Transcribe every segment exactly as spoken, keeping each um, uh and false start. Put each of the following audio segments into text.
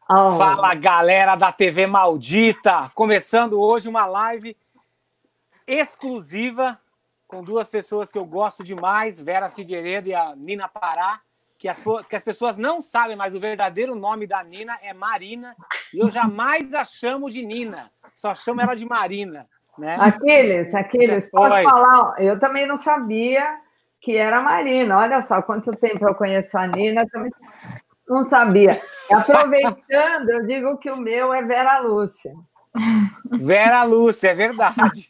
Oh. Fala, galera da T V Maldita! Começando hoje uma live exclusiva com duas pessoas que eu gosto demais, Vera Figueiredo e a Nina Pará, que as, que as pessoas não sabem, mas o verdadeiro nome da Nina é Marina, e eu jamais a chamo de Nina, só chamo ela de Marina. Né? Aquiles, Aquiles, posso Oi. falar? Eu também não sabia que era Marina. Olha só, quanto tempo eu conheço a Nina, também não sabia. Aproveitando, eu digo que o meu é Vera Lúcia. Vera Lúcia, é verdade.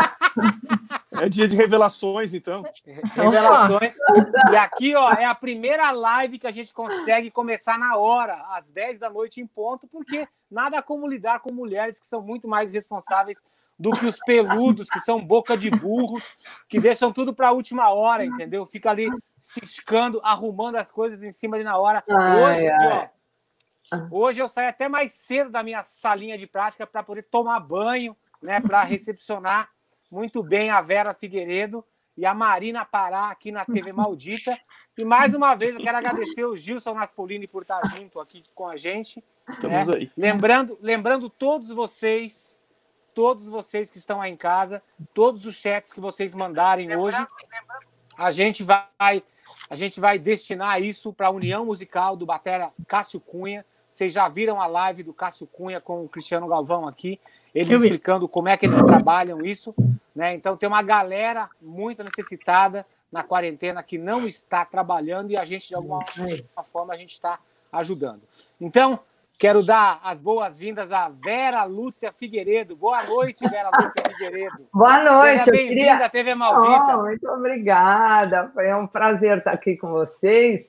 É dia de revelações, então. Revelações. E aqui, ó, é a primeira live que a gente consegue começar na hora, às dez da noite em ponto, porque nada como lidar com mulheres que são muito mais responsáveis do que os peludos, que são boca de burros, que deixam tudo para a última hora, entendeu? Fica ali ciscando, arrumando as coisas em cima de na hora. Hoje, ai, ai. Ó, hoje eu saio até mais cedo da minha salinha de prática para poder tomar banho, né, para recepcionar muito bem a Vera Figueiredo e a Marina Pará aqui na T V Maldita. E mais uma vez eu quero agradecer o Gilson Naspolini por estar junto aqui com a gente. Estamos né? aí. Lembrando, lembrando todos vocês, todos vocês que estão aí em casa, todos os chats que vocês mandarem lembrando, hoje, lembrando. a gente vai, a gente vai destinar isso para a União Musical do batera Cássio Cunha. Vocês já viram a live do Cássio Cunha com o Cristiano Galvão aqui, eles explicando como é que eles trabalham isso, né? Então tem uma galera muito necessitada na quarentena que não está trabalhando e a gente, de alguma forma, a gente está ajudando. Então, quero dar as boas-vindas a Vera Lúcia Figueiredo. Boa noite, Vera Lúcia Figueiredo. Boa noite. Seja bem-vinda queria... à T V Maldita. Oh, muito obrigada. Foi um prazer estar aqui com vocês.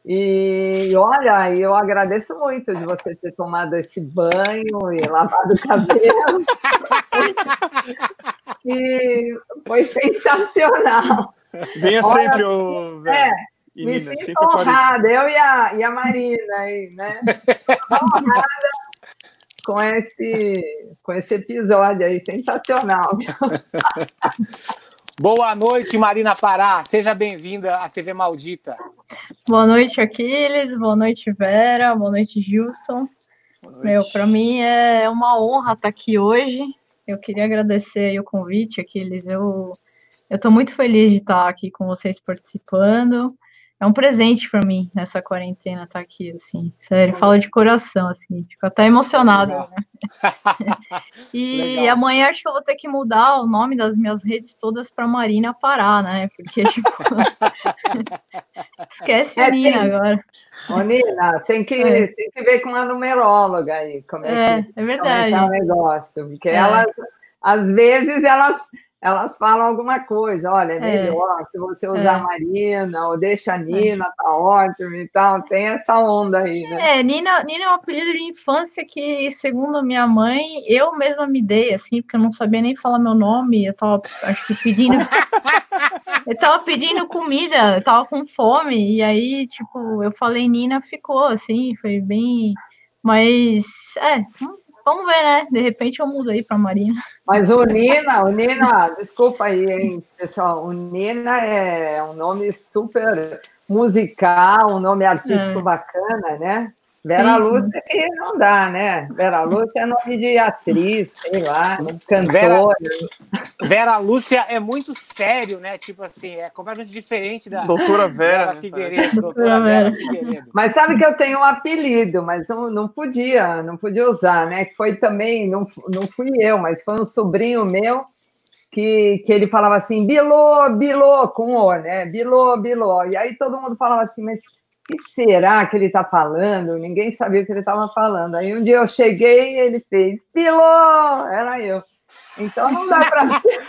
E olha, eu agradeço muito de você ter tomado esse banho e lavado o cabelo. E foi sensacional. Venha olha, sempre, ô, Vera. É, e me Nina, sinto honrada, eu e a, e a Marina aí, né? Honrada com esse, com esse episódio aí, sensacional. Boa noite, Marina Pará. Seja bem-vinda à T V Maldita. Boa noite, Aquiles. Boa noite, Vera. Boa noite, Gilson. Boa noite. Meu, para mim é uma honra estar aqui hoje. Eu queria agradecer aí o convite, Aquiles. Eu eu estou muito feliz de estar aqui com vocês participando. É um presente para mim nessa quarentena estar aqui, assim. Sério, falo de coração, assim. Fico até emocionada, né? E legal. Amanhã acho que eu vou ter que mudar o nome das minhas redes todas para Marina Pará, né? Porque, tipo... Esquece é, a Nina tem... agora. Ô, Nina, tem que, é. tem que ver com a numeróloga aí. Como é, é, que, é verdade. Como é que é o negócio. Porque é. elas, às vezes, elas... elas falam alguma coisa, olha, é melhor é. se você usar é. Marina, ou deixa a Nina, é. tá ótimo e tal, tem essa onda aí, né? É, Nina, Nina é um apelido de infância que, segundo a minha mãe, eu mesma me dei, assim, porque eu não sabia nem falar meu nome, eu tava, acho que pedindo... eu tava pedindo comida, eu tava com fome, e aí, tipo, eu falei Nina, ficou, assim, foi bem... Mas, é... Vamos ver, né? De repente eu mudo aí para Marina. Mas o Nina, o Nina, desculpa aí, hein, pessoal. O Nina é um nome super musical, um nome artístico é. bacana, né? Vera Lúcia que não dá, né? Vera Lúcia é nome de atriz, sei lá, cantora. Vera, Vera Lúcia é muito sério, né? Tipo assim, é completamente diferente da doutora Vera, Vera Figueiredo. Doutora Vera Figueiredo. Mas sabe que eu tenho um apelido, mas não, não podia, não podia usar, né? Que foi também, não, não fui eu, mas foi um sobrinho meu que, que ele falava assim, Bilô, Bilô, com O, né? Bilô, Bilô. E aí todo mundo falava assim, mas o que será que ele está falando? Ninguém sabia o que ele estava falando. Aí um dia eu cheguei e ele fez, Bilô, era eu. Então não dá para ser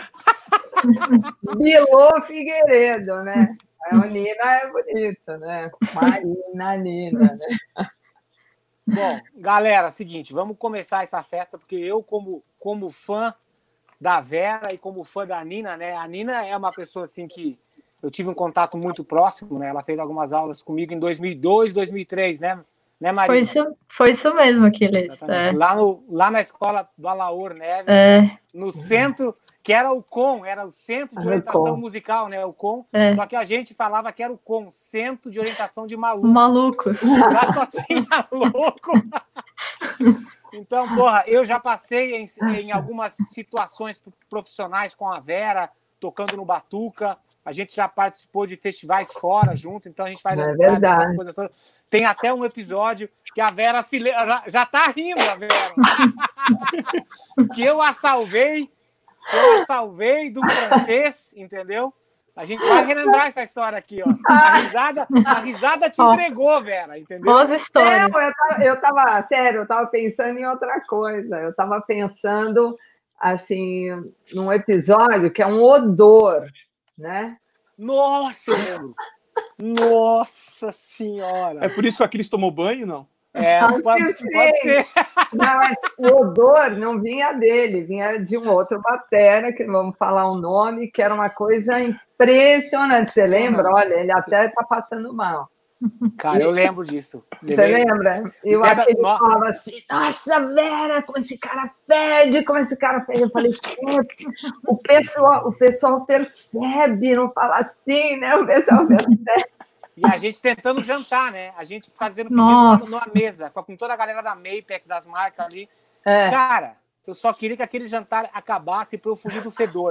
Bilô Figueiredo, né? A Nina é bonito, né? Marina, Nina, né? Bom, galera, seguinte, vamos começar essa festa, porque eu, como, como fã da Vera e como fã da Nina, né? A Nina é uma pessoa assim que eu tive um contato muito próximo, né? Ela fez algumas aulas comigo em dois mil e dois, dois mil e três, né? Né, Marina? Foi isso, foi isso mesmo, Aquiles. É. Lá, no, lá na escola do Alaor Neves, é. no centro, que era o C O M, era o Centro de Orientação Musical, né? O C O M, é. Só que a gente falava que era o C O M, Centro de Orientação de Maluco. Maluco. Lá só tinha louco. Então, porra, eu já passei em, em algumas situações profissionais com a Vera, tocando no Batuca. A gente já participou de festivais fora junto, então a gente vai É lembrar verdade. dessas coisas todas. Tem até um episódio que a Vera se le... já tá rindo, a Vera. Que eu a salvei, que eu a salvei do francês, entendeu? A gente vai relembrar essa história aqui, ó. A risada, a risada te entregou, Vera, entendeu? Boas histórias. Não, eu tava, eu tava, sério, eu tava pensando em outra coisa. Eu tava pensando, assim, num episódio que é um odor, né? Nossa, eu lembro. Nossa Senhora. É por isso que a Cris tomou banho, não? É, pode, pode ser. Não, mas o odor não vinha dele, vinha de um outro batera, que não vamos falar o nome, que era uma coisa impressionante. Você lembra? Olha, ele até está passando mal. Cara, eu lembro disso. Você lembra? E o Lembra- aquele no- falava assim, nossa, Vera, como esse cara fede, como esse cara fede. Eu falei, "É, o pessoal, o pessoal percebe, não fala assim, né? O pessoal percebe. E a gente tentando jantar, né? A gente fazendo pedido Nossa. numa, numa mesa, com com toda a galera da Mapex, das marcas ali. É. Cara, eu só queria que aquele jantar acabasse para eu fugir do fedor.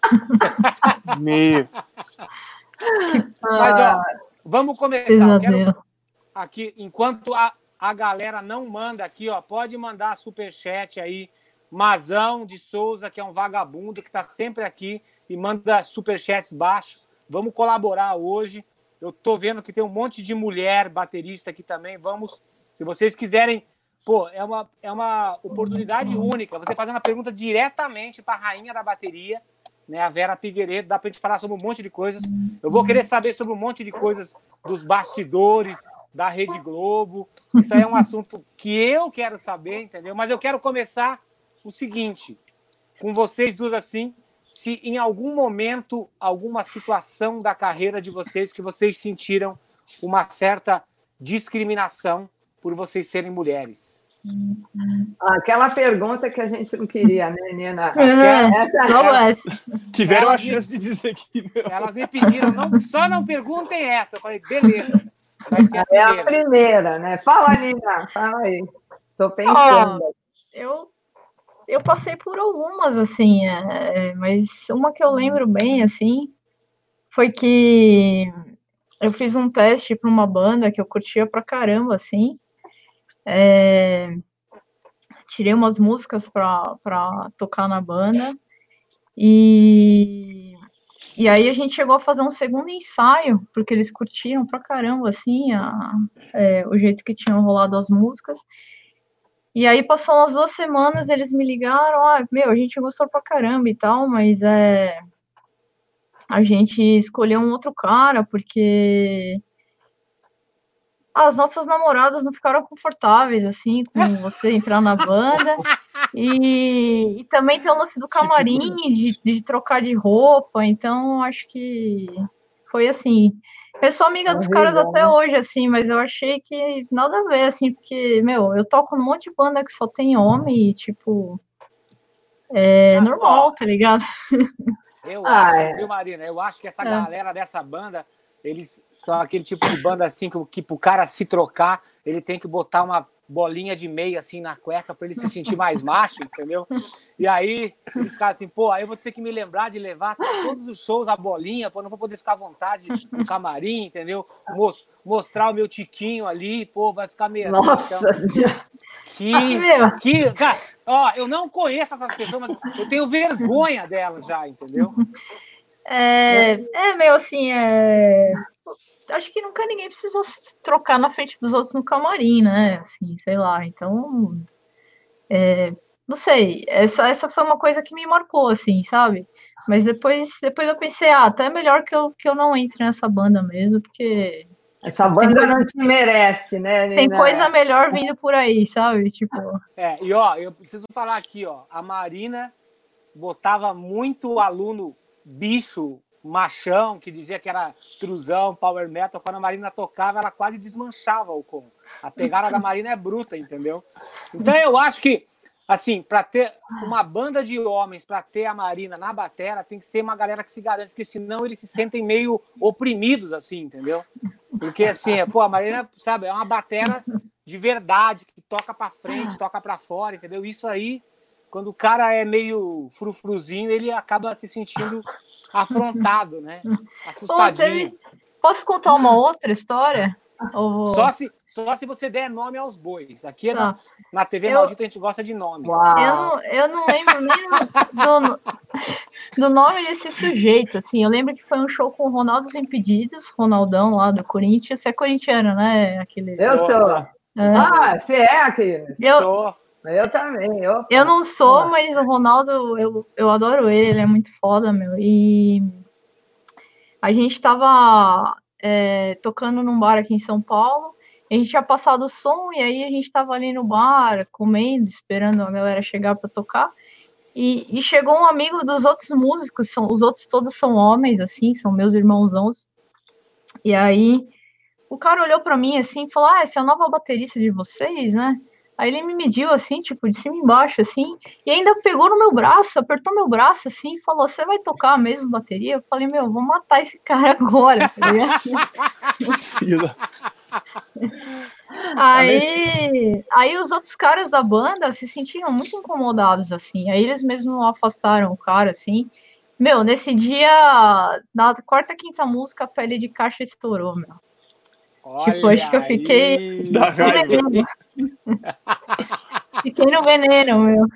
Meu. Mas, ó, vamos começar. Eu quero Pesadelo. aqui, enquanto a, a galera não manda aqui, ó, pode mandar superchat aí. Mazão de Souza, que é um vagabundo, que está sempre aqui e manda superchats baixos. Vamos colaborar hoje. Eu tô vendo que tem um monte de mulher baterista aqui também. Vamos, se vocês quiserem, pô, é uma, é uma oportunidade única. Você fazer uma pergunta diretamente para a rainha da bateria, né, a Vera Figueiredo, dá para a gente falar sobre um monte de coisas. Eu vou querer saber sobre um monte de coisas dos bastidores da Rede Globo. Isso aí é um assunto que eu quero saber, entendeu? Mas eu quero começar o seguinte, com vocês duas assim, se em algum momento, alguma situação da carreira de vocês que vocês sentiram uma certa discriminação por vocês serem mulheres. Aquela pergunta que a gente não queria, né, Nina? É, Essa- logo essa. Tiveram Ela a me- chance de dizer que não. Elas me pediram, não, só não perguntem essa. Eu falei, beleza, vai ser a É a primeira. primeira, né? Fala, Nina, fala aí. Estou pensando. Eu, eu passei por algumas, assim, é, é, mas uma que eu lembro bem, assim, foi que eu fiz um teste para uma banda que eu curtia pra caramba, assim. É, tirei umas músicas pra, pra tocar na banda. E, e aí a gente chegou a fazer um segundo ensaio, porque eles curtiram pra caramba, assim, a, é, o jeito que tinham rolado as músicas. E aí passou umas duas semanas, eles me ligaram, ah, meu, a gente gostou pra caramba e tal, mas é, a gente escolheu um outro cara, porque as nossas namoradas não ficaram confortáveis, assim, com você entrar na banda. E, e também tem o lance do camarim, de, de trocar de roupa, então acho que foi assim. Eu sou amiga dos Horrível, caras até né? hoje, assim, mas eu achei que nada a ver, assim, porque, meu, eu toco num monte de banda que só tem homem e, tipo, é Ah, normal, ó. tá ligado? Eu Ah, acho, é. viu, Marina? Eu acho que essa É. galera dessa banda, eles são aquele tipo de banda assim que, que pro cara se trocar, ele tem que botar uma bolinha de meia assim na cueca para ele se sentir mais macho, entendeu? E aí eles ficam assim, pô, aí eu vou ter que me lembrar de levar todos os shows a bolinha, pô, não vou poder ficar à vontade no camarim, entendeu? Mos- mostrar o meu tiquinho ali, pô, vai ficar meio assim, Nossa então, Senhora. que, Meu. que, cara, ó, eu não conheço essas pessoas, mas eu tenho vergonha delas já, entendeu? É, é meio assim, é... acho que nunca ninguém precisou se trocar na frente dos outros no camarim, né? Assim, sei lá, então... é, não sei, essa, essa foi uma coisa que me marcou, assim, sabe? Mas depois, depois eu pensei, ah, até é melhor que eu, que eu não entre nessa banda mesmo, porque Essa banda não te merece, né, Nina? tem coisa melhor vindo por aí, sabe? Tipo, É, e ó, eu preciso falar aqui, ó, a Marina botava muito aluno bicho, machão, que dizia que era truzão, power metal. Quando a Marina tocava, ela quase desmanchava o com. A pegada da Marina é bruta, entendeu? Então eu acho que, assim, para ter uma banda de homens, para ter a Marina na batera, tem que ser uma galera que se garante, porque senão eles se sentem meio oprimidos, assim, entendeu? Porque, assim, é, pô, a Marina, sabe, é uma batera de verdade, que toca pra frente, toca pra fora, entendeu? Isso aí, quando o cara é meio frufruzinho, ele acaba se sentindo afrontado, né? Assustadinho. Pô, teve... Posso contar uma outra história? Ou... Só, se, só se você der nome aos bois. Aqui tá. na, na T V eu... Maldita a gente gosta de nomes. Eu não, eu não lembro nem do, do nome desse sujeito, assim. Eu lembro que foi um show com o Ronaldo Desimpedidos, Ronaldão lá do Corinthians. Você é corintiano, né? Aquele... Eu sou. É. Ah, você é aquele. Eu, Sou. eu também. Eu, eu não sou, mas o Ronaldo, eu, eu adoro ele, ele é muito foda, meu. E a gente tava é, tocando num bar aqui em São Paulo. A gente tinha passado o som e aí a gente estava ali no bar, comendo, esperando a galera chegar para tocar. E, e chegou um amigo dos outros músicos, são, os outros todos são homens, assim, são meus irmãozãos. E aí o cara olhou para mim assim e falou: ah, essa é a nova baterista de vocês, né? Aí ele me mediu assim, tipo, de cima e embaixo, assim, e ainda pegou no meu braço, apertou meu braço assim e falou: você vai tocar mesmo bateria? Eu falei: meu, vou matar esse cara agora. Filha. Aí, aí os outros caras da banda se sentiram muito incomodados, assim. Aí eles mesmo afastaram o cara, assim. Meu, nesse dia, na quarta, quinta música, a pele de caixa estourou, meu. Olha tipo, acho que eu fiquei... Dá raiva. Fiquei no veneno, meu.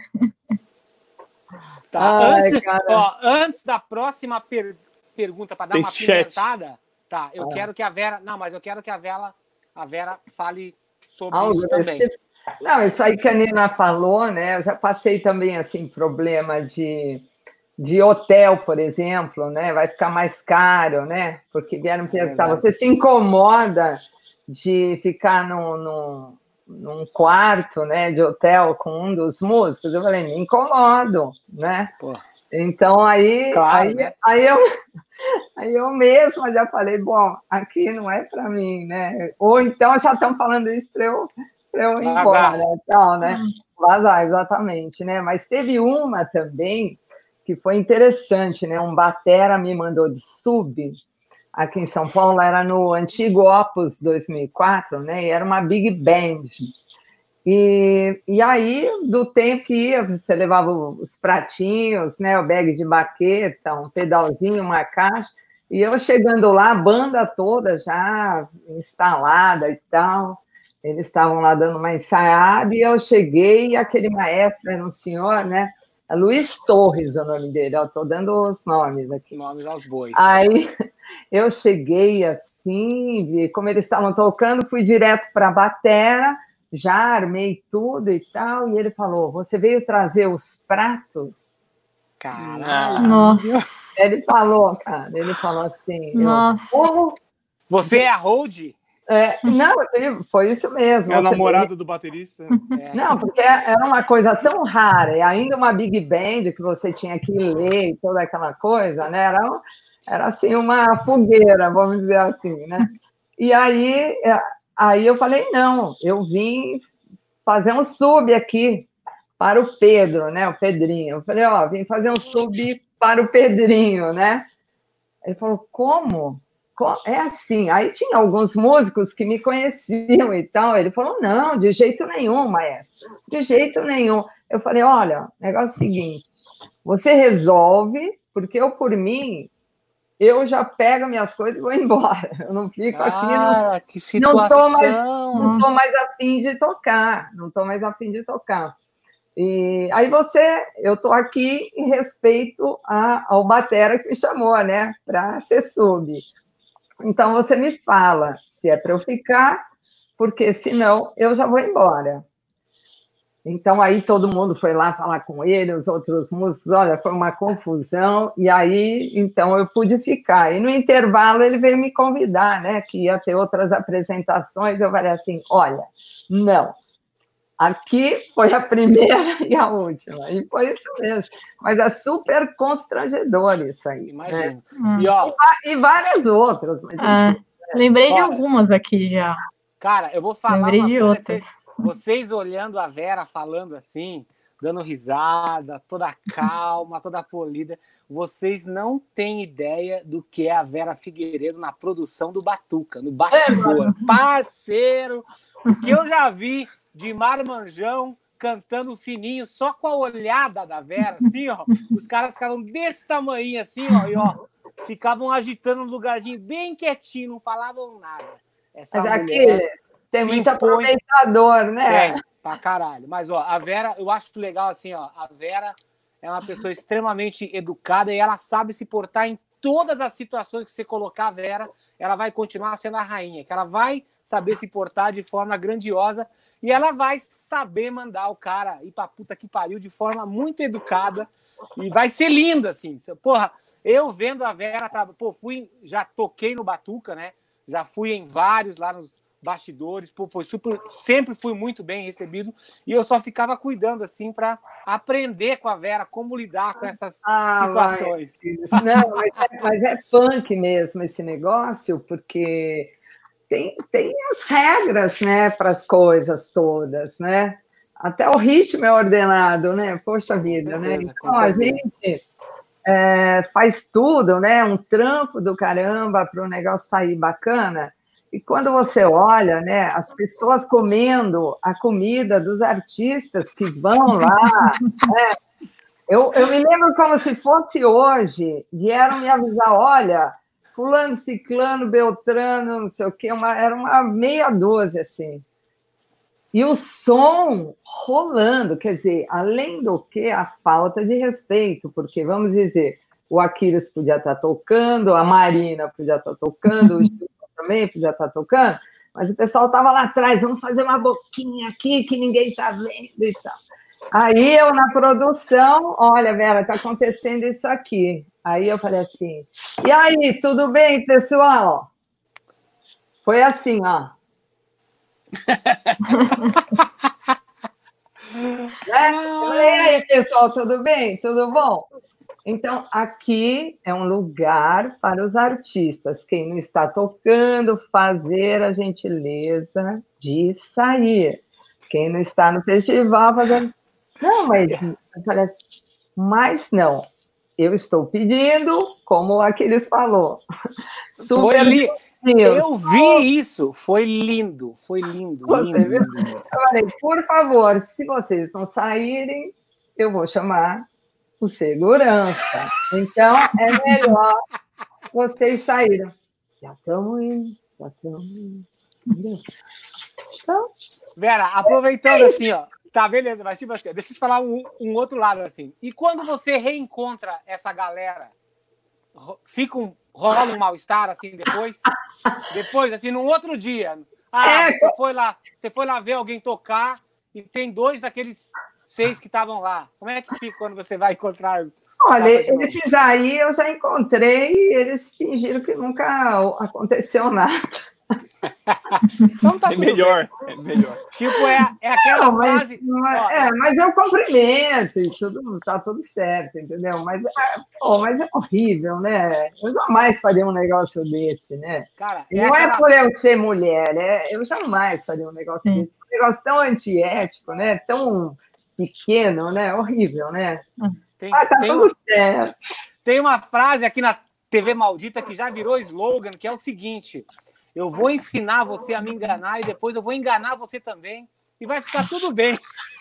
Tá, Ai, antes, cara. ó, antes da próxima per- pergunta, para dar Tem uma chat. pimentada, tá, eu Ah. quero que a Vera... Não, mas eu quero que a Vera, a Vera fale sobre Algo isso também. desse- Não, isso aí que a Nina falou, né? Eu já passei também assim problema de, de hotel, por exemplo, né? Vai ficar mais caro, né? Porque vieram me perguntar, verdade. você se incomoda de ficar num, num, num quarto, né, de hotel com um dos músicos? Eu falei, me incomodo, né? Pô, Então aí, Claro, aí, né? aí eu aí eu mesma já falei, bom, aqui não é para mim, né? Ou então já estão falando isso para eu, pra eu ir Vazar. embora, então, né? Vazar, exatamente, né? Mas teve uma também que foi interessante, né? Um batera me mandou de sub aqui em São Paulo, era no antigo Opus dois mil e quatro, né? E era uma big band. E, e aí, do tempo que ia, você levava os pratinhos, né, o bag de baqueta, um pedalzinho, uma caixa, e eu chegando lá, a banda toda já instalada e tal, eles estavam lá dando uma ensaiada, e eu cheguei, e aquele maestro era um senhor, né, é Luiz Torres o nome dele, eu estou dando os nomes aqui. nomes aos bois. Aí eu cheguei assim, vi como eles estavam tocando, fui direto para a batera, já armei tudo e tal, e ele falou, você veio trazer os pratos? Caralho. Nossa. Ele falou, cara, ele falou assim, eu, Nossa. "Como?" Você é a Hold? É, não, foi isso mesmo. É a você namorada do baterista. É. Não, porque era uma coisa tão rara, e ainda uma big band que você tinha que ler e toda aquela coisa, né? Era, um- era assim uma fogueira, vamos dizer assim, né? E aí, é, aí eu falei, não, eu vim fazer um sub aqui para o Pedro, né? O Pedrinho. Eu falei, ó, vim fazer um sub para o Pedrinho, né? Ele falou, como? Co- É assim. Aí tinha alguns músicos que me conheciam e tal. Ele falou, não, de jeito nenhum, maestro, de jeito nenhum. Eu falei, olha, o negócio é o seguinte, você resolve, porque eu, por mim, eu já pego minhas coisas e vou embora. Eu não fico aqui, não Cara, que não tô mais- situação. não estou mais afim de tocar, não estou mais afim de tocar. E aí você, eu estou aqui em respeito a, ao batera que me chamou, né, para ser sub. Então você me fala se é para eu ficar, porque senão eu já vou embora. Então aí todo mundo foi lá falar com ele, os outros músicos, olha, foi uma confusão, e aí então eu pude ficar. E no intervalo ele veio me convidar, né, que ia ter outras apresentações, eu falei assim, olha, não, aqui foi a primeira e a última, e foi isso mesmo. Mas é super constrangedor isso aí. Né? Imagino. Hum. E, ó, E várias outras, mas É, enfim. lembrei de Olha. algumas aqui já. cara, eu vou falar Lembrei uma de coisa. outras. Que vocês, vocês olhando a Vera falando assim, dando risada, toda calma, toda polida, vocês não têm ideia do que é a Vera Figueiredo na produção do Batuca, no bastidor. Parceiro, o que eu já vi de marmanjão, cantando fininho, só com a olhada da Vera, assim, ó. Os caras ficavam desse tamanho, assim, ó, e ó, ficavam agitando no lugarzinho bem quietinho, não falavam nada. Essa Mas mulher aqui tem muito impõe... aproveitador, né? Tem, pra caralho. Mas, ó, a Vera, eu acho legal, assim, ó, a Vera é uma pessoa extremamente educada e ela sabe se portar em todas as situações que você colocar a Vera, ela vai continuar sendo a rainha, que ela vai saber se portar de forma grandiosa e ela vai saber mandar o cara ir pra puta que pariu de forma muito educada e vai ser linda, assim. Porra, eu vendo a Vera, pô, fui, já toquei no Batuca, né? Já fui em vários lá nos bastidores, pô, foi super, sempre fui muito bem recebido e eu só ficava cuidando, assim, para aprender com a Vera como lidar com essas ah, situações. Mas, não, mas é, mas é punk mesmo esse negócio, porque tem, tem as regras, né, para as coisas todas, né? Até o ritmo é ordenado, né? Poxa vida, certeza, né? Então a gente é, faz tudo, né? Um trampo do caramba para o negócio sair bacana. E quando você olha, né, as pessoas comendo a comida dos artistas que vão lá, né? eu, eu me lembro como se fosse hoje, vieram me avisar, olha, fulano, ciclano, beltrano, não sei o quê, uma, era uma meia dúzia, assim. E o som rolando, quer dizer, além do que a falta de respeito, porque, vamos dizer, o Aquiles podia estar tocando, a Marina podia estar tocando, o Gil também podia estar tocando, mas o pessoal estava lá atrás, vamos fazer uma boquinha aqui que ninguém está vendo e tal. Aí eu, na produção, olha, Vera, está acontecendo isso aqui. Aí eu falei assim, e aí, tudo bem, pessoal? Foi assim, ó. Né? E aí, pessoal, tudo bem? Tudo bom? Então, aqui é um lugar para os artistas. Quem não está tocando, fazer a gentileza de sair. Quem não está no festival, fazer... Não, mas, mas não. Eu estou pedindo, como o Aquiles falou. Super li... Eu vi isso. Foi lindo. Foi lindo. lindo, lindo. Eu falei, por favor, se vocês não saírem, eu vou chamar o segurança. Então, é melhor vocês saírem. Já estamos indo, já estamos indo. Então, Vera, aproveitando assim, ó. Tá, beleza, mas tipo assim, deixa eu te falar um, um outro lado assim. E quando você reencontra essa galera, fica um, rola um mal-estar assim depois? Depois, assim, num outro dia. Ah, você foi lá, você foi lá ver alguém tocar e tem dois daqueles seis que estavam lá. Como é que fica quando você vai encontrar os... Olha, esses aí eu já encontrei e eles fingiram que nunca aconteceu nada. Então tá é melhor, bem. é melhor. Tipo, é, é aquela não, mas, frase... Ó, é, mas eu cumprimento e tudo, tá tudo certo, entendeu? Mas, pô, mas é horrível, né? Eu jamais faria um negócio desse, né? Cara, é não aquela... é por eu ser mulher, é, eu jamais faria um negócio Sim. desse. Um negócio tão antiético, né? Tão pequeno, né? Horrível, né? Tem, ah, tá tem tudo uma, certo. Tem uma frase aqui na T V Maldita que já virou slogan, que é o seguinte... Eu vou ensinar você a me enganar e depois eu vou enganar você também e vai ficar tudo bem.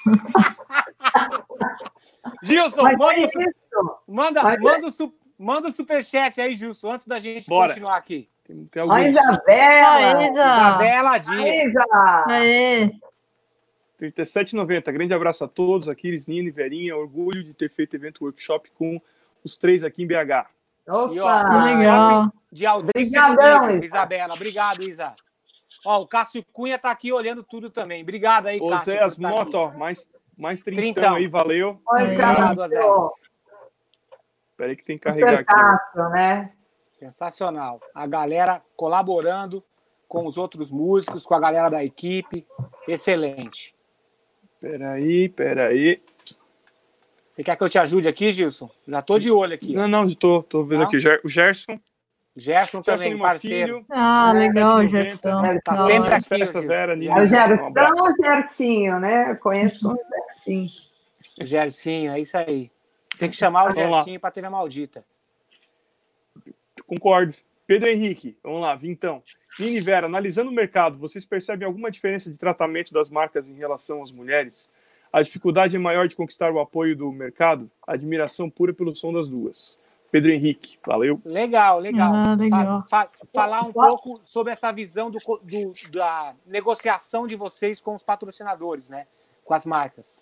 Gilson, Mas manda, é o, manda, Mas manda, o, su, manda o superchat aí, Gilson, antes da gente Bora. continuar aqui. Tem, tem a Isabela! Isa. Isabela Dias. Isa. Aê. trinta e sete e noventa. Grande abraço a todos. Aquiles, Nina e Verinha. Orgulho de ter feito evento workshop com os três aqui em B H. Opa! E, ó, legal. De Obrigadão, Isa. Isabela. Obrigado, Isa. Ó, o Cássio Cunha tá aqui olhando tudo também. Obrigado aí, Ô, Cássio. Zé, as tá motos, ó, mais, mais trintão, trintão aí, valeu. Oi, Obrigado, Zé. Espera aí que tem que carregar aqui. Cássio, né? Sensacional. A galera colaborando com os outros músicos, com a galera da equipe. Excelente. Espera aí, espera aí. Você quer que eu te ajude aqui, Gilson? Já tô de olho aqui. Não, ó. não, tô, tô vendo não? aqui. O Gerson. Gerson, Gerson também, Gerson parceiro. Filho, ah, legal, Gerson. Tá Não, sempre aqui, Festa, o Vera, É o Gerson ou o Gercinho, né? Eu conheço como Gercinho. Gercinho, é isso aí. Tem que chamar o Vamos lá. Gercinho pra T V Maldita. Concordo. Pedro Henrique, vamos lá, Vintão. Nini e Vera, analisando o mercado, vocês percebem alguma diferença de tratamento das marcas em relação às mulheres? A dificuldade é maior de conquistar o apoio do mercado? Admiração pura pelo som das duas. Pedro Henrique, valeu. Legal, legal. Ah, legal. Fa fa falar um pouco sobre essa visão do, do, da negociação de vocês com os patrocinadores, né? Com as marcas.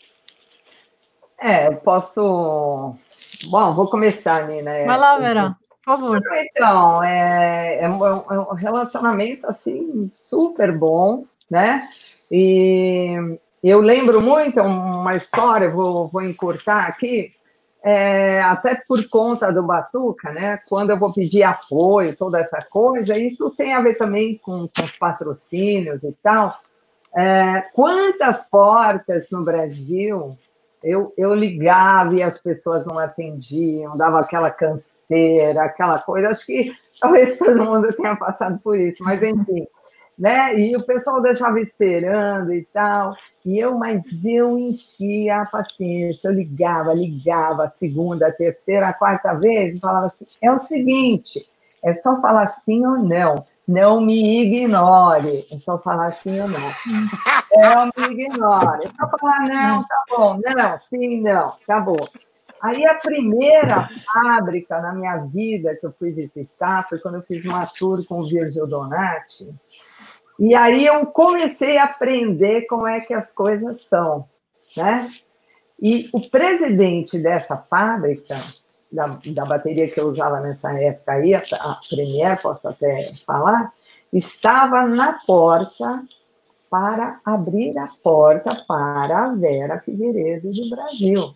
É, eu posso... Bom, vou começar, Nina. Vai lá, Vera, por favor. Então, é, é um relacionamento, assim, super bom, né? E eu lembro muito uma história, vou, vou encurtar aqui, é, até por conta do Batuca, né? Quando eu vou pedir apoio, toda essa coisa, isso tem a ver também com, com os patrocínios e tal. É, quantas portas no Brasil eu, eu ligava e as pessoas não atendiam, dava aquela canseira, aquela coisa. Acho que talvez todo mundo tenha passado por isso, mas enfim. Né? E o pessoal deixava esperando e tal, e eu, mas eu enchia a paciência, eu ligava, ligava, a segunda, a terceira, a quarta vez, e falava assim, é o seguinte, é só falar sim ou não, não me ignore, é só falar sim ou não, não me ignore, é só falar não, tá bom, não, sim, não, tá bom. Aí a primeira fábrica na minha vida que eu fui visitar foi quando eu fiz uma tour com o Virgil Donati. E aí eu comecei a aprender como é que as coisas são, né? E o presidente dessa fábrica, da, da bateria que eu usava nessa época aí, a, a Premier, posso até falar, estava na porta para abrir a porta para a Vera Figueiredo do Brasil.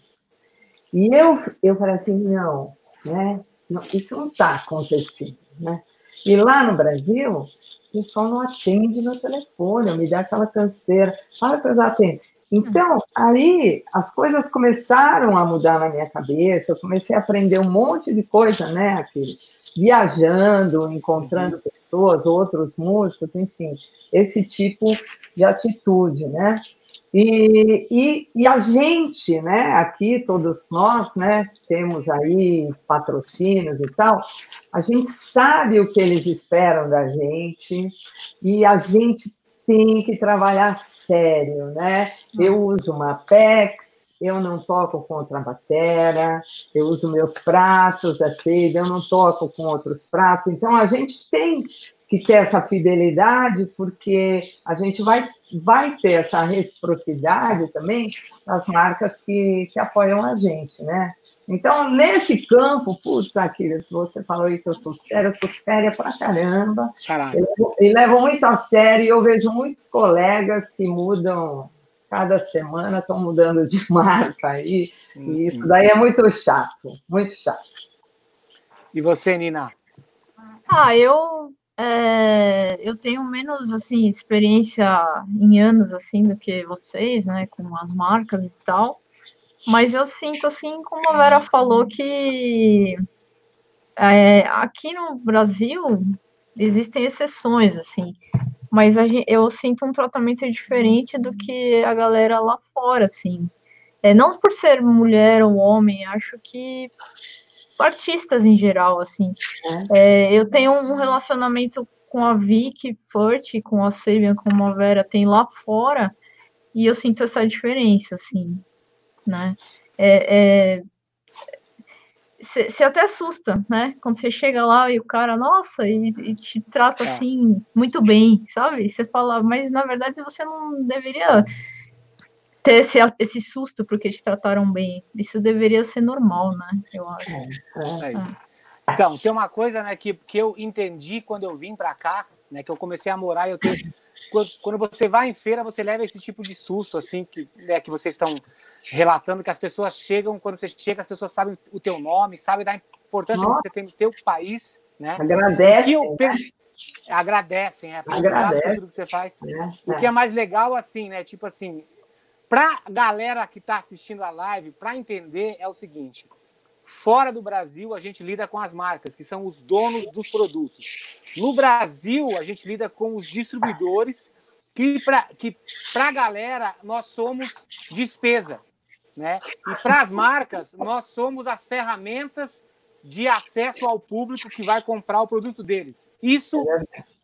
E eu, eu falei assim, não, né? Não, isso não está acontecendo, né? E lá no Brasil... o pessoal não atende no telefone, me dá aquela canseira. Fala que eu já atendo. Então, aí, as coisas começaram a mudar na minha cabeça, eu comecei a aprender um monte de coisa, né, aqui, viajando, encontrando pessoas, outros músicos, enfim, esse tipo de atitude, né? E, e, e a gente, né, aqui, todos nós, né, temos aí patrocínios e tal, a gente sabe o que eles esperam da gente e a gente tem que trabalhar sério, né? Eu uso uma Apex, eu não toco com outra batera, eu uso meus pratos, a seda, eu não toco com outros pratos, então a gente tem que ter essa fidelidade, porque a gente vai, vai ter essa reciprocidade também das marcas que, que apoiam a gente, né? Então, nesse campo, putz, Aquiles, você falou aí que eu sou séria, eu sou séria pra caramba, e levo, e levo muito a sério, e eu vejo muitos colegas que mudam, cada semana estão mudando de marca aí, hum, e isso daí é muito chato, muito chato. E você, Nina? Ah, eu... É, eu tenho menos, assim, experiência em anos, assim, do que vocês, né, com as marcas e tal, mas eu sinto, assim, como a Vera falou, que é, aqui no Brasil existem exceções, assim, mas a gente, eu sinto um tratamento diferente do que a galera lá fora, assim, é, não por ser mulher ou homem, acho que artistas em geral, assim. É, eu tenho um relacionamento com a Vicky forte, com a Sabian, como a Vera tem lá fora, e eu sinto essa diferença, assim, né? É, você é, até assusta, né? Quando você chega lá e o cara, nossa, e, e te trata, assim, muito bem, sabe? Você fala, mas, na verdade, você não deveria ter esse, esse susto porque te trataram bem. Isso deveria ser normal, né? Eu acho. É, é. É. Então, tem uma coisa, né, que, que eu entendi quando eu vim para cá, né, que eu comecei a morar e eu tenho... Quando você vai em feira, você leva esse tipo de susto, assim, que, né, que vocês estão relatando, que as pessoas chegam, quando você chega, as pessoas sabem o teu nome, sabem da importância Nossa. que você tem no teu país, né? Agradecem, eu, né? Agradecem, é, por tudo que você faz. É, o que é mais legal, assim, né, tipo assim... Para a galera que está assistindo a live, para entender, é o seguinte: fora do Brasil, a gente lida com as marcas, que são os donos dos produtos. No Brasil, a gente lida com os distribuidores, que para que a galera, nós somos despesa, né? E para as marcas, nós somos as ferramentas de acesso ao público que vai comprar o produto deles. Isso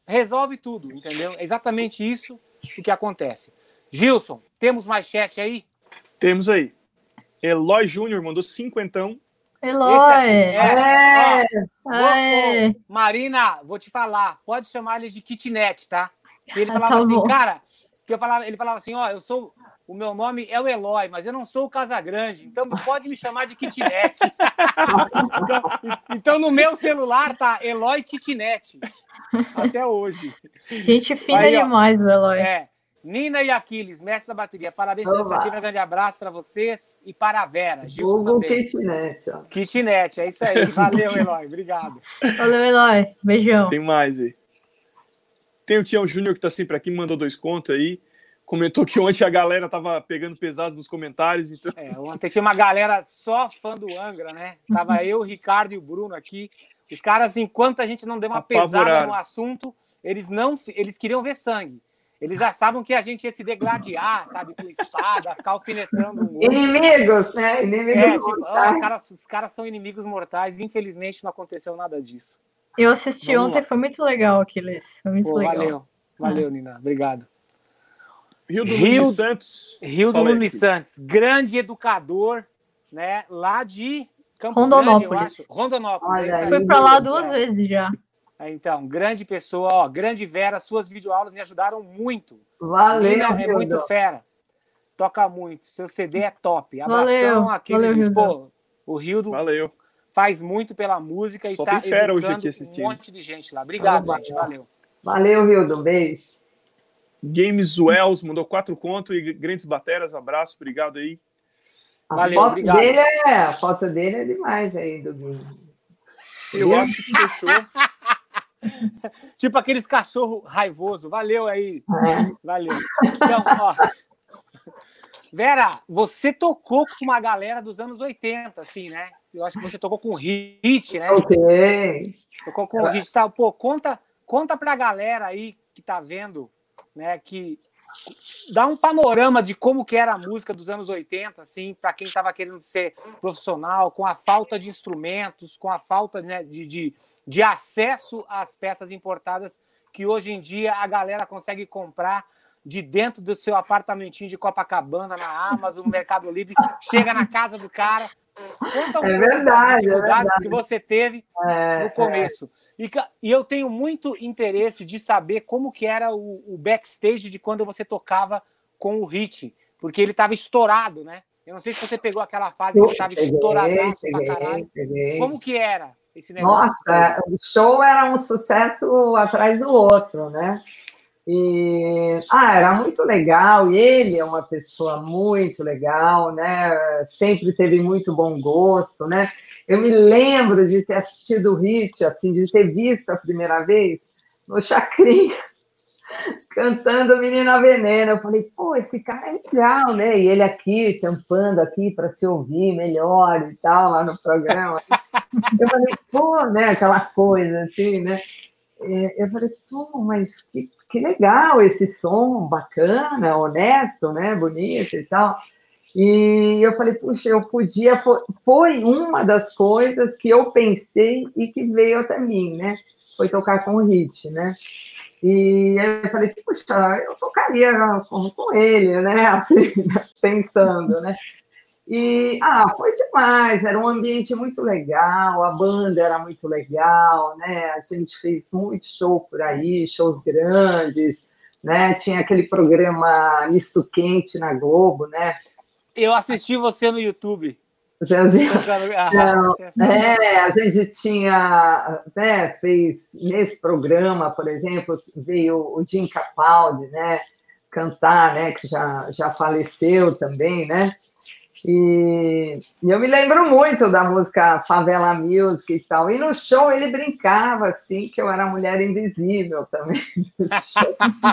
resolve tudo, entendeu? É exatamente isso o que acontece. Gilson, temos mais chat aí? Temos aí. Eloy Júnior mandou cinquentão. Eloy! É. É. Ó, ô, ô, Marina, vou te falar, pode chamar ele de kitnet, tá? Porque ele falava Tá assim, bom. cara, que eu falava, ele falava assim, ó, eu sou, o meu nome é o Eloy, mas eu não sou o Casagrande, então pode me chamar de kitnet. então, então no meu celular tá Eloy Kitnet, até hoje. Gente fina Aí, ó, demais, o Eloy. É, Nina e Aquiles, mestre da bateria, parabéns pela Oba. iniciativa, um grande abraço para vocês e para a Vera. Gilson Google também. Kitnet, ó. Kitnet, é isso aí. Valeu, Eloy, obrigado. Valeu, Eloy. Beijão. Tem mais aí. Tem o Tião Júnior que tá sempre aqui, mandou dois contos aí. Comentou que ontem a galera tava pegando pesado nos comentários. Então... É, ontem tinha uma galera só fã do Angra, né? Tava eu, o Ricardo e o Bruno aqui. Os caras, enquanto a gente não deu uma pesada Apavoraram. no assunto, eles não, eles queriam ver sangue. Eles achavam que a gente ia se degladiar, sabe? Com espada, ficar alfinetando um outro. Inimigos, né? Inimigos É, tipo, ó, mortais. os, caras, os caras são inimigos mortais. Infelizmente, não aconteceu nada disso. Eu assisti Vamos ontem, lá. foi muito legal, Aquiles. Foi muito Pô, legal. valeu. Valeu, Nina. Obrigado. Rio do Rio- Nunes Santos. Rio do Fala aí, Nunes Cris. Santos, grande educador, né? Lá de Campo Rondonópolis. Grande, eu acho. Rondonópolis. Olha é isso aí. aí. Fui pra lá É. duas vezes já. É, então, grande pessoa, ó, grande Vera, suas videoaulas me ajudaram muito. Valeu, Nina é Hildo. muito fera. Toca muito. Seu C D é top. Abração Valeu, aqueles, valeu, Hildo. pô, o Rildo Valeu. faz muito pela música e Só tá tem fera hoje educando aqui assistindo. um monte de gente lá. Obrigado, Valeu. gente. Valeu. Valeu, Hildo. Um beijo. Games Wells mandou quatro contos e grandes bateras. Abraço, obrigado aí. A Valeu, foto obrigado. dele é, a foto dele é demais aí, do Eu Viu? acho que fechou. Tipo aqueles cachorro raivoso. Valeu aí. É. Valeu. Então, ó. Vera, você tocou com uma galera dos anos oitenta, assim, né? Eu acho que você tocou com hit, né? Ok. Tocou com hit, tá? Pô, conta, conta pra galera aí que tá vendo, né? Que dá um panorama de como que era a música dos anos oitenta, assim, para quem tava querendo ser profissional, com a falta de instrumentos, com a falta, né, de, de, de acesso às peças importadas que hoje em dia a galera consegue comprar de dentro do seu apartamentinho de Copacabana, na Amazon, no Mercado Livre, chega na casa do cara. Conta um É pouco verdade, das é dificuldades verdade. que você teve É, no começo. E, ca- e eu tenho muito interesse de saber como que era o, o backstage de quando você tocava com o Hit, porque ele estava estourado, né? Eu não sei se você pegou aquela fase que ele estava Peguei, estouradaço pra peguei, caralho. peguei. Como que era esse negócio? Nossa, o show era um sucesso atrás do outro, né? E ah, era muito legal. E ele é uma pessoa muito legal, né? Sempre teve muito bom gosto, né? Eu me lembro de ter assistido o Hit, assim, de ter visto a primeira vez no Chacrinha cantando Menina Veneno. Eu falei, pô, esse cara é legal, né? E ele aqui, tampando aqui para se ouvir melhor e tal, lá no programa. Eu falei, pô, né? Aquela coisa assim, né? Eu falei, pô, mas que, que legal esse som, bacana, honesto, né? Bonito e tal. E eu falei, puxa, eu podia... Foi uma das coisas que eu pensei e que veio até mim, né? Foi tocar com o Hit, né? E aí eu falei, puxa, eu tocaria com, com ele, né? Assim, pensando, né? E, ah, foi demais, era um ambiente muito legal, a banda era muito legal, né? A gente fez muito show por aí, shows grandes, né? Tinha aquele programa Misto Quente na Globo, né? Eu assisti você no YouTube. Você, não, é, a gente tinha, né, fez nesse programa, por exemplo, veio o Jim Capaldi, né, cantar, né, que já, já faleceu também, né, e, e eu me lembro muito da música Favela Music e tal, e no show ele brincava, assim, que eu era mulher invisível também, no show.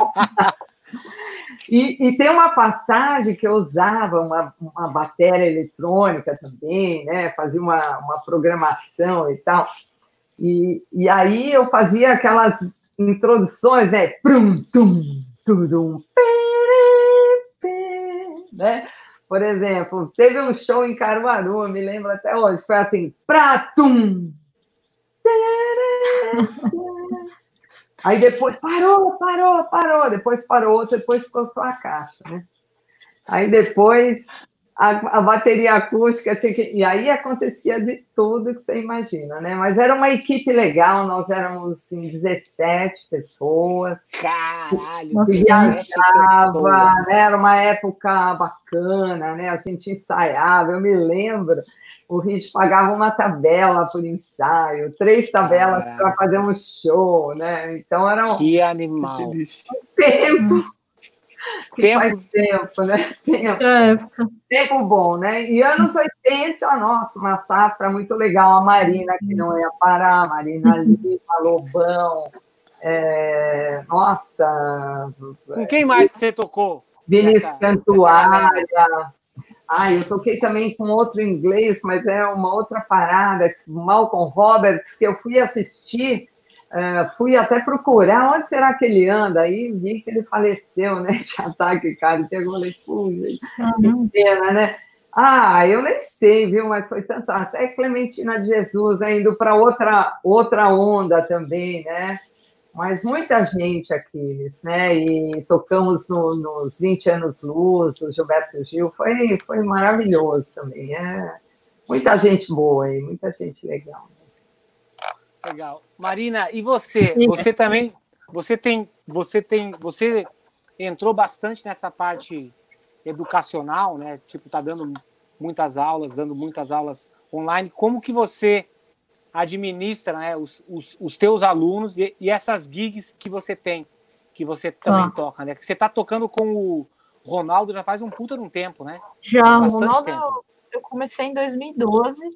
E, e tem uma passagem que eu usava uma, uma bateria eletrônica também, né? Fazia uma, uma programação e tal. E, e aí eu fazia aquelas introduções, né? Prum, tum, tudum, pere, pere, né? Por exemplo, teve um show em Caruaru, eu me lembro até hoje, foi assim, pratum, tere, Aí depois parou, parou, parou, depois parou outro, depois ficou só a caixa, né? Aí depois a, a bateria acústica tinha que... E aí acontecia de tudo que você imagina, né? Mas era uma equipe legal, nós éramos assim, dezessete pessoas. Caralho, que viajava, né? Era uma época bacana, né? A gente ensaiava, eu me lembro, o Rich pagava uma tabela por ensaio, três tabelas para fazer um show, né? Então era um que animal. tempo. Que tempo. Faz tempo, né? Tempo. Tempo bom, né? E anos oitenta, nossa, uma safra muito legal. A Marina, que não ia parar, a Marina Lima, Lobão. É... Nossa. Com quem mais que você tocou? Vinícius Cantuária. Ah, eu toquei também com outro inglês, mas é uma outra parada, Malcolm Roberts, que eu fui assistir. Uh, fui até procurar onde será que ele anda, aí vi que ele faleceu, né, de ataque cardíaco. Eu falei, puxa, que pena, né? Ah, eu nem sei, viu, mas foi tanto, até Clementina de Jesus, né, indo para outra, outra onda também, né? Mas muita gente aqui, né? E tocamos no, nos vinte anos luz, o Gilberto Gil, foi, foi maravilhoso também, é. Muita gente boa aí, muita gente legal. Legal. Marina, e você? Você também, você tem, você tem, você entrou bastante nessa parte educacional, né? Tipo, tá dando muitas aulas, dando muitas aulas online. Como que você administra, né, os, os, os teus alunos e, e essas gigs que você tem, que você também ah. toca, né? Que você tá tocando com o Ronaldo já faz um puta de um tempo, né? Já, o Ronaldo tempo. Eu comecei em dois mil e doze.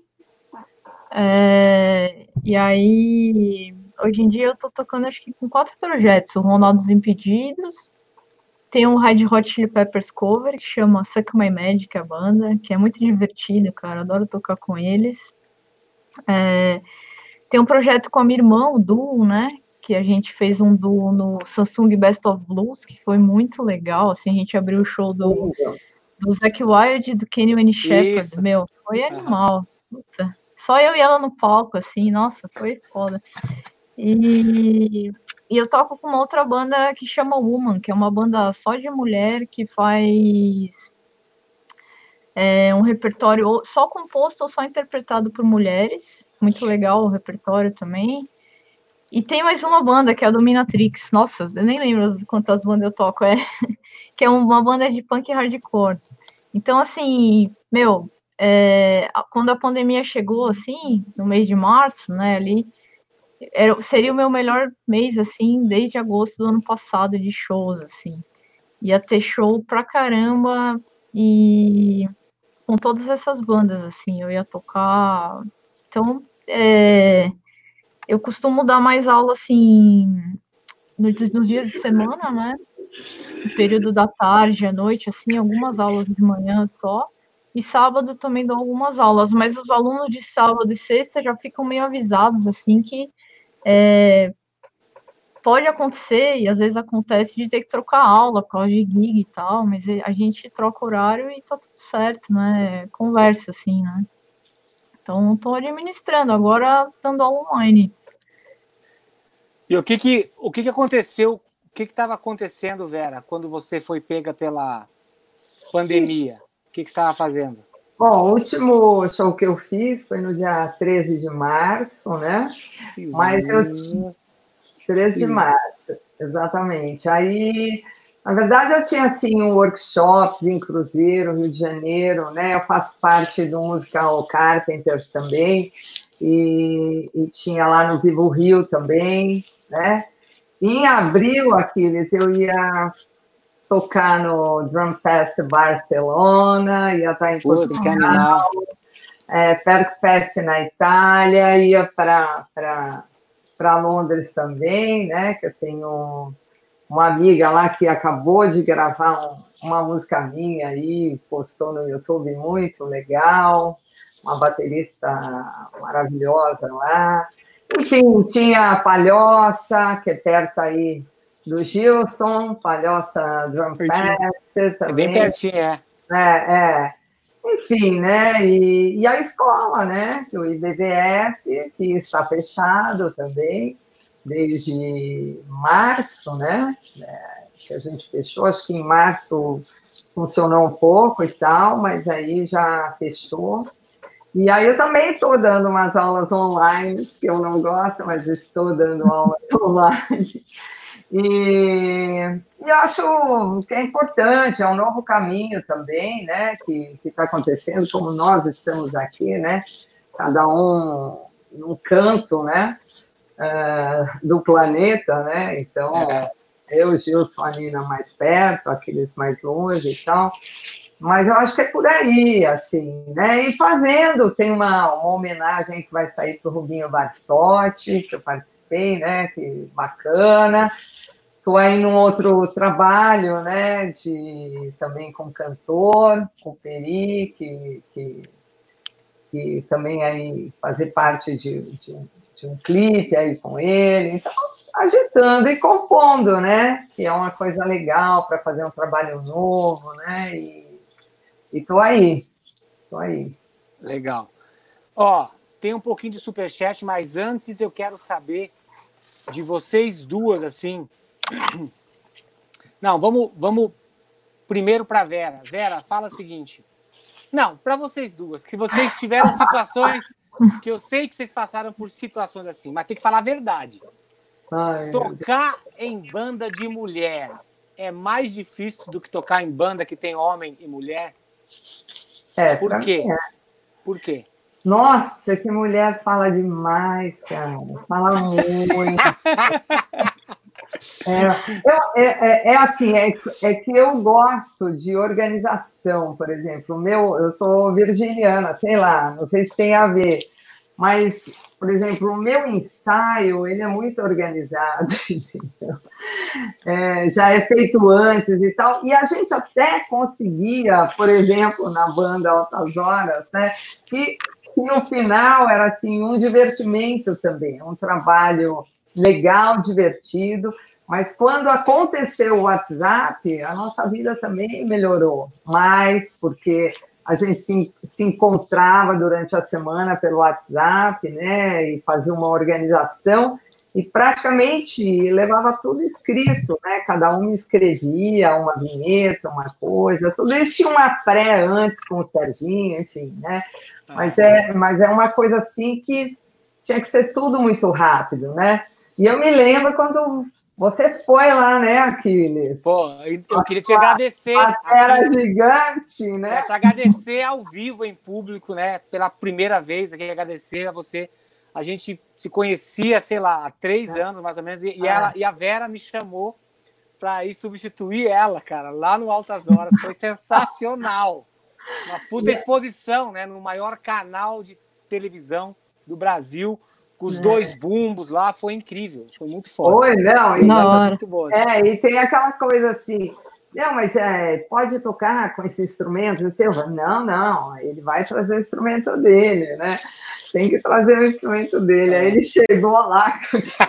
É, e aí, hoje em dia eu tô tocando acho que com quatro projetos. O Ronaldo Desimpedidos, tem um Red Hot Chili Peppers cover, que chama Suck My Magic, a banda, que é muito divertido, cara, adoro tocar com eles. É, tem um projeto com a minha irmã, o duo, né, que a gente fez um duo no Samsung Best of Blues, que foi muito legal, assim, a gente abriu o show do, do Zakk Wylde e do Kenny Wayne Shepherd, meu, foi animal, uhum. Puta. Só eu e ela no palco, assim, nossa, foi foda. E, e eu toco com uma outra banda que chama Woman, que é uma banda só de mulher que faz é, um repertório só composto ou só interpretado por mulheres. Muito legal o repertório também. E tem mais uma banda, que é a Dominatrix. Nossa, eu nem lembro quantas bandas eu toco, é. Que é uma banda de punk hardcore. Então, assim, meu... É, quando a pandemia chegou, assim, no mês de março, né, ali, era, seria o meu melhor mês, assim, desde agosto do ano passado, de shows, assim. Ia ter show pra caramba e com todas essas bandas, assim, eu ia tocar. Então, é, eu costumo dar mais aula, assim, nos, nos dias de semana, né, no período da tarde, à noite, assim, algumas aulas de manhã só. E sábado também dou algumas aulas, mas os alunos de sábado e sexta já ficam meio avisados, assim, que é, pode acontecer, e às vezes acontece, de ter que trocar aula por causa de gig e tal, mas a gente troca horário e tá tudo certo, né? Conversa, assim, né? Então, estou administrando, agora dando aula online. E o que que, o que, que aconteceu, o que que estava acontecendo, Vera, quando você foi pega pela pandemia? O que, que você estava fazendo? Bom, o último show que eu fiz foi no dia treze de março, né? Mas eu... treze de março, exatamente. Aí, na verdade, eu tinha, assim, um workshops em Cruzeiro, Rio de Janeiro, né? Eu faço parte do musical Carpenters também, e, e tinha lá no Vivo Rio também, né? E em abril, Aquiles, eu ia... tocar no Drum Fest Barcelona, ia estar em Putz, Portugal, é, Perc Fest na Itália, ia para Londres também, né? Que eu tenho uma amiga lá que acabou de gravar um, uma música minha aí, postou no YouTube, muito legal, uma baterista maravilhosa lá. Enfim, tinha a Palhoça, que é perto aí do Gilson, Palhoça Drum Fest também. É bem pertinho, é. É, é. Enfim, né? E, e a escola, né? O I B V F, que está fechado também, desde março, né? É, que a gente fechou, acho que em março funcionou um pouco e tal, mas aí já fechou. E aí eu também estou dando umas aulas online, que eu não gosto, mas estou dando aulas online. E, e eu acho que é importante, é um novo caminho também, né, que está acontecendo, como nós estamos aqui, né, cada um num canto, né, uh, do planeta, né, então é. eu, Gilson, a Nina mais perto, aqueles mais longe e tal, mas eu acho que é por aí, assim, né, e fazendo, tem uma, uma homenagem que vai sair para o Rubinho Barsotti, que eu participei, né, que bacana. Estou aí num outro trabalho, né, de, também com cantor, com o Peri, que, que, que também aí fazer parte de, de, de um clipe aí com ele. Então, agitando e compondo, né, que é uma coisa legal para fazer um trabalho novo, né, e estou aí, estou aí. Legal. Ó, tem um pouquinho de superchat, mas antes eu quero saber de vocês duas, assim... Não, vamos, vamos primeiro para Vera. Vera, fala o seguinte. Não, para vocês duas, que vocês tiveram situações que eu sei que vocês passaram por situações assim, mas tem que falar a verdade. Ai, tocar em banda de mulher é mais difícil do que tocar em banda que tem homem e mulher? É, por quê? É. Por quê? Nossa, que mulher fala demais, cara. Fala muito. É, eu, é, é assim, é, é que eu gosto de organização, por exemplo. O meu, eu sou virginiana, sei lá, não sei se tem a ver, mas, por exemplo, o meu ensaio, ele é muito organizado, entendeu? É, já é feito antes e tal, e a gente até conseguia, por exemplo, na banda Altas Horas, né, que, que no final era assim, um divertimento também, um trabalho legal, divertido, mas quando aconteceu o WhatsApp, a nossa vida também melhorou mais, porque a gente se, se encontrava durante a semana pelo WhatsApp, né, e fazia uma organização, e praticamente levava tudo escrito, né, cada um escrevia uma vinheta, uma coisa, tudo isso tinha uma pré antes com o Serginho, enfim, né, mas é, mas é uma coisa assim que tinha que ser tudo muito rápido, né, e eu me lembro quando você foi lá, né, Aquiles? Pô, eu queria te agradecer. Era gigante, né? Queria te agradecer ao vivo, em público, né? Pela primeira vez, aqui agradecer a você. A gente se conhecia, sei lá, há três é. anos, mais ou menos, e, é. ela, e a Vera me chamou para ir substituir ela, cara, lá no Altas Horas. Foi sensacional. Uma puta exposição, né? No maior canal de televisão do Brasil. Com os é. dois bumbos lá, foi incrível, foi muito foda. Foi, não, e, muito boas. É, e tem aquela coisa assim, não, mas é, pode tocar com esse instrumento? Você, não, não, ele vai trazer o instrumento dele, né? Tem que trazer o instrumento dele. É. Aí ele chegou lá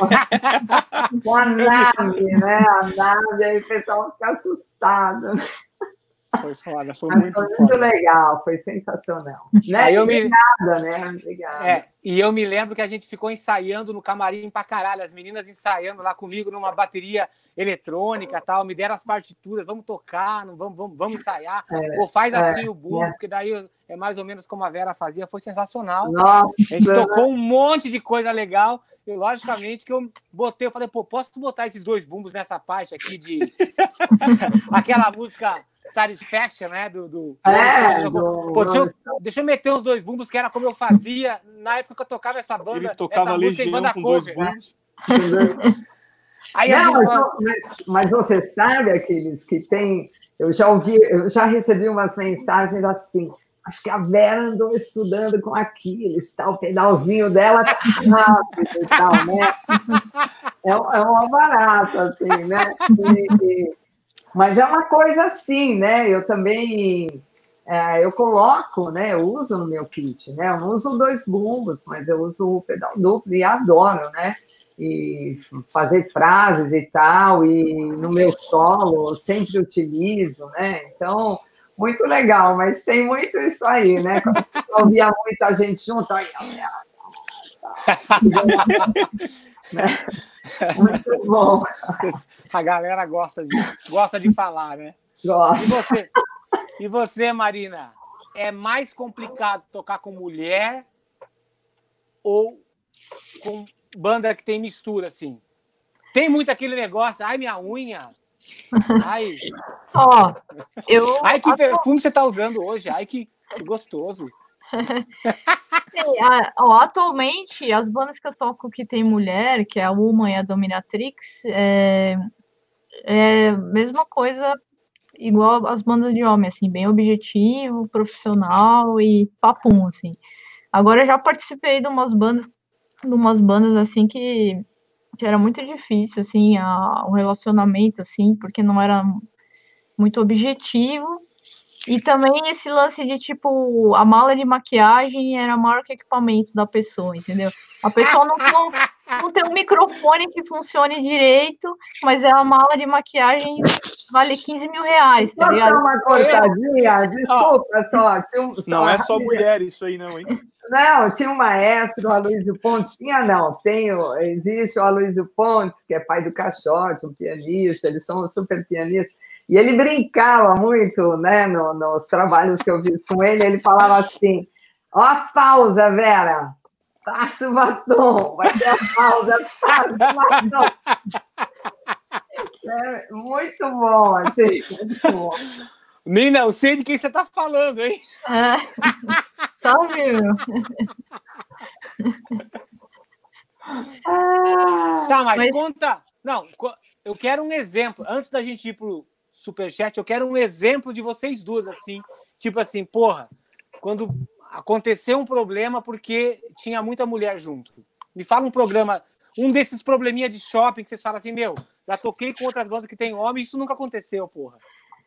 com a nave, né? A nave, aí o pessoal fica assustado. Foi foda, foi Mas muito foi foda. muito legal, foi sensacional. Né? Aí eu Obrigada, me... né? Obrigada. É, e eu me lembro que a gente ficou ensaiando no camarim pra caralho, as meninas ensaiando lá comigo numa bateria eletrônica, tal, me deram as partituras, vamos tocar, não, vamos, vamos, vamos ensaiar, é, ou faz assim é, o bumbo, é. porque daí é mais ou menos como a Vera fazia, foi sensacional. Nossa, a gente tocou um monte de coisa legal, e logicamente que eu botei, eu falei, pô, posso botar esses dois bumbos nessa parte aqui de... aquela música... Satisfaction, né? Do, do... É, do... Pô, deixa, eu, deixa eu meter os dois bumbos, que era como eu fazia na época que eu tocava essa banda. Ele tocava essa música em banda com cover, dois bumbos. Né? Aí Não, mas, fala... mas, mas você sabe aqueles que tem. Eu já ouvi, eu já recebi umas mensagens assim. Acho que a Vera andou estudando com Aquiles, tá? O pedalzinho dela tá rápido e tal, né? É, é uma barata, assim, né? E, Mas é uma coisa assim, né? Eu também é, eu coloco, né? Eu uso no meu kit, né? Eu não uso dois bumbos, mas eu uso o pedal duplo e adoro, né? E fazer frases e tal, e no meu solo eu sempre utilizo, né? Então, muito legal, mas tem muito isso aí, né? Quando eu via muita gente junto, aí, Né? Muito bom. A galera gosta de, gosta de falar, né? Gosta. E você, e você, Marina, é mais complicado tocar com mulher ou com banda que tem mistura, assim? Tem muito aquele negócio, ai, minha unha, ai... Ó, eu... Ai, que perfume você tá usando hoje, ai, que, que gostoso. Sim, a, ó, atualmente, as bandas que eu toco que tem mulher, que é a Woman e a Dominatrix, é, é a mesma coisa, igual as bandas de homem, assim, bem objetivo, profissional e papum, assim. Agora eu já participei de umas bandas, de umas bandas assim que, que era muito difícil, assim, a, o relacionamento, assim, porque não era muito objetivo. E também esse lance de, tipo, a mala de maquiagem era maior que o equipamento da pessoa, entendeu? A pessoa não, não, não tem um microfone que funcione direito, mas é a mala de maquiagem vale quinze mil reais, tá ligado? Só uma cortadinha, desculpa, só. só. Não é só mulher isso aí, não, hein? Não, tinha um maestro, o Aloysio Pontes, tinha não, tem, existe o Aloysio Pontes, que é pai do Caixote, um pianista, eles são super pianistas, e ele brincava muito, né, no, nos trabalhos que eu fiz com ele, ele falava assim, ó a pausa, Vera, passa o batom, vai ter a pausa, passa o batom. É muito bom, assim, muito bom. Nina, eu sei de quem você tá falando, hein? É. Sabe, meu? Tá, mas, Mas- conta... Não, co- eu quero um exemplo. Antes da gente ir pro Superchat, eu quero um exemplo de vocês duas, assim. Tipo assim, porra, quando aconteceu um problema porque tinha muita mulher junto. Me fala um programa, um desses probleminha de shopping que vocês falam assim, meu, já toquei com outras bandas que tem homem, isso nunca aconteceu, porra.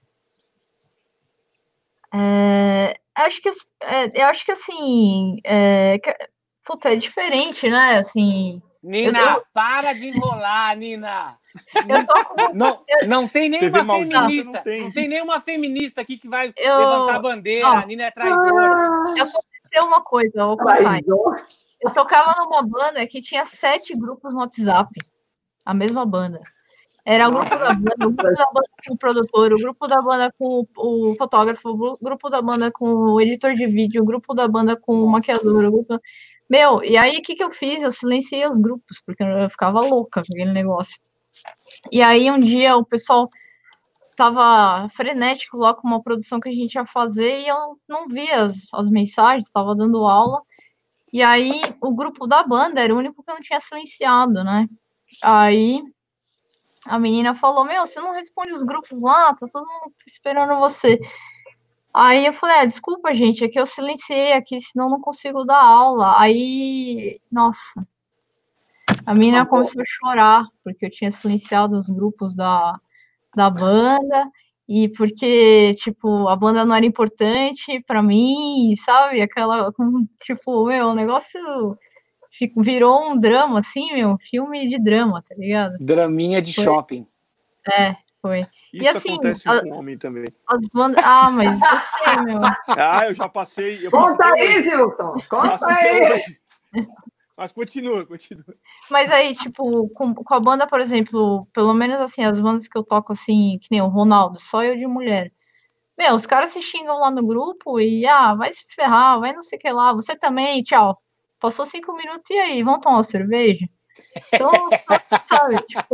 É, acho que, é, eu acho que assim, é, que- puta, é diferente, né? Assim, Nina, Eu- para de enrolar, Nina. eu toco, Não, não tem T V nenhuma maldita feminista. não tem. Não tem nenhuma feminista aqui que vai Eu- levantar a bandeira. Ó. A Nina é traidora. aconteceu uma coisa, eu vou contar. Traidor. Eu tocava numa banda que tinha sete grupos no WhatsApp, a mesma banda. Era o grupo da banda, o grupo da banda com o produtor, o grupo da banda com o fotógrafo, o grupo da banda com o editor de vídeo, o grupo da banda com o Nossa. maquiador, o grupo... Meu, e aí o que, que eu fiz? Eu silenciei os grupos, porque eu ficava louca com aquele negócio. E aí um dia o pessoal tava frenético lá com uma produção que a gente ia fazer e eu não via as, as mensagens, estava dando aula. E aí o grupo da banda era o único que eu não tinha silenciado, né? Aí a menina falou, meu, você não responde os grupos lá, tá todo mundo esperando você. Aí eu falei, ah, desculpa, gente, é que eu silenciei aqui, senão não consigo dar aula. Aí, nossa, a menina começou a chorar, porque eu tinha silenciado os grupos da, da banda, e porque, tipo, a banda não era importante pra mim, sabe? Aquela, como, tipo, meu, o negócio fico- virou um drama, assim, meu, filme de drama, tá ligado? Draminha de Foi. shopping. Foi. Isso assim, acontece a- com homem também. As bandas... Ah, mas eu sei, meu. Ah, eu já passei. Eu passo Conta até aí, hoje. Gilson, Passo conta até aí. hoje. Mas continua, continua. Mas aí, tipo, com, com a banda, por exemplo, pelo menos assim, as bandas que eu toco assim, que nem o Ronaldo, só eu de mulher. Meu, os caras se xingam lá no grupo e, ah, vai se ferrar, vai não sei o que lá, você também, tchau. Passou cinco minutos, e aí, vamos tomar uma cerveja? Então, sabe, tipo,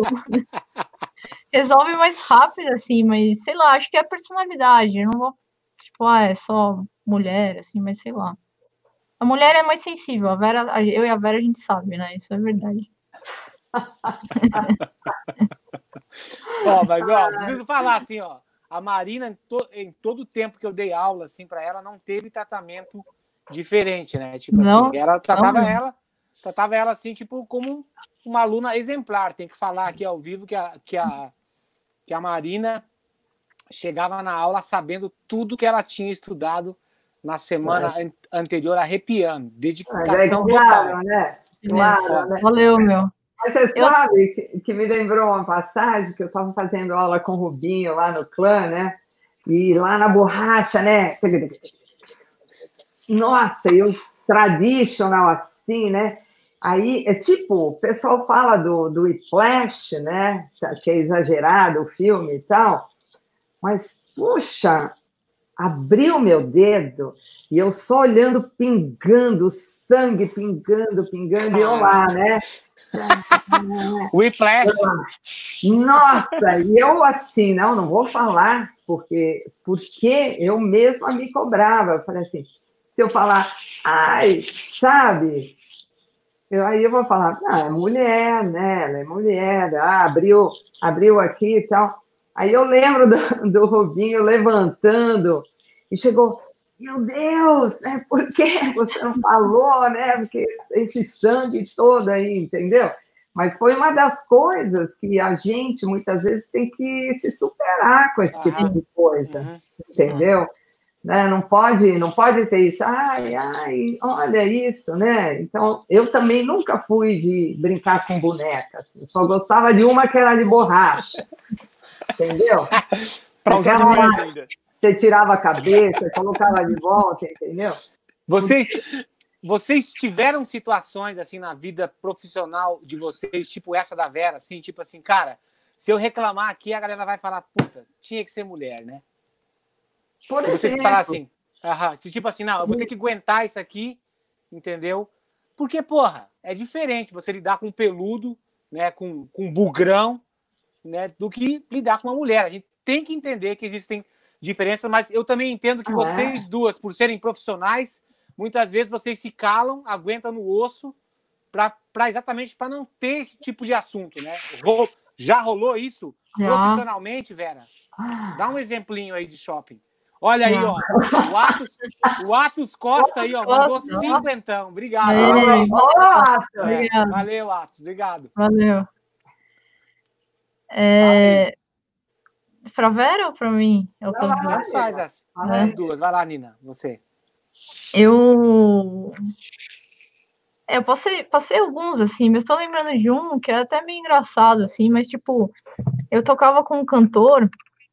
resolve mais rápido, assim, mas sei lá, acho que é a personalidade. Eu não vou, tipo, ah, é só mulher, assim, mas sei lá. A mulher é mais sensível, a Vera, a- eu e a Vera a gente sabe, né? Isso é verdade. Ó, mas ó, preciso falar assim, ó. A Marina, em, to- em todo o tempo que eu dei aula assim para ela, não teve tratamento diferente, né? Tipo Não, assim, ela tratava não. ela, tratava ela assim, tipo como uma aluna exemplar. Tem que falar aqui ao vivo que a que a que a Marina chegava na aula sabendo tudo que ela tinha estudado na semana an- anterior, arrepiando, Mas é dedicação claro, total. né? Claro, né? Valeu, meu. Mas você Eu- sabe que, que me lembrou uma passagem que eu estava fazendo aula com o Rubinho lá no clã, né? E lá na borracha, né? Nossa, eu traditional assim, né? Aí, é tipo, o pessoal fala do, do Whiplash, né? Que é exagerado o filme e tal, mas, puxa, abriu meu dedo e eu só olhando, pingando, sangue pingando, pingando, e eu lá, né? Whiplash. Nossa, e eu assim, não, não vou falar, porque, porque eu mesma me cobrava. Eu falei assim, se eu falar, ai, sabe... Eu, aí eu vou falar, ah, é mulher, né? Ela é mulher, ah, abriu, abriu aqui e tal. Aí eu lembro do, do Rubinho levantando e chegou, meu Deus, é, por que você não falou, né? Porque esse sangue todo aí, entendeu? Mas foi uma das coisas que a gente, muitas vezes, tem que se superar com esse tipo de coisa, uhum. entendeu? Né? Não pode, não pode ter isso, ai, ai, olha isso, né? Então, eu também nunca fui de brincar com bonecas, assim, só gostava de uma que era de borracha, entendeu? Para usar de medo ainda. Você tirava a cabeça, colocava de volta, entendeu? Vocês, vocês tiveram situações, assim, na vida profissional de vocês, tipo essa da Vera, assim, tipo assim, cara, se eu reclamar aqui, a galera vai falar, puta, tinha que ser mulher, né? Por exemplo, vocês falar assim, aham, tipo assim, não, eu vou ter que aguentar isso aqui, entendeu? Porque, porra, é diferente você lidar com um peludo, né, com, com um bugrão, né, do que lidar com uma mulher. A gente tem que entender que existem diferenças, mas eu também entendo que ah, vocês é? duas, por serem profissionais, muitas vezes vocês se calam, aguentam no osso, para exatamente para não ter esse tipo de assunto, né? Já rolou isso Já. profissionalmente, Vera? Dá um exemplinho aí de shopping. Olha aí, ó, o Atos, o Atos Costa aí, ó, mandou cinquentão. Obrigado. Obrigado. Valeu, Atos. Obrigado. Valeu. É... Pra Vera ou pra mim? Eu Não, lá, faz as, é. as duas. Vai lá, Nina, você. Eu... Eu passei, passei alguns, assim, mas tô lembrando de um que é até meio engraçado, assim, mas, tipo, eu tocava com um cantor...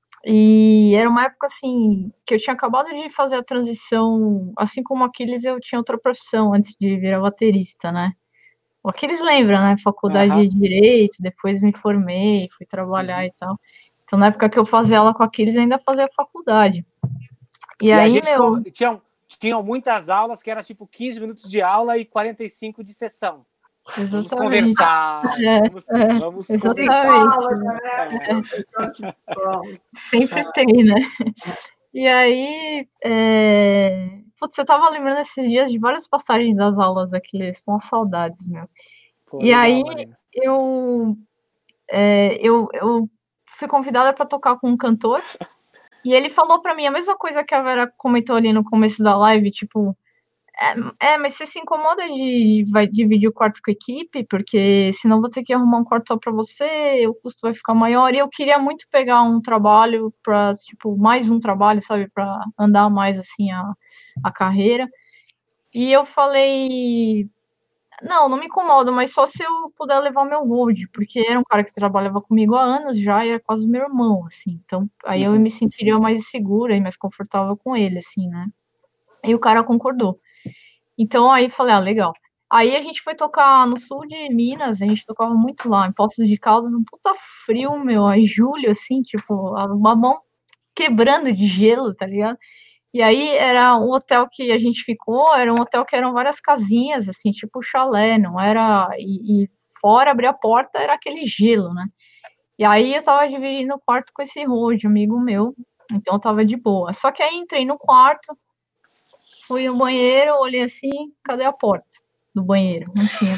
E era uma época, assim, que eu tinha acabado de fazer a transição, assim como o Aquiles, eu tinha outra profissão antes de virar baterista, né? O Aquiles lembra, né? Faculdade uhum. de Direito, depois me formei, fui trabalhar uhum. e tal. Então, na época que eu fazia aula com o Aquiles, eu ainda fazia faculdade. E, e aí, a gente meu... Tinham, tinham muitas aulas que era tipo quinze minutos de aula e quarenta e cinco de sessão. Exatamente. Vamos conversar. É, vamos, é, vamos exatamente. conversar. É. Sempre tem, né? E aí, é... Putz, eu tava lembrando esses dias de várias passagens das aulas Aquiles, com saudades, meu. Pô, e legal, aí, Marina. eu, é, eu eu fui convidada para tocar com um cantor, e ele falou para mim a mesma coisa que a Vera comentou ali no começo da live, tipo, É, é, mas você se incomoda de vai dividir o quarto com a equipe? Porque senão vou ter que arrumar um quarto só para você, o custo vai ficar maior. E eu queria muito pegar um trabalho para, tipo, mais um trabalho, sabe? Para andar mais, assim, a, a carreira. E eu falei, não, não me incomodo, mas só se eu puder levar meu road, porque era um cara que trabalhava comigo há anos já, e era quase meu irmão, assim. Então, aí uhum. eu me sentiria mais segura e mais confortável com ele, assim, né? E o cara concordou. Então, aí falei, ah, legal. Aí a gente foi tocar no sul de Minas, a gente tocava muito lá, em Poços de Caldas, um puta frio, meu, a julho, assim, tipo, uma mão quebrando de gelo, tá ligado? E aí era um hotel que a gente ficou, era um hotel que eram várias casinhas, assim, tipo chalé, não era... E, e fora, abrir a porta, era aquele gelo, né? E aí eu tava dividindo o quarto com esse road, amigo meu, então eu tava de boa. Só que aí entrei no quarto, fui no banheiro, olhei assim, cadê a porta do banheiro? Não tinha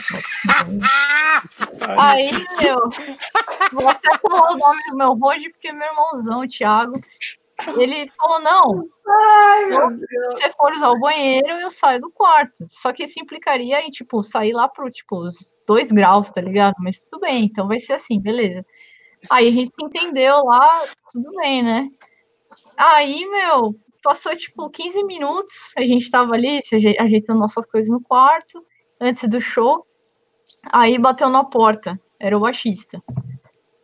porta. Aí, meu, vou até falar o nome do meu road, porque meu irmãozão, o Thiago, ele falou, não, Ai, meu Deus. Se você for usar o banheiro, eu saio do quarto. Só que isso implicaria em, tipo, sair lá pro, tipo, os dois graus, tá ligado? Mas tudo bem, então vai ser assim, beleza. Aí a gente se entendeu lá, tudo bem, né? Aí, meu... Passou, tipo, quinze minutos, a gente tava ali se ajeitando nossas coisas no quarto, antes do show, aí bateu na porta, era o baixista.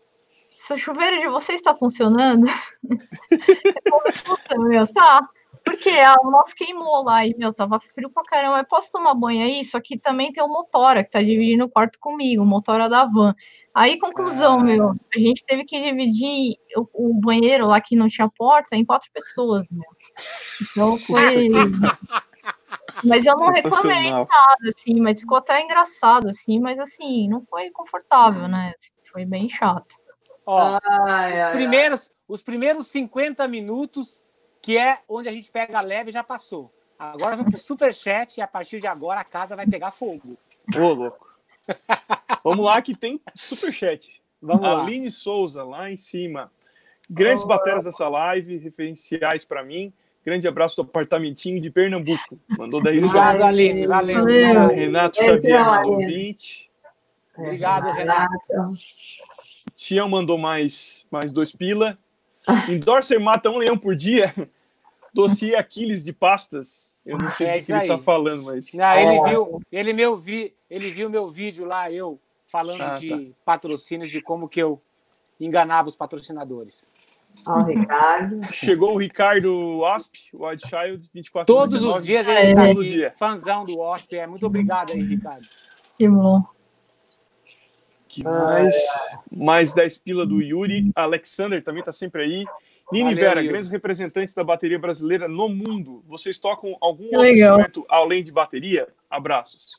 Se o chuveiro de vocês está funcionando? Eu falei, puta, meu, tá. Porque a, o nosso queimou lá e, meu, tava frio pra caramba. Eu posso tomar banho aí? Só que também tem o Motora, que tá dividindo o quarto comigo, o Motora da van. Aí, conclusão, ah. meu, a gente teve que dividir o, o banheiro lá que não tinha porta em quatro pessoas, meu. Então foi... Mas eu não reclamei nada, assim, mas ficou até engraçado, assim, mas assim, não foi confortável, né? Foi bem chato. Ó, ai, os, ai, primeiros, ai. os primeiros cinquenta minutos, que é onde a gente pega leve, já passou. Agora vamos pro superchat e a partir de agora a casa vai pegar fogo. Ô, louco. Vamos lá que tem superchat. Vamos lá. Aline Souza, lá em cima. Grandes oh. bateras dessa live, referenciais para mim. Grande abraço do apartamentinho de Pernambuco. Mandou dez Obrigado, reais. Aline. Valeu. Valeu. Renato Xavier mandou vinte. Obrigado, Renato. Tião mandou mais, mais dois pila. Endorser mata um leão por dia. Dossiê Aquiles de pastas. Eu não sei é o que ele tá falando, mas... Não, ele, oh. viu, ele, meu vi, ele viu meu vídeo lá, eu falando ah, de tá. patrocínios, de como que eu enganava os patrocinadores. Ó, oh, Ricardo. Chegou o Ricardo Wasp, o Wild Child, vinte e quatro Todos os dias ele é, tá aqui, dia. Fãzão do Wasp. É, muito obrigado aí, Ricardo. Que bom. Que mais? Ah, é. Mais dez pila do Yuri. Alexander também tá sempre aí. Nini Vera, Yuri. Grandes representantes da bateria brasileira no mundo. Vocês tocam algum outro Legal. instrumento além de bateria? Abraços.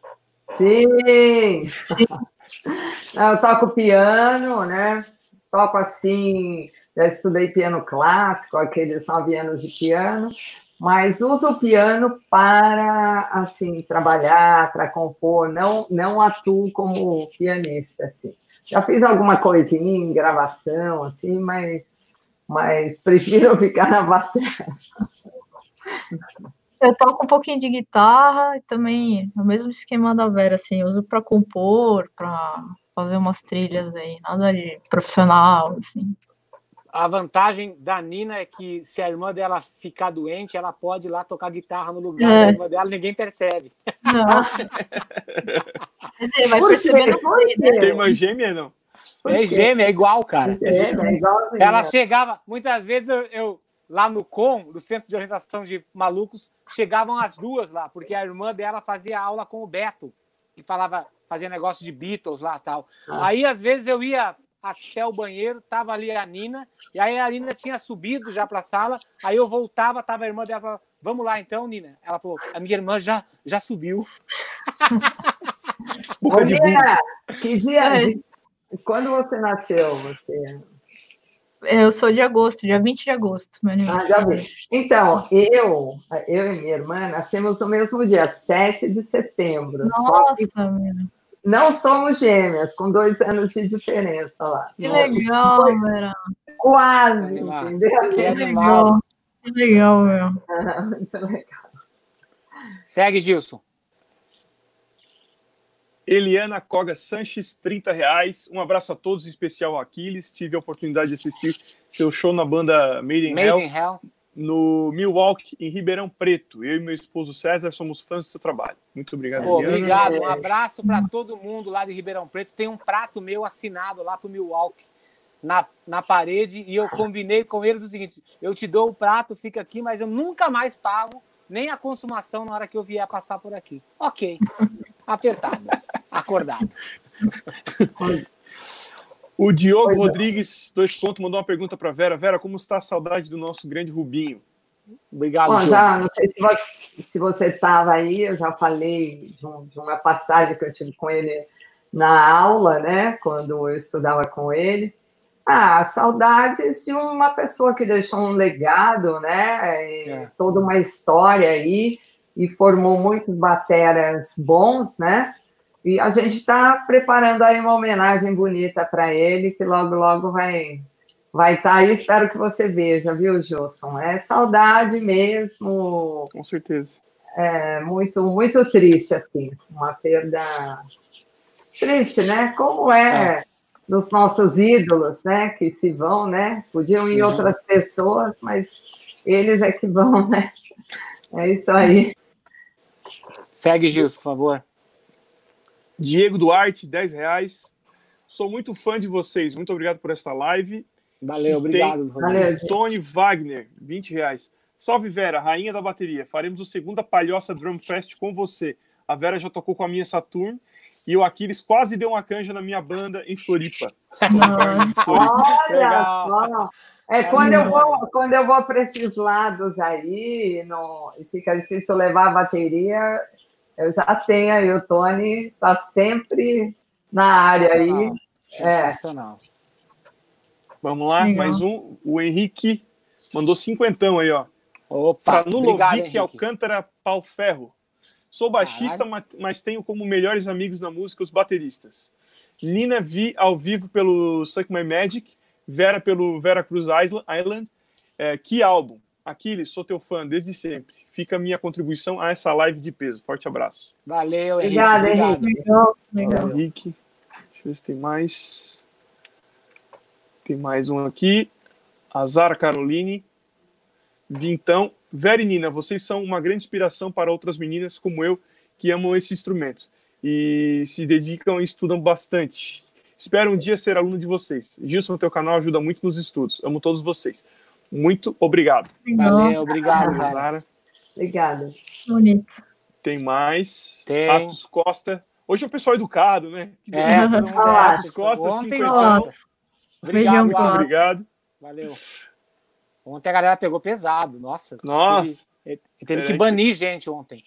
Sim! Eu toco piano, né? Toco assim... Já estudei piano clássico, aqueles nove anos de piano, mas uso o piano para, assim, trabalhar, para compor, não, não atuo como pianista, assim. Já fiz alguma coisinha em gravação, assim, mas, mas prefiro ficar na bateria. Eu toco um pouquinho de guitarra e também no mesmo esquema da Vera, assim, eu uso para compor, para fazer umas trilhas aí, nada de profissional, assim. A vantagem da Nina é que se a irmã dela ficar doente, ela pode ir lá tocar guitarra no lugar é. da irmã dela, ninguém percebe. Não. Vai percebendo muito, né? Tem irmã gêmea, não? É gêmea, é igual, cara. É, é igual, ela chegava, muitas vezes eu, eu lá no C O M, do Centro de Orientação de Malucos, chegavam as duas lá, porque a irmã dela fazia aula com o Beto, que falava, fazia negócio de Beatles lá e tal. Ah. Aí, às vezes, eu ia até o banheiro, tava ali a Nina, e aí a Nina tinha subido já para a sala, aí eu voltava, tava a irmã dela, falava, vamos lá então, Nina. Ela falou, a minha irmã já, já subiu. Ô, Nina, que dia, é. de... quando você nasceu, você... Eu sou de agosto, dia vinte de agosto. Meu ah, já vi. Então, eu, eu e minha irmã nascemos no mesmo dia, sete de setembro. Nossa, só que... menina. Não somos gêmeas, com dois anos de diferença lá. Que legal, Vera. Quase, que entendeu? Que animal. Que legal, meu. Ah, muito legal. Segue, Gilson. Eliana Koga Sanches, trinta reais. Um abraço a todos, em especial ao Aquiles. Tive a oportunidade de assistir seu show na banda Made in, Made Hell, in Hell, no Milwaukee, em Ribeirão Preto. Eu e meu esposo César somos fãs do seu trabalho. Muito obrigado, Pô, Eliana. Obrigado. Um abraço para todo mundo lá de Ribeirão Preto. Tem um prato meu assinado lá pro Milwaukee, na, na parede, e eu combinei com eles o seguinte, eu te dou o prato, fica aqui, mas eu nunca mais pago nem a consumação na hora que eu vier passar por aqui. Ok. Apertado. Acordado. O Diogo Rodrigues, dois pontos, mandou uma pergunta para Vera. Vera, como está a saudade do nosso grande Rubinho? Obrigado, Bom, Diogo. já, não sei se você estava aí, eu já falei de, um, de uma passagem que eu tive com ele na aula, né? Quando eu estudava com ele. Ah, saudades de uma pessoa que deixou um legado, né? É. Toda uma história aí, e formou muitos bateras bons, né? E a gente está preparando aí uma homenagem bonita para ele, que logo, logo vai vai estar tá aí. Espero que você veja, viu, Gilson? É saudade mesmo. Com certeza. É muito, muito triste, assim. Uma perda triste, né? Como é, é. dos nossos ídolos, né? Que se vão, né? Podiam ir uhum. outras pessoas, mas eles é que vão, né? É isso aí. Segue, Gilson, por favor. Diego Duarte, dez reais. Sou muito fã de vocês. Muito obrigado por esta live. Valeu, obrigado. Tem Valeu, Tony Wagner, vinte reais. Salve, Vera, rainha da bateria. Faremos o segunda Palhoça Drum Fest com você. A Vera já tocou com a minha Saturn e o Aquiles quase deu uma canja na minha banda em Floripa. Olha só. É, quando eu vou, quando eu vou para esses lados aí, não, fica difícil levar a bateria, eu já tenho aí, o Tony está sempre na área aí. Sensacional. É. Vamos lá, legal. Mais um. O Henrique mandou cinquentão aí, ó. Opa, Franulovic Alcântara Pau Ferro. Sou baixista, Caralho. mas tenho como melhores amigos na música os bateristas. Nina vi ao vivo pelo Suck My Magic, Vera pelo Vera Cruz Island. É, que álbum! Aquiles, sou teu fã desde sempre. Fica a minha contribuição a essa live de peso. Forte abraço. Valeu, Henrique. Obrigado, Henrique. Legal, legal. Henrique. Deixa eu ver se tem mais. Tem mais um aqui. A Zara Caroline. Vintão. Vera e Nina, vocês são uma grande inspiração para outras meninas como eu, que amam esse instrumento e se dedicam e estudam bastante. Espero um dia ser aluno de vocês. Gilson, teu canal ajuda muito nos estudos. Amo todos vocês. Muito obrigado. Valeu, obrigado, Zara. Zara. Obrigada. Bonito. Tem mais. Tem. Atos Costa. Hoje é o pessoal educado, né? Que é, Atos Costa, cinquenta. Obrigado, muito obrigado. Valeu. Ontem a galera pegou pesado, nossa. Nossa. Ele teve é, que banir gente ontem.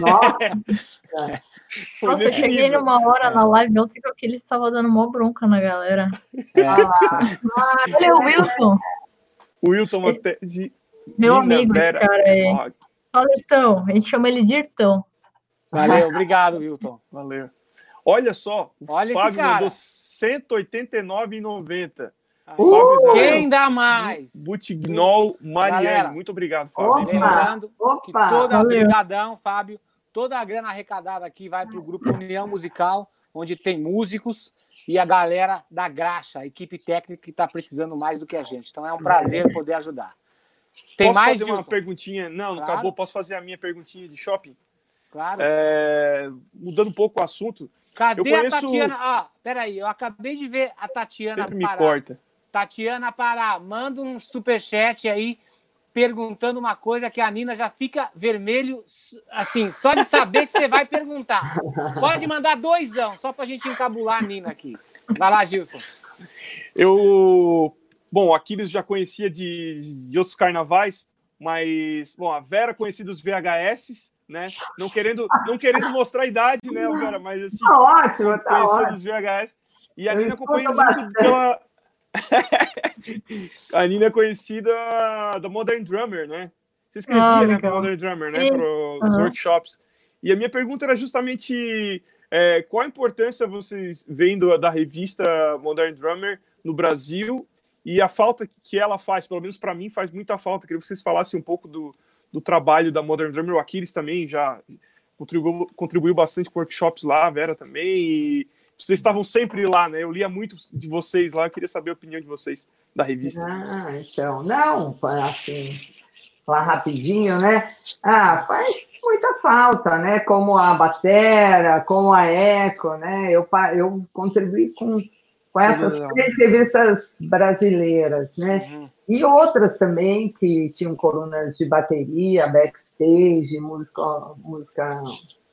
Nossa, nossa eu cheguei nível. numa hora na live ontem que ele estava dando mó bronca na galera. É. Ah, olha o Wilson. O Wilson até de meu Nina amigo, Vera. Esse cara aí. Oh. Fala, Irtão. A gente chama ele de Irtão. Valeu, obrigado, Wilton. Valeu. Olha só, olha o Fábio esse cara. mandou cento e oitenta e nove reais e noventa centavos. Uh, quem dá mais? Butignol Mariane. Galera, muito obrigado, Fábio. Opa, lembrando opa, que toda a brigadão, Fábio, toda a grana arrecadada aqui vai para o grupo União Musical, onde tem músicos e a galera da graxa, a equipe técnica que está precisando mais do que a gente. Então é um prazer poder ajudar. Tem Posso mais, fazer Gilson? uma perguntinha? Não, não Claro. acabou. Posso fazer a minha perguntinha de shopping? Claro. É... Mudando um pouco o assunto. Cadê eu conheço... a Tatiana? Ah, peraí, eu acabei de ver a Tatiana Sempre Pará. me corta. Tatiana Pará, manda um superchat aí perguntando uma coisa que a Nina já fica vermelho, assim, só de saber que você vai perguntar. Pode mandar doisão, só pra gente encabular a Nina aqui. Vai lá, Gilson. Eu... Bom, o Aquiles já conhecia de, de outros carnavais, mas, bom, a Vera conhecia dos V H S, né? Não querendo, não querendo mostrar a idade, né, Vera? Mas, assim... Tá ótimo, tá conhecia ótimo. dos V H S. E a Eu Nina acompanha muito bastante. pela... A Nina é conhecida da Modern Drummer, né? Você escrevia, ah, né, para Modern Drummer, né, para os uhum. workshops. E a minha pergunta era justamente é, qual a importância vocês veem do, da revista Modern Drummer no Brasil e a falta que ela faz, pelo menos para mim, faz muita falta. Queria que vocês falassem um pouco do, do trabalho da Modern Drummer. O Aquiles também já contribuiu, contribuiu bastante com workshops lá, a Vera também, e vocês estavam sempre lá, né? Eu lia muito de vocês lá, eu queria saber a opinião de vocês da revista. Ah, então, não, assim, lá rapidinho, né? Ah, faz muita falta, né? Como a Batera, como a Eco, né? Eu, eu contribuí com, com essas três revistas brasileiras, né? Uhum. E outras também que tinham colunas de bateria, backstage, música, música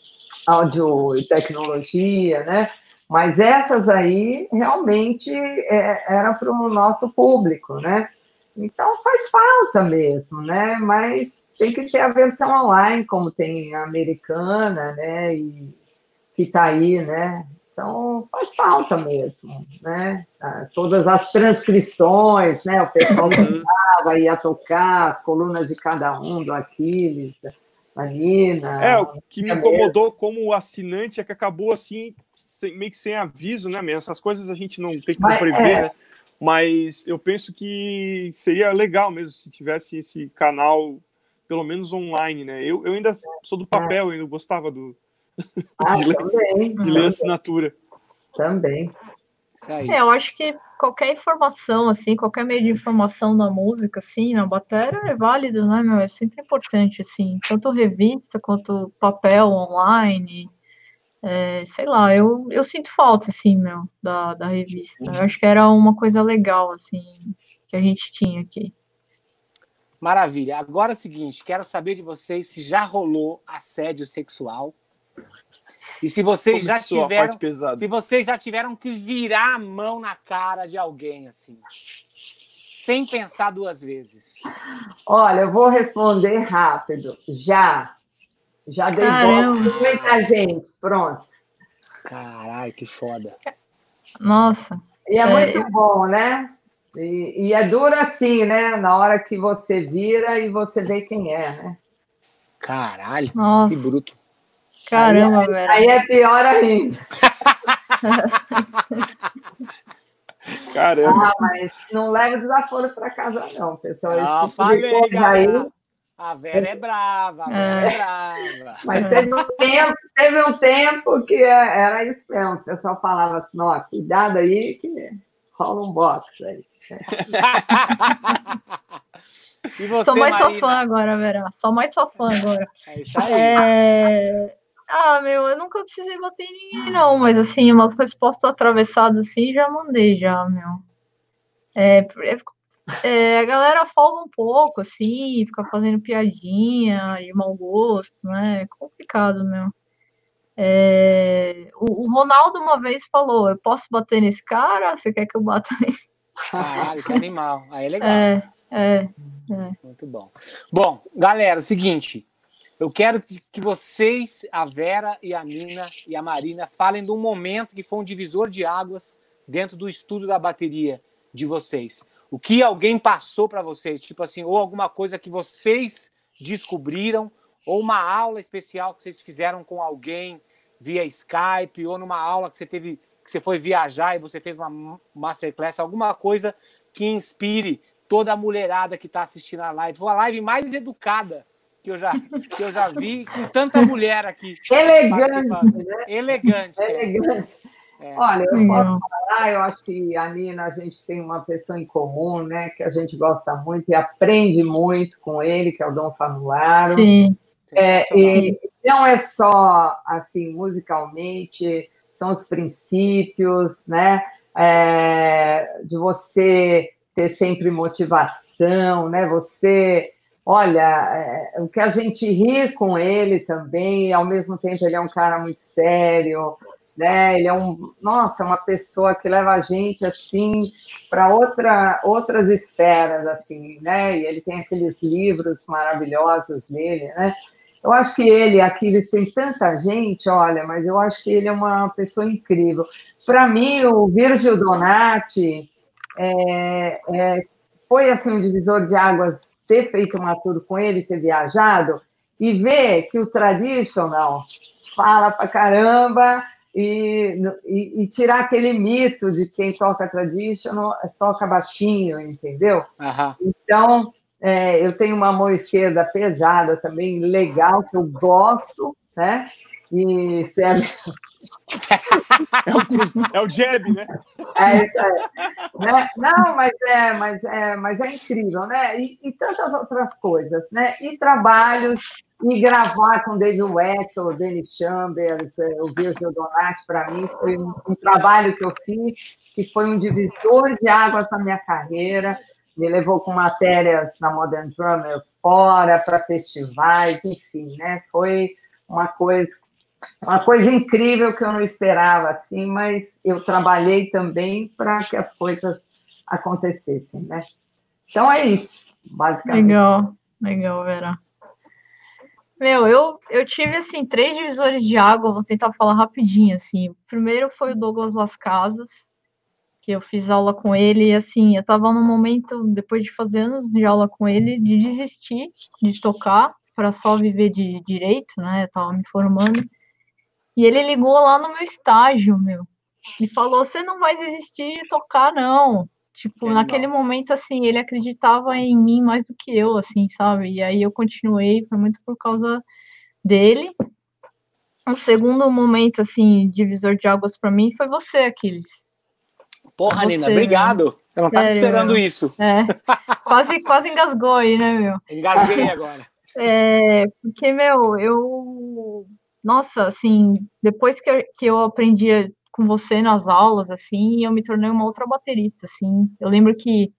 áudio e tecnologia, né? Mas essas aí realmente é, era para o nosso público, né? Então faz falta mesmo, né? Mas tem que ter a versão online, como tem a americana, né? E que está aí, né? Então faz falta mesmo, né? Todas as transcrições, né? O pessoal tocava, ia tocar as colunas de cada um, do Aquiles, da Nina. É, o que me incomodou como assinante é que acabou assim, meio que sem aviso, né, mesmo? Essas coisas a gente não tem como prever, é. né? Mas eu penso que seria legal mesmo se tivesse esse canal, pelo menos online, né? Eu, eu ainda sou do papel, eu ainda gostava do ah, de, também, ler, de ler a assinatura. Também. Isso aí. É, eu acho que qualquer informação, assim, qualquer meio de informação na música, assim, na bateria é válido, né, meu? É sempre importante, assim, tanto revista quanto papel online. É, sei lá, eu, eu sinto falta, assim, meu, da, da revista. Eu acho que era uma coisa legal, assim, que a gente tinha aqui. Maravilha. Agora é o seguinte, quero saber de vocês se já rolou assédio sexual e se vocês já Começou a tiveram, parte pesada. se vocês já tiveram que virar a mão na cara de alguém assim, sem pensar duas vezes. Olha, eu vou responder rápido. Já. Já dei Caramba. bola com muita gente. Pronto. Caralho, que foda. Nossa. E é, É, muito eu- bom, né? E, e é duro assim, né? Na hora que você vira e você vê quem é, né? Caralho, Nossa. que bruto. Caramba, Vera. Aí é pior ainda. Caramba. Ah, mas não leva desaforo para casa, não, pessoal. Esse Ah, tipo de falei, coisa galera. aí. A Vera é brava, a Vera é, brava. Mas teve um tempo, teve um tempo que era isso mesmo. O pessoal falava assim, ó, cuidado aí que rola um box aí. E você, Sou mais Marina? sua fã agora, Vera. Sou mais sua fã agora. É isso aí. É... Ah, meu, eu nunca precisei bater em ninguém, não. Mas, assim, umas respostas atravessadas, assim, já mandei, já, meu. É, é, a galera folga um pouco, assim, fica fazendo piadinha de mau gosto, né? É complicado, meu. É, o, o Ronaldo uma vez falou, eu posso bater nesse cara? Você quer que eu bata nele? Caralho, que animal. Aí é legal. É, é, é. Muito bom. Bom, galera, é o seguinte. Eu quero que vocês, a Vera e a Nina e a Marina, falem de um momento que foi um divisor de águas dentro do estudo da bateria de vocês. O que alguém passou para vocês, tipo assim, ou alguma coisa que vocês descobriram, ou uma aula especial que vocês fizeram com alguém via Skype, ou numa aula que você teve, que você foi viajar e você fez uma masterclass, alguma coisa que inspire toda a mulherada que está assistindo a live. Foi a live mais educada que eu já, que eu já vi, com tanta mulher aqui. Elegante, né? Elegante. Elegante. É. Olha, eu Legal. posso falar, eu acho que a Nina, a gente tem uma pessoa em comum, né, que a gente gosta muito e aprende muito com ele, que é o Dom Famularo. Sim. É, e não é só, assim, musicalmente, são os princípios, né, é, de você ter sempre motivação, né, você... Olha, é, o que a gente ri com ele também, e ao mesmo tempo ele é um cara muito sério, né? Ele é um, nossa, uma pessoa que leva a gente assim para outra, outras esferas, assim, né? E ele tem aqueles livros maravilhosos dele, né? Eu acho que ele, aqui eles têm tanta gente, olha, mas eu acho que ele é uma pessoa incrível. Para mim, o Virgil Donati é, é, foi assim um divisor de águas ter feito uma tour com ele, ter viajado e ver que o traditional fala pra caramba. E, e, e tirar aquele mito de quem toca traditional toca baixinho, entendeu? Uhum. Então, é, eu tenho uma mão esquerda pesada também, legal, que eu gosto, né? E serve... é, o, é o jab, né? É, é, né? Não, mas é, mas, é, mas é incrível, né? E, e tantas outras coisas, né? E trabalhos, e gravar com David Weckl, Danny Chambers, o Virgil Donati, para mim, foi um, um trabalho que eu fiz, que foi um divisor de águas na minha carreira, me levou com matérias na Modern Drummer fora, para festivais, enfim, né? Foi uma coisa... Uma coisa incrível que eu não esperava, assim, mas eu trabalhei também para que as coisas acontecessem, né? Então é isso, basicamente. Legal, legal, Vera. Meu, eu, eu tive, assim, três divisores de água, vou tentar falar rapidinho, assim. O primeiro foi o Douglas Las Casas, que eu fiz aula com ele, e, assim, eu tava num momento, depois de fazer anos de aula com ele, de desistir de tocar, para só viver de direito, né? Eu tava me formando. E ele ligou lá no meu estágio, meu, e falou, você não vai desistir de tocar, não. Tipo, Que naquele animal. momento, assim, ele acreditava em mim mais do que eu, assim, sabe? E aí eu continuei, foi muito por causa dele. O segundo momento, assim, divisor de águas para mim foi você, Aquiles. Porra, Você, Nina, obrigado. meu. Eu não tava Sério, esperando meu. isso. É, quase, quase engasgou aí, né, meu? Engasguei agora. É, porque, meu, eu... Nossa, assim, depois que eu, que eu aprendi com você nas aulas, assim, eu me tornei uma outra baterista, assim. Eu lembro que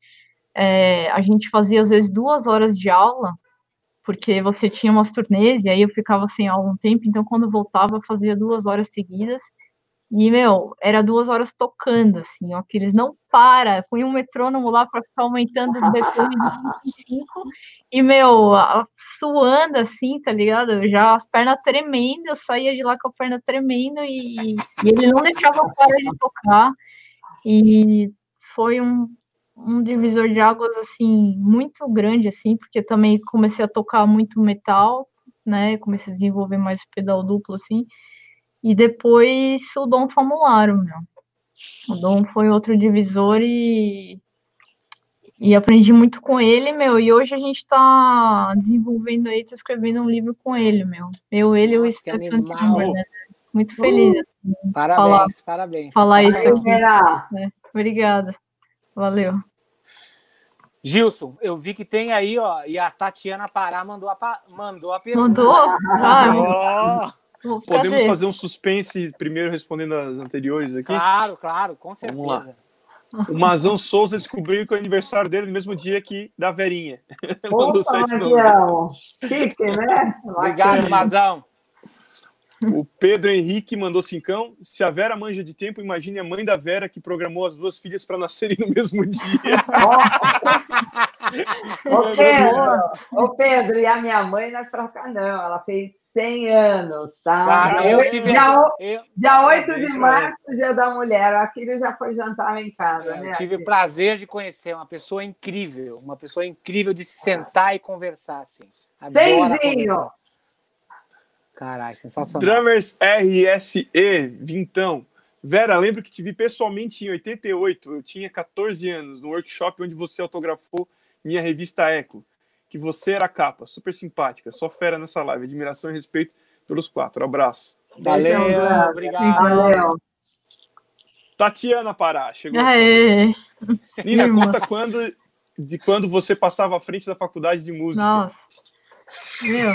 é, a gente fazia às vezes duas horas de aula, porque você tinha umas turnês, e aí eu ficava sem aula um tempo, então quando eu voltava eu fazia duas horas seguidas, e, meu, era duas horas tocando, assim, ó, que eles não param, põe um metrônomo lá para ficar aumentando os B P M de vinte e cinco, e, meu, a, suando, assim, tá ligado? Eu já, as pernas tremendo, eu saía de lá com a perna tremendo, e, e ele não deixava eu parar de tocar, e foi um, um divisor de águas, assim, muito grande, assim, porque também comecei a tocar muito metal, né, comecei a desenvolver mais pedal duplo, assim, e depois o Dom Famularo, meu. O Dom foi outro divisor e, e aprendi muito com ele, meu. E hoje a gente tá desenvolvendo aí, tô escrevendo um livro com ele, meu. Eu, ele e o Stefan Timber, né? Muito feliz. Uh, assim, parabéns, falar, parabéns. Falar isso aqui. É, obrigada. Valeu. Gilson, eu vi que tem aí, ó, e a Tatiana Pará mandou a, mandou a pergunta. Mandou? Ah, oh. Podemos Cadê? fazer um suspense primeiro respondendo as anteriores aqui? Claro, claro, com certeza. Vamos lá. O Mazão Souza descobriu que o aniversário dele é no mesmo dia que da Verinha. Opa, Mazião. Chique, né? Obrigado, Mazão. O Pedro Henrique mandou cincão. Se a Vera manja de tempo, imagine a mãe da Vera que programou as duas filhas para nascerem no mesmo dia. Ô, Pedro, ô Pedro, e a minha mãe não é fraca, não. Ela fez cem anos, tá? Cara, eu tive... Dia, eu... dia oito de março, dia da mulher. A filha já foi jantar lá em casa, é, né? Eu tive o prazer de conhecer uma pessoa incrível, uma pessoa incrível de se sentar e conversar, assim. Seizinho! Caralho, sensacional. Drummers R S E, Vintão. Vera, lembro que te vi pessoalmente em oitenta e oito. Eu tinha catorze anos, no workshop onde você autografou minha revista Eco. Que você era a capa, super simpática. Só fera nessa live. Admiração e respeito pelos quatro. Abraço. Valeu, Valeu obrigado. Valeu. Tatiana Pará, chegou. Aê. Nina, conta quando, de quando você passava à frente da faculdade de música. Nossa. Meu.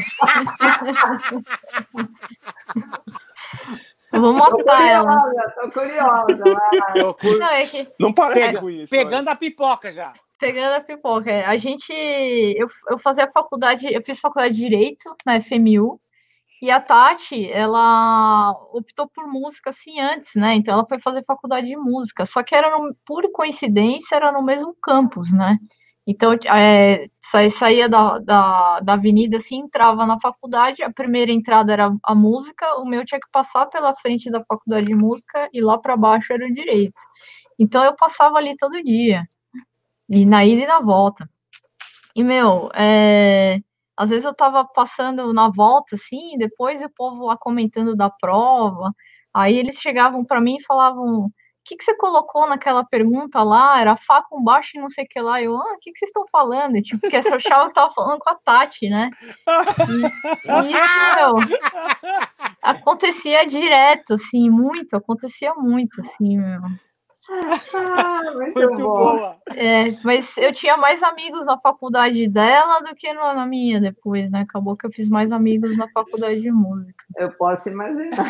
Eu vou matar ela. Tô curiosa. Tô curiosa. Não, é que... Não parece Pega, com isso. Pegando olha. a pipoca já. Pegando a pipoca. A gente... Eu, eu fazia a faculdade... Eu fiz faculdade de Direito na F M U. E a Tati, ela optou por música, assim, antes, né? Então, ela foi fazer faculdade de música. Só que era, no, por coincidência, era no mesmo campus, né? Então, é, saía da, da, da avenida, assim, entrava na faculdade, a primeira entrada era a música, o meu tinha que passar pela frente da faculdade de música e lá para baixo era o direito. Então, eu passava ali todo dia, e na ida e na volta. E, meu, é, às vezes eu tava passando na volta, assim, depois o povo lá comentando da prova, aí eles chegavam para mim e falavam... O que, que você colocou naquela pergunta lá? Era Fá com baixo e não sei o que lá. Eu, ah, o que, que vocês estão falando? Tipo, porque eu achava que tava falando com a Tati, né? E, e isso, meu, acontecia direto, assim, muito, acontecia muito, assim, meu. Ah, muito, muito boa. É, mas eu tinha mais amigos na faculdade dela do que na minha depois, né? Acabou que eu fiz mais amigos na faculdade de música. Eu posso imaginar.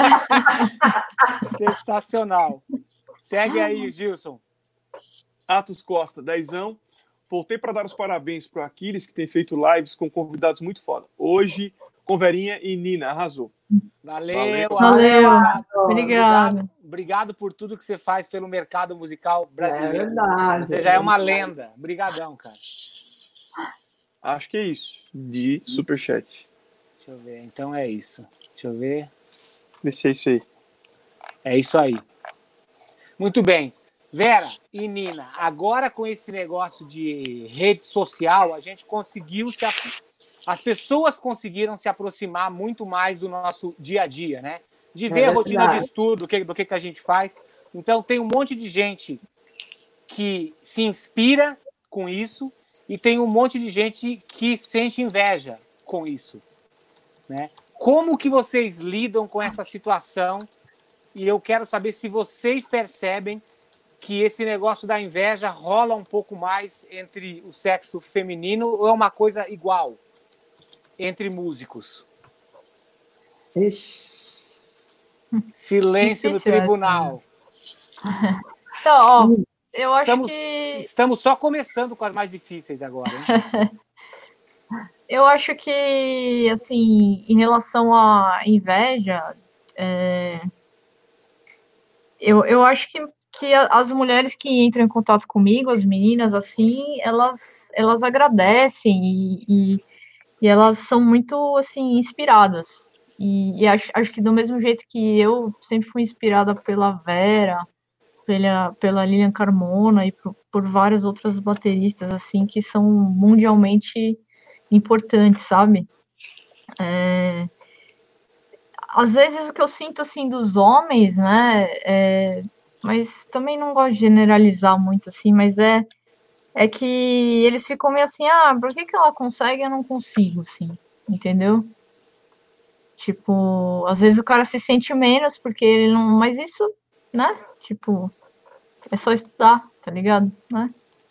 Sensacional. Segue aí, Gilson. Atos Costa, dezão. Voltei para dar os parabéns para o Aquiles, que tem feito lives com convidados muito foda. Hoje, com Verinha e Nina, arrasou. Valeu, Valeu. Valeu. Obrigado. Obrigado. Obrigado por tudo que você faz pelo mercado musical brasileiro. É verdade. Você já é uma lenda. Obrigadão, cara. Acho que é isso, de superchat. Deixa eu ver, então é isso. Deixa eu ver. Vê se é isso aí. É isso aí. Muito bem. Vera e Nina, agora com esse negócio de rede social, a gente conseguiu se... As pessoas conseguiram se aproximar muito mais do nosso dia a dia, né? De ver é a rotina de estudo, do que, do que, que a gente faz. Então, tem um monte de gente que se inspira com isso e tem um monte de gente que sente inveja com isso, né? Como que vocês lidam com essa situação? E eu quero saber se vocês percebem que esse negócio da inveja rola um pouco mais entre o sexo feminino ou é uma coisa igual entre músicos? Ixi. Silêncio no tribunal. Então, ó, eu acho estamos, que... Estamos só começando com as mais difíceis agora, hein? Eu acho que, assim, em relação à inveja, é... eu, eu acho que, que as mulheres que entram em contato comigo, as meninas, assim, elas, elas agradecem e, e, e elas são muito, assim, inspiradas. E, e acho, acho que do mesmo jeito que eu sempre fui inspirada pela Vera, pela, pela Lilian Carmona e por, por várias outras bateristas, assim, que são mundialmente importantes, sabe? É... Às vezes o que eu sinto, assim, dos homens, né, é... mas também não gosto de generalizar muito, assim, mas é, é que eles ficam meio assim, ah, por que que ela consegue e eu não consigo, assim, entendeu? Tipo, às vezes o cara se sente menos porque ele não... Mas isso, né, tipo, é só estudar, tá ligado? Né?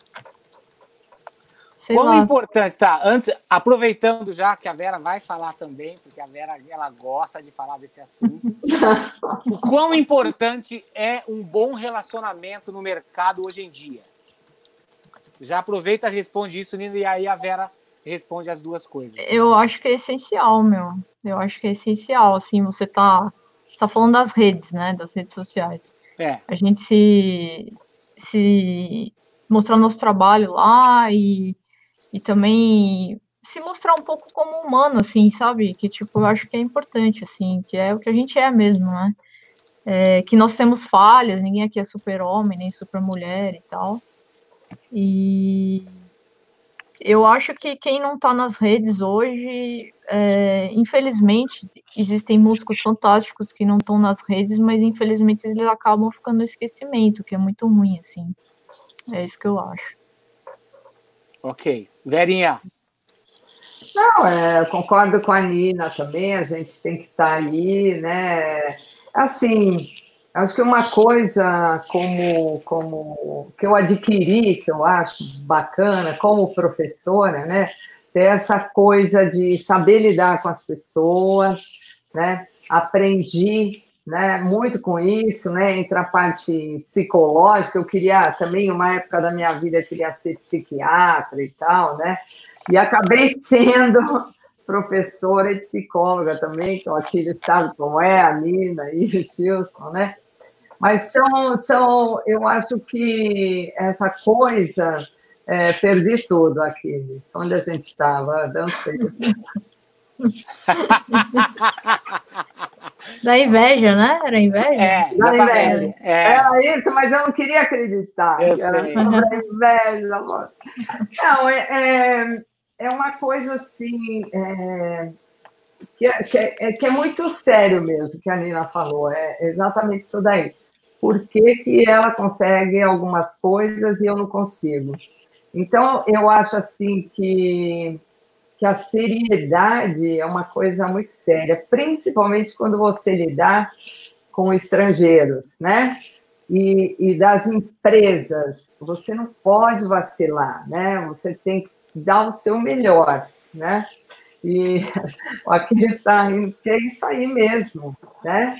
Sei Quão lá. importante, tá? Antes, aproveitando já que a Vera vai falar também, porque a Vera ela gosta de falar desse assunto. O quão importante é um bom relacionamento no mercado hoje em dia? Já aproveita e responde isso, Nina, e aí a Vera responde as duas coisas. Eu acho que é essencial, meu. Eu acho que é essencial, assim, você tá, você tá falando das redes, né, das redes sociais. É. A gente se, se mostrar nosso trabalho lá e, e também se mostrar um pouco como humano, assim, sabe? Que, tipo, eu acho que é importante, assim, que é o que a gente é mesmo, né? É, que nós temos falhas, ninguém aqui é super-homem, nem super-mulher e tal. E eu acho que quem não está nas redes hoje, é, infelizmente, existem músicos fantásticos que não estão nas redes, mas infelizmente eles acabam ficando no esquecimento, que é muito ruim, assim. É isso que eu acho. Ok. Verinha. Não, é, eu concordo com a Nina também, a gente tem que estar ali, né? Assim, acho que uma coisa como, como que eu adquiri, que eu acho bacana, como professora, né? Ter essa coisa de saber lidar com as pessoas, né? Aprendi, né, muito com isso, né? Entre a parte psicológica, eu queria também, uma época da minha vida, eu queria ser psiquiatra e tal, né? E acabei sendo professora e psicóloga também, então aqui ele sabe como é, a Nina e o Gilson, né? Mas são, são, eu acho que essa coisa, é, perdi tudo aqui, onde a gente estava, dancei. Da inveja, né? Era inveja? É, Da exatamente. inveja. É. Era isso, mas eu não queria acreditar. Eu Que era sei. sobre a inveja, amor. Não, é, é, é uma coisa assim, é, que, é, que, é, que é muito sério mesmo, que a Nina falou, é exatamente isso daí. Por que que ela consegue algumas coisas e eu não consigo? Então, eu acho assim que, que a seriedade é uma coisa muito séria, principalmente quando você lidar com estrangeiros, né? E, e das empresas, você não pode vacilar, né? Você tem que dar o seu melhor, né? E aqui está rindo, que é isso aí mesmo, né?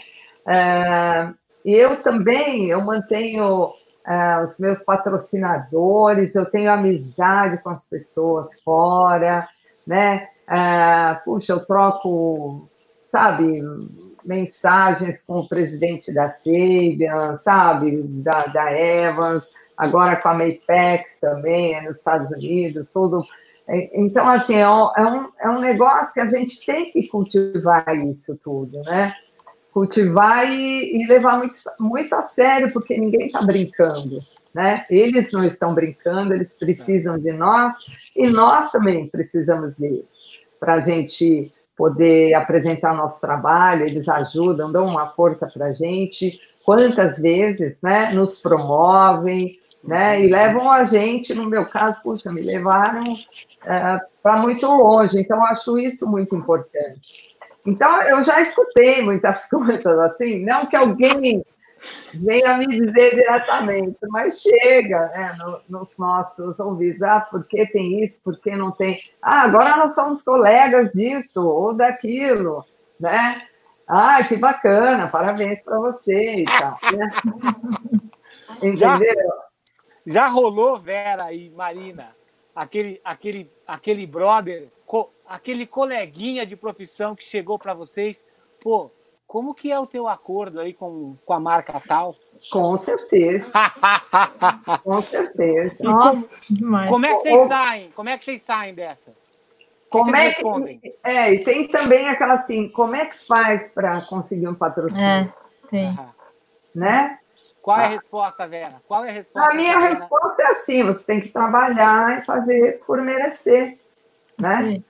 É, eu também, eu mantenho é, os meus patrocinadores, eu tenho amizade com as pessoas fora, né? É, puxa, eu troco, sabe, mensagens com o presidente da Sabian, sabe, da, da Evans, agora com a Mapex também, nos Estados Unidos, tudo. Então, assim, é um, é um negócio que a gente tem que cultivar isso tudo, né? Cultivar e, e levar muito, muito a sério, porque ninguém está brincando, né? Eles não estão brincando, eles precisam de nós e nós também precisamos deles para a gente poder apresentar nosso trabalho, eles ajudam, dão uma força para a gente, quantas vezes, né? Nos promovem, né? E levam a gente, no meu caso, puxa, me levaram é, para muito longe, então eu acho isso muito importante. Então, eu já escutei muitas coisas assim, não que alguém venha me dizer diretamente, mas chega, né, no, nos nossos ouvidos, ah, por que tem isso, por que não tem? Ah, agora nós somos colegas disso ou daquilo, né? Ah, que bacana, parabéns para você e tal, né? Entendeu? Já rolou, Vera e Marina, aquele, aquele, aquele brother, co, aquele coleguinha de profissão que chegou para vocês, pô, como que é o teu acordo aí com, com a marca tal? Com certeza. Com certeza. Nossa, como, como é que vocês saem? Como é que vocês saem dessa? Como é que, é, e tem também aquela assim, como é que faz para conseguir um patrocínio? É, tem. Né? Qual é a resposta, Vera? Qual é a resposta? A minha Vera? resposta é assim, você tem que trabalhar e fazer por merecer, né? Sim.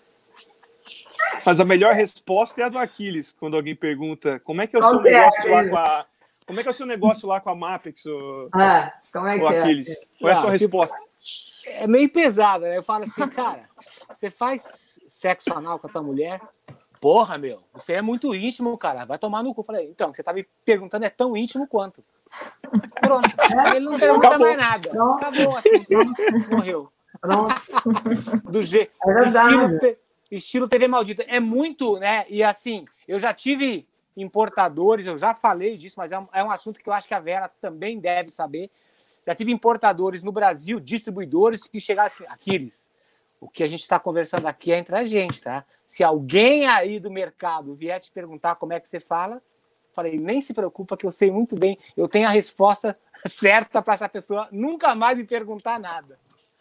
Mas a melhor resposta é a do Aquiles, quando alguém pergunta como é que é o seu negócio lá com a... Como é que é o seu negócio lá com a Mapex, o, ah, como é que o Aquiles? É? Qual é a sua ah, resposta? Tipo, é meio pesado, né? Eu falo assim, cara, você faz sexo anal com a tua mulher? Porra, meu, você é muito íntimo, cara. Vai tomar no cu. Eu falei, então, o que você tá me perguntando é tão íntimo quanto. Pronto. Ele não pergunta Acabou. mais nada. Pronto. Acabou, assim, pronto. Morreu. Pronto. Do jeito. É estilo, te, estilo T V Maldita. É muito, né? E assim, eu já tive importadores, eu já falei disso, mas é um, é um assunto que eu acho que a Vera também deve saber. Já tive importadores no Brasil, distribuidores, que chegaram assim, Aquiles, o que a gente está conversando aqui é entre a gente, tá? Se alguém aí do mercado vier te perguntar como é que você fala, falei, nem se preocupa que eu sei muito bem, eu tenho a resposta certa para essa pessoa nunca mais me perguntar nada.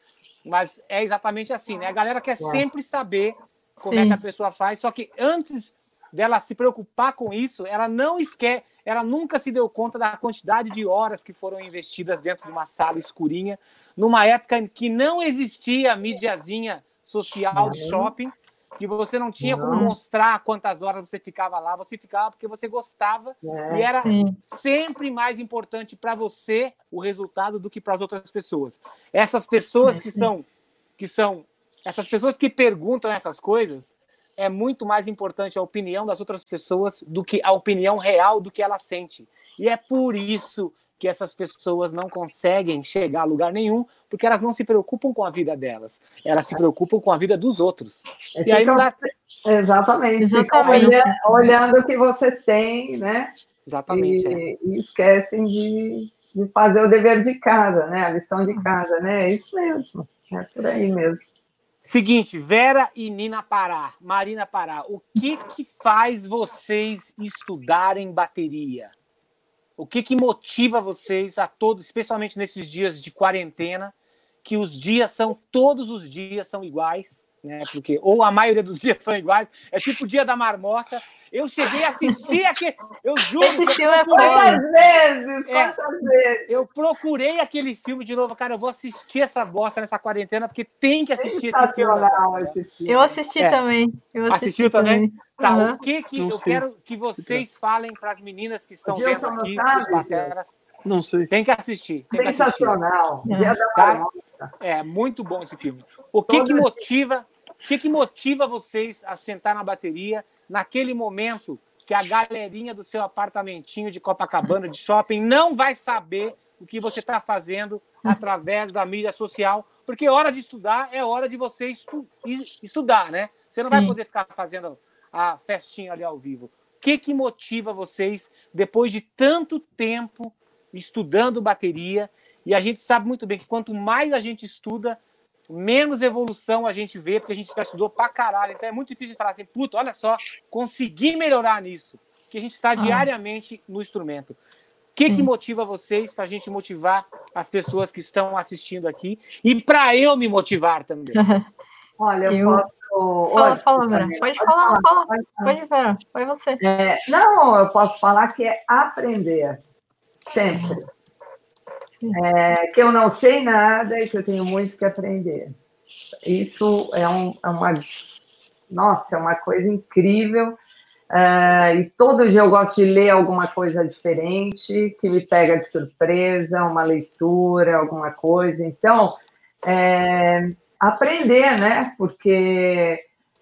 Mas é exatamente assim, né? A galera quer sempre saber como Sim. é que a pessoa faz, só que antes dela se preocupar com isso, ela não esquece, ela nunca se deu conta da quantidade de horas que foram investidas dentro de uma sala escurinha, numa época em que não existia a mídiazinha social de shopping, que você não tinha como mostrar quantas horas você ficava lá, você ficava porque você gostava, é, e era sim. sempre mais importante para você o resultado do que para as outras pessoas. Essas pessoas é, que são, que são, essas pessoas que perguntam essas coisas, é muito mais importante a opinião das outras pessoas do que a opinião real do que ela sente. E é por isso que essas pessoas não conseguem chegar a lugar nenhum, porque elas não se preocupam com a vida delas. Elas se preocupam com a vida dos outros. É, e aí não dá... Exatamente. Exatamente. Olhando, olhando o que você tem, né? Exatamente. E, é. e esquecem de, de fazer o dever de casa, né? A lição de casa, né? É isso mesmo. É por aí mesmo. Seguinte, Vera e Nina Pará, Marina Pará, o que que faz vocês estudarem bateria? O que que motiva vocês a todos, especialmente nesses dias de quarentena, que os dias são, todos os dias são iguais, né? Porque, ou a maioria dos dias são iguais, é tipo o dia da marmota. Eu cheguei a assistir aquele, eu juro. Esse filme é quantas vezes, quantas é, vezes. Eu procurei aquele filme de novo, cara, eu vou assistir essa bosta nessa quarentena, porque tem que assistir esse filme. Esse filme. Eu assisti é. também. Eu assisti Assistiu também? também? Tá, uhum. o que que Não eu sei. quero que vocês falem para as meninas que estão vendo aqui, os bateras. Não sei. Tem que assistir. Tem Sensacional. Que assistir. É. Cara, é muito bom esse filme. O que que motiva, o que que motiva vocês a sentar na bateria naquele momento que a galerinha do seu apartamentinho de Copacabana, de shopping, não vai saber o que você está fazendo através da mídia social, porque hora de estudar é hora de você estu estudar, né? Você não Sim. vai poder ficar fazendo a festinha ali ao vivo. O que que motiva vocês, depois de tanto tempo estudando bateria, e a gente sabe muito bem que quanto mais a gente estuda, menos evolução a gente vê, porque a gente já estudou pra caralho. Então é muito difícil de falar assim, puta, olha só, consegui melhorar nisso. Porque a gente está ah. diariamente no instrumento. O que, que motiva vocês para a gente motivar as pessoas que estão assistindo aqui? E para eu me motivar também. Olha, eu, eu... posso... Fala, fala, Vera. Pode, pode falar, falar, fala. Pode, pode Vera. Foi você. É, não, eu posso falar que é aprender. Sempre. É, que eu não sei nada e que eu tenho muito que aprender. Isso é, um, é uma... Nossa, é uma coisa incrível. É, e todo dia eu gosto de ler alguma coisa diferente, que me pega de surpresa, uma leitura, alguma coisa. Então, é, aprender, né? Porque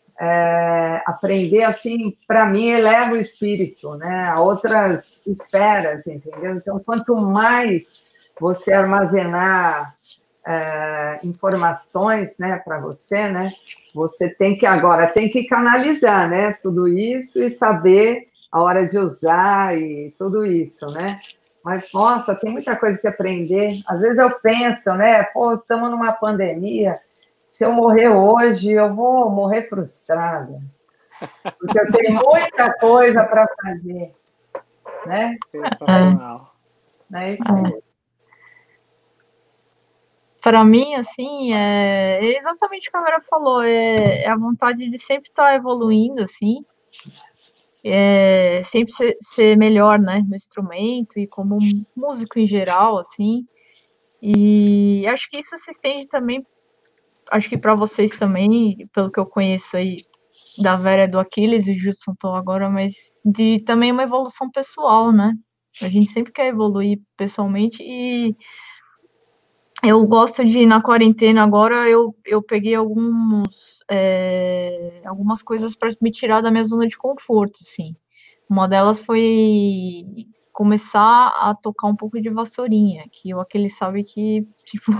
é, aprender, assim, para mim, eleva o espírito, né? A outras esferas, entendeu? Então, quanto mais você armazenar é, informações, né, para você, né, você tem que agora tem que canalizar, né, tudo isso e saber a hora de usar e tudo isso, né. Mas, nossa, tem muita coisa que aprender. Às vezes eu penso, né? Pô, estamos numa pandemia. Se eu morrer hoje, eu vou morrer frustrada. Porque eu tenho muita coisa para fazer. Né? Sensacional. É isso aí. Para mim, assim, é exatamente o que a Vera falou. É a vontade de sempre estar evoluindo, assim. É, sempre ser, ser melhor, né, no instrumento e como músico em geral, assim, e acho que isso se estende também, acho que para vocês também, pelo que eu conheço aí da Vera, do Aquiles e o Justin estão agora, mas de também uma evolução pessoal, né, a gente sempre quer evoluir pessoalmente e eu gosto de, na quarentena agora, eu, eu peguei alguns, é, algumas coisas para me tirar da minha zona de conforto, assim. Uma delas foi começar a tocar um pouco de vassourinha, que o Aquele sabe que, tipo,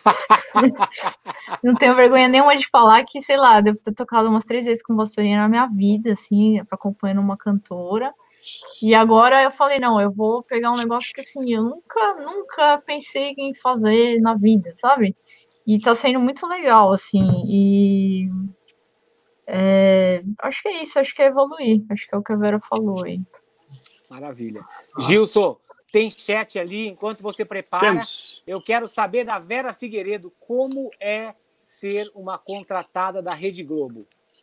não tenho vergonha nenhuma de falar que, sei lá, devo ter tocado umas três vezes com vassourinha na minha vida, assim, acompanhando uma cantora. E agora eu falei, não, eu vou pegar um negócio que, assim, eu nunca, nunca pensei em fazer na vida, sabe? E tá sendo muito legal, assim, e... É, acho que é isso, acho que é evoluir, acho que é o que a Vera falou aí. Maravilha. Gilson, tem chat ali, enquanto você prepara, Temos. Eu quero saber da Vera Figueiredo como é ser uma contratada da Rede Globo.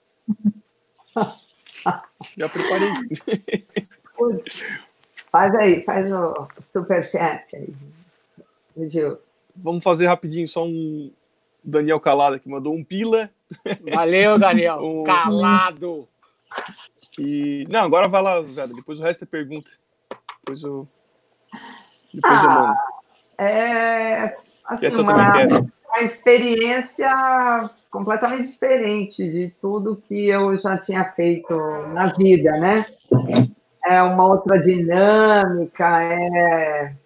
Já preparei. Faz aí, faz o superchat aí, Gilson. Vamos fazer rapidinho, só um Daniel Calada que mandou um pila. Valeu, Daniel. um... Calado. E... Não, agora vai lá, Vera. Depois o resto é pergunta. Depois eu, Depois ah, eu mando. É assim, uma, uma experiência completamente diferente de tudo que eu já tinha feito na vida, né? É uma outra dinâmica, é,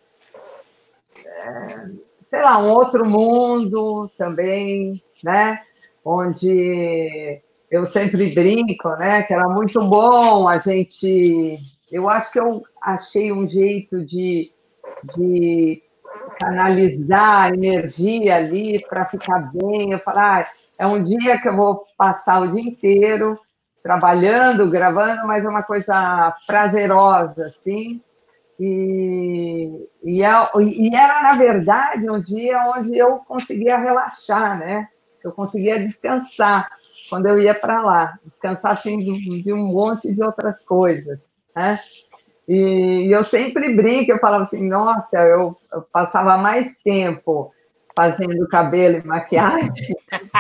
é sei lá, um outro mundo também, né? Onde eu sempre brinco, né? Que era muito bom a gente... Eu acho que eu achei um jeito de, de canalizar a energia ali para ficar bem. Eu falei, ah, é um dia que eu vou passar o dia inteiro trabalhando, gravando, mas é uma coisa prazerosa, assim. E, e, e era, na verdade, um dia onde eu conseguia relaxar, né? Eu conseguia descansar quando eu ia para lá, descansar assim, de, de um monte de outras coisas, né? E, e eu sempre brinco, eu falava assim, nossa, eu, eu passava mais tempo fazendo cabelo e maquiagem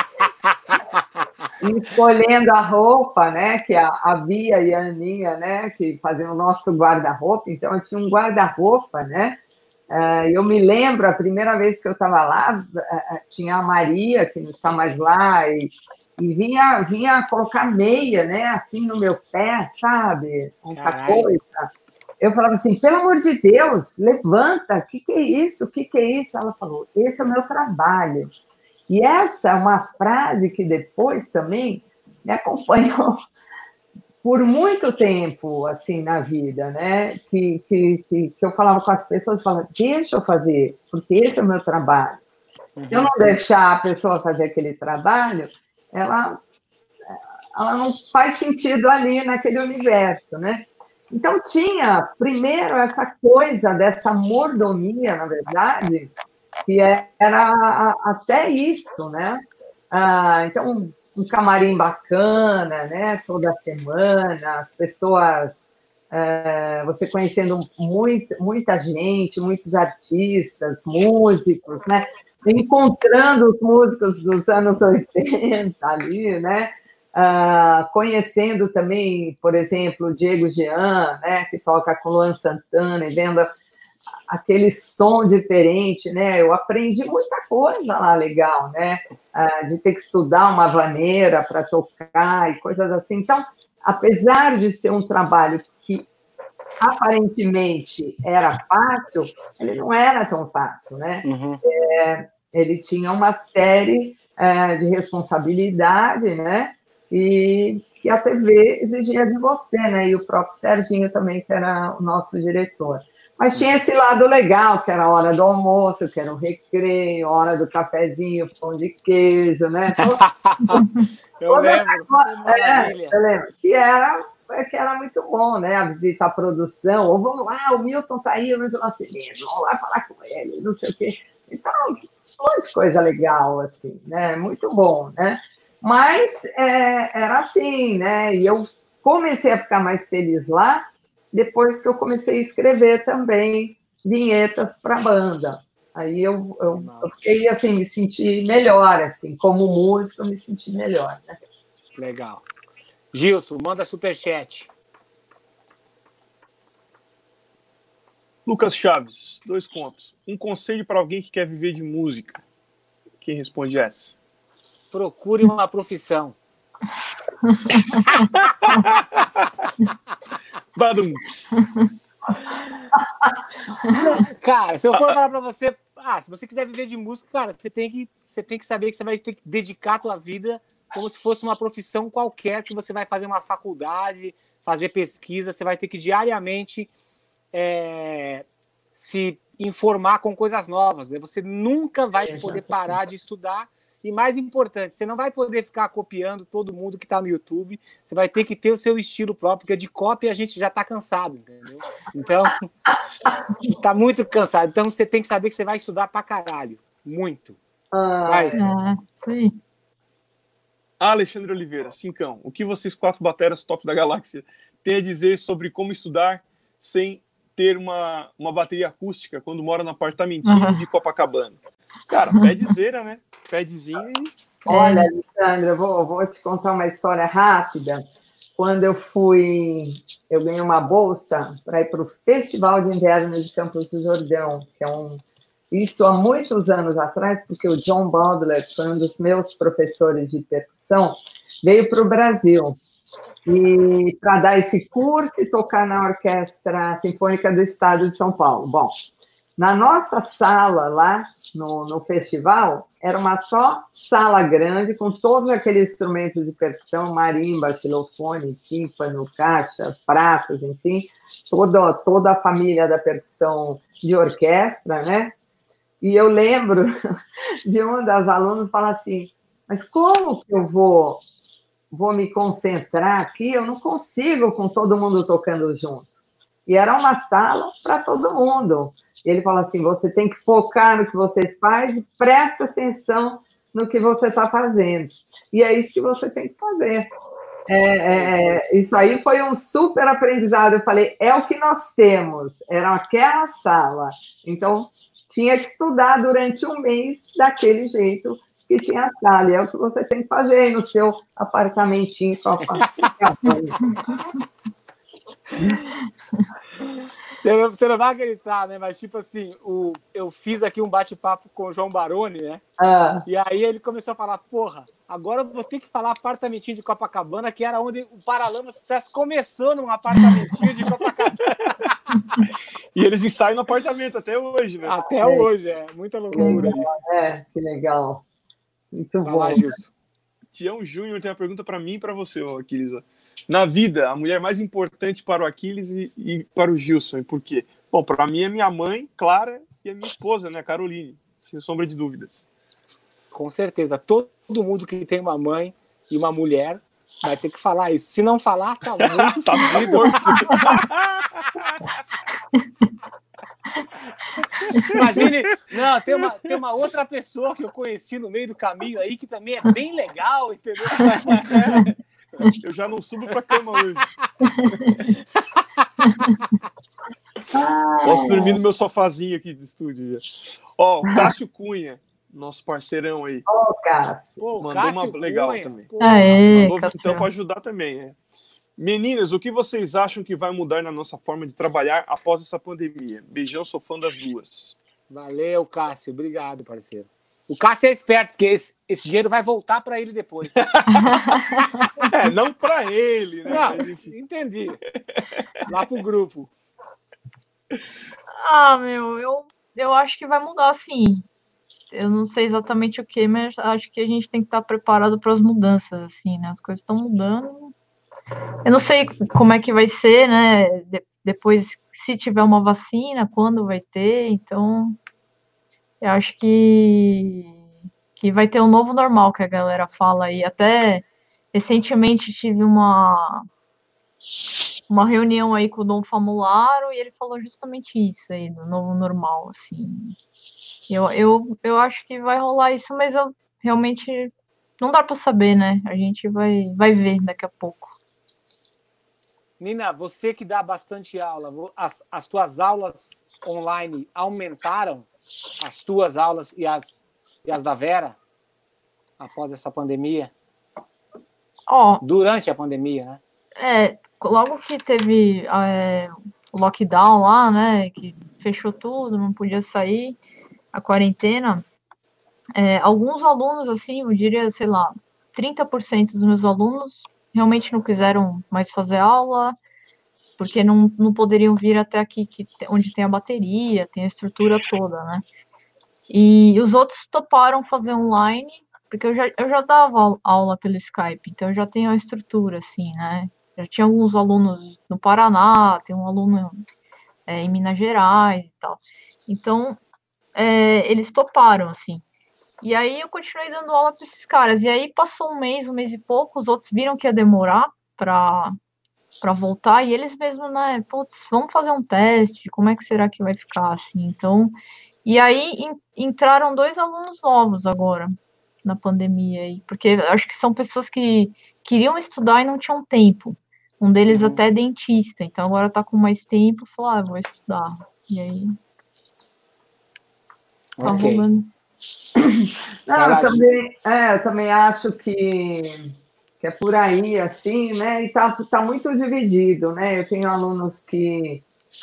e escolhendo a roupa, né? Que a, a Bia e a Aninha, né? Que faziam o nosso guarda-roupa, então eu tinha um guarda-roupa, né? Uh, eu me lembro, a primeira vez que eu estava lá, uh, tinha a Maria, que não está mais lá, e, e vinha, vinha colocar meia, né, assim, no meu pé, sabe? Essa coisa. Eu falava assim, pelo amor de Deus, levanta, o que, que é isso? O que, que é isso? Ela falou, esse é o meu trabalho. E essa é uma frase que depois também me acompanhou por muito tempo, assim, na vida, né, que, que, que, que eu falava com as pessoas, falava, deixa eu fazer, porque esse é o meu trabalho. Se eu não deixar a pessoa fazer aquele trabalho, ela, ela não faz sentido ali naquele universo, né? Então, tinha, primeiro, essa coisa dessa mordomia, na verdade, que era até isso, né? Ah, então, um camarim bacana, né? Toda semana, as pessoas, é, você conhecendo muito, muita gente, muitos artistas, músicos, né? Encontrando os músicos dos anos oitenta ali, né? Ah, conhecendo também, por exemplo, o Diego Jean, né? Que toca com Luan Santana e vendo aquele som diferente, né? Eu aprendi muita coisa lá legal, né? Ah, de ter que estudar uma vaneira para tocar e coisas assim. Então, apesar de ser um trabalho que aparentemente era fácil, ele não era tão fácil, né? Uhum. É, ele tinha uma série é, de responsabilidade, né? E que a T V exigia de você, né? E o próprio Serginho também, que era o nosso diretor. Mas tinha esse lado legal, que era a hora do almoço, que era o recreio, a hora do cafezinho, pão de queijo, né? Eu lembro. É, eu lembro. Que era, que era muito bom, né? A visita à produção. Ou vamos lá, o Milton tá aí, o Milton Nascimento, vamos lá falar com ele, não sei o quê. Então, um monte de coisa legal, assim, né? Muito bom, né? Mas é, era assim, né? E eu comecei a ficar mais feliz lá depois que eu comecei a escrever também vinhetas para a banda. Aí eu, eu, eu fiquei, assim, me senti melhor, assim, como músico, eu me senti melhor, né? Legal. Gilson, manda superchat. Lucas Chaves, dois contos. Um conselho para alguém que quer viver de música. Quem responde essa? Procure uma profissão. Badum. Cara, se eu for falar para você, ah, se você quiser viver de música, cara, você tem que, você tem que saber que você vai ter que dedicar a tua vida como se fosse uma profissão qualquer, que você vai fazer uma faculdade, fazer pesquisa, você vai ter que diariamente é, se informar com coisas novas, né? Você nunca vai poder parar de estudar. E mais importante, você não vai poder ficar copiando todo mundo que está no YouTube, você vai ter que ter o seu estilo próprio, porque de cópia a gente já está cansado, entendeu? Então, a gente está muito cansado. Então, você tem que saber que você vai estudar pra caralho. Muito. Vai. É, isso aí. Alexandre Oliveira, cincão. O que vocês quatro bateras top da galáxia têm a dizer sobre como estudar sem ter uma, uma bateria acústica quando mora no apartamentinho uhum. de Copacabana? Cara, pedezeira, né? Pedezinho e... Olha, Alexandre, eu vou, vou te contar uma história rápida. Quando eu fui, eu ganhei uma bolsa para ir para o Festival de Inverno de Campos do Jordão, que é um... Isso há muitos anos atrás, porque o John Baldler, que foi um dos meus professores de percussão, veio para o Brasil. E para dar esse curso e tocar na Orquestra Sinfônica do Estado de São Paulo. Bom, na nossa sala lá, no, no festival, era uma só sala grande, com todos aqueles instrumentos de percussão, marimba, xilofone, tímpano, caixa, pratos, enfim, toda, toda a família da percussão de orquestra, né? E eu lembro de uma das alunas falar assim, mas como que eu vou, vou me concentrar aqui? Eu não consigo com todo mundo tocando junto. E era uma sala para todo mundo. E ele fala assim, você tem que focar no que você faz e presta atenção no que você está fazendo. E é isso que você tem que fazer. É, é, isso aí foi um super aprendizado. Eu falei, é o que nós temos. Era aquela sala. Então, tinha que estudar durante um mês daquele jeito que tinha a sala. E é o que você tem que fazer aí no seu apartamentinho. Você não, você não vai acreditar, né? Mas, tipo assim, o, eu fiz aqui um bate-papo com o João Baroni, né? Ah. E aí ele começou a falar, porra, agora eu vou ter que falar apartamentinho de Copacabana, que era onde o Paralama Sucesso começou, num apartamentinho de Copacabana. E eles ensaiam no apartamento até hoje, né? Até é. hoje, é. Muita loucura é, isso. É, que legal. Muito vai bom. Lá, Gilson. Tião Júnior tem uma pergunta para mim e para você, Aquiles. Na vida, a mulher mais importante para o Aquiles e, e para o Gilson, e por quê? Bom, para mim é minha mãe, Clara, e a minha esposa, né, Caroline, sem sombra de dúvidas. Com certeza, todo mundo que tem uma mãe e uma mulher vai ter que falar isso. Se não falar, tá muito tá morto. Imagine, não, tem uma, tem uma outra pessoa que eu conheci no meio do caminho aí, que também é bem legal, entendeu? Eu já não subo pra cama hoje. Posso dormir no meu sofazinho aqui do estúdio. Ó, o Cássio Cunha, nosso parceirão aí. Ó, Cássio. Pô, mandou Cássio uma legal Cunha. também. Pô, Aê, mandou então para ajudar também, né? Meninas, o que vocês acham que vai mudar na nossa forma de trabalhar após essa pandemia? Beijão, sou fã das duas. Valeu, Cássio. Obrigado, parceiro. O Cássio é esperto, porque esse, esse dinheiro vai voltar para ele depois. É, não para ele, né? Não, mas, entendi. Lá pro grupo. Ah, meu, eu, eu acho que vai mudar, sim. Eu não sei exatamente o que, mas acho que a gente tem que estar preparado para as mudanças, assim, né? As coisas estão mudando. Eu não sei como é que vai ser, né? De, depois, se tiver uma vacina, quando vai ter, então eu acho que, que vai ter um novo normal que a galera fala aí. Até recentemente tive uma, uma reunião aí com o Dom Famularo e ele falou justamente isso aí, do novo normal, assim. Eu, eu, eu acho que vai rolar isso, mas eu realmente não dá para saber, né? A gente vai, vai ver daqui a pouco. Nina, você que dá bastante aula, as, as tuas aulas online aumentaram? As tuas aulas e as, e as da Vera? Após essa pandemia? Ó, durante a pandemia, né? É, logo que teve é, o lockdown lá, né? Que fechou tudo, não podia sair, a quarentena, é, alguns alunos, assim, eu diria, sei lá, trinta por cento dos meus alunos realmente não quiseram mais fazer aula, porque não, não poderiam vir até aqui, que, onde tem a bateria, tem a estrutura toda, né? E os outros toparam fazer online, porque eu já, eu já dava aula pelo Skype, então eu já tenho a estrutura, assim, né? Já tinha alguns alunos no Paraná, tem um aluno é, em Minas Gerais e tal. Então, é, eles toparam, assim. E aí eu continuei dando aula para esses caras. E aí passou um mês, um mês e pouco, os outros viram que ia demorar para para voltar, e eles mesmos, né, putz, vamos fazer um teste, como é que será que vai ficar, assim, então, e aí in, entraram dois alunos novos agora, na pandemia, aí, porque acho que são pessoas que queriam estudar e não tinham tempo, um deles uhum. até é dentista, então agora tá com mais tempo, falou, ah, vou estudar, e aí, tá okay. rolando. Não, eu também, é, eu também acho que que é por aí, assim, né, e tá, tá muito dividido, né, eu tenho alunos que,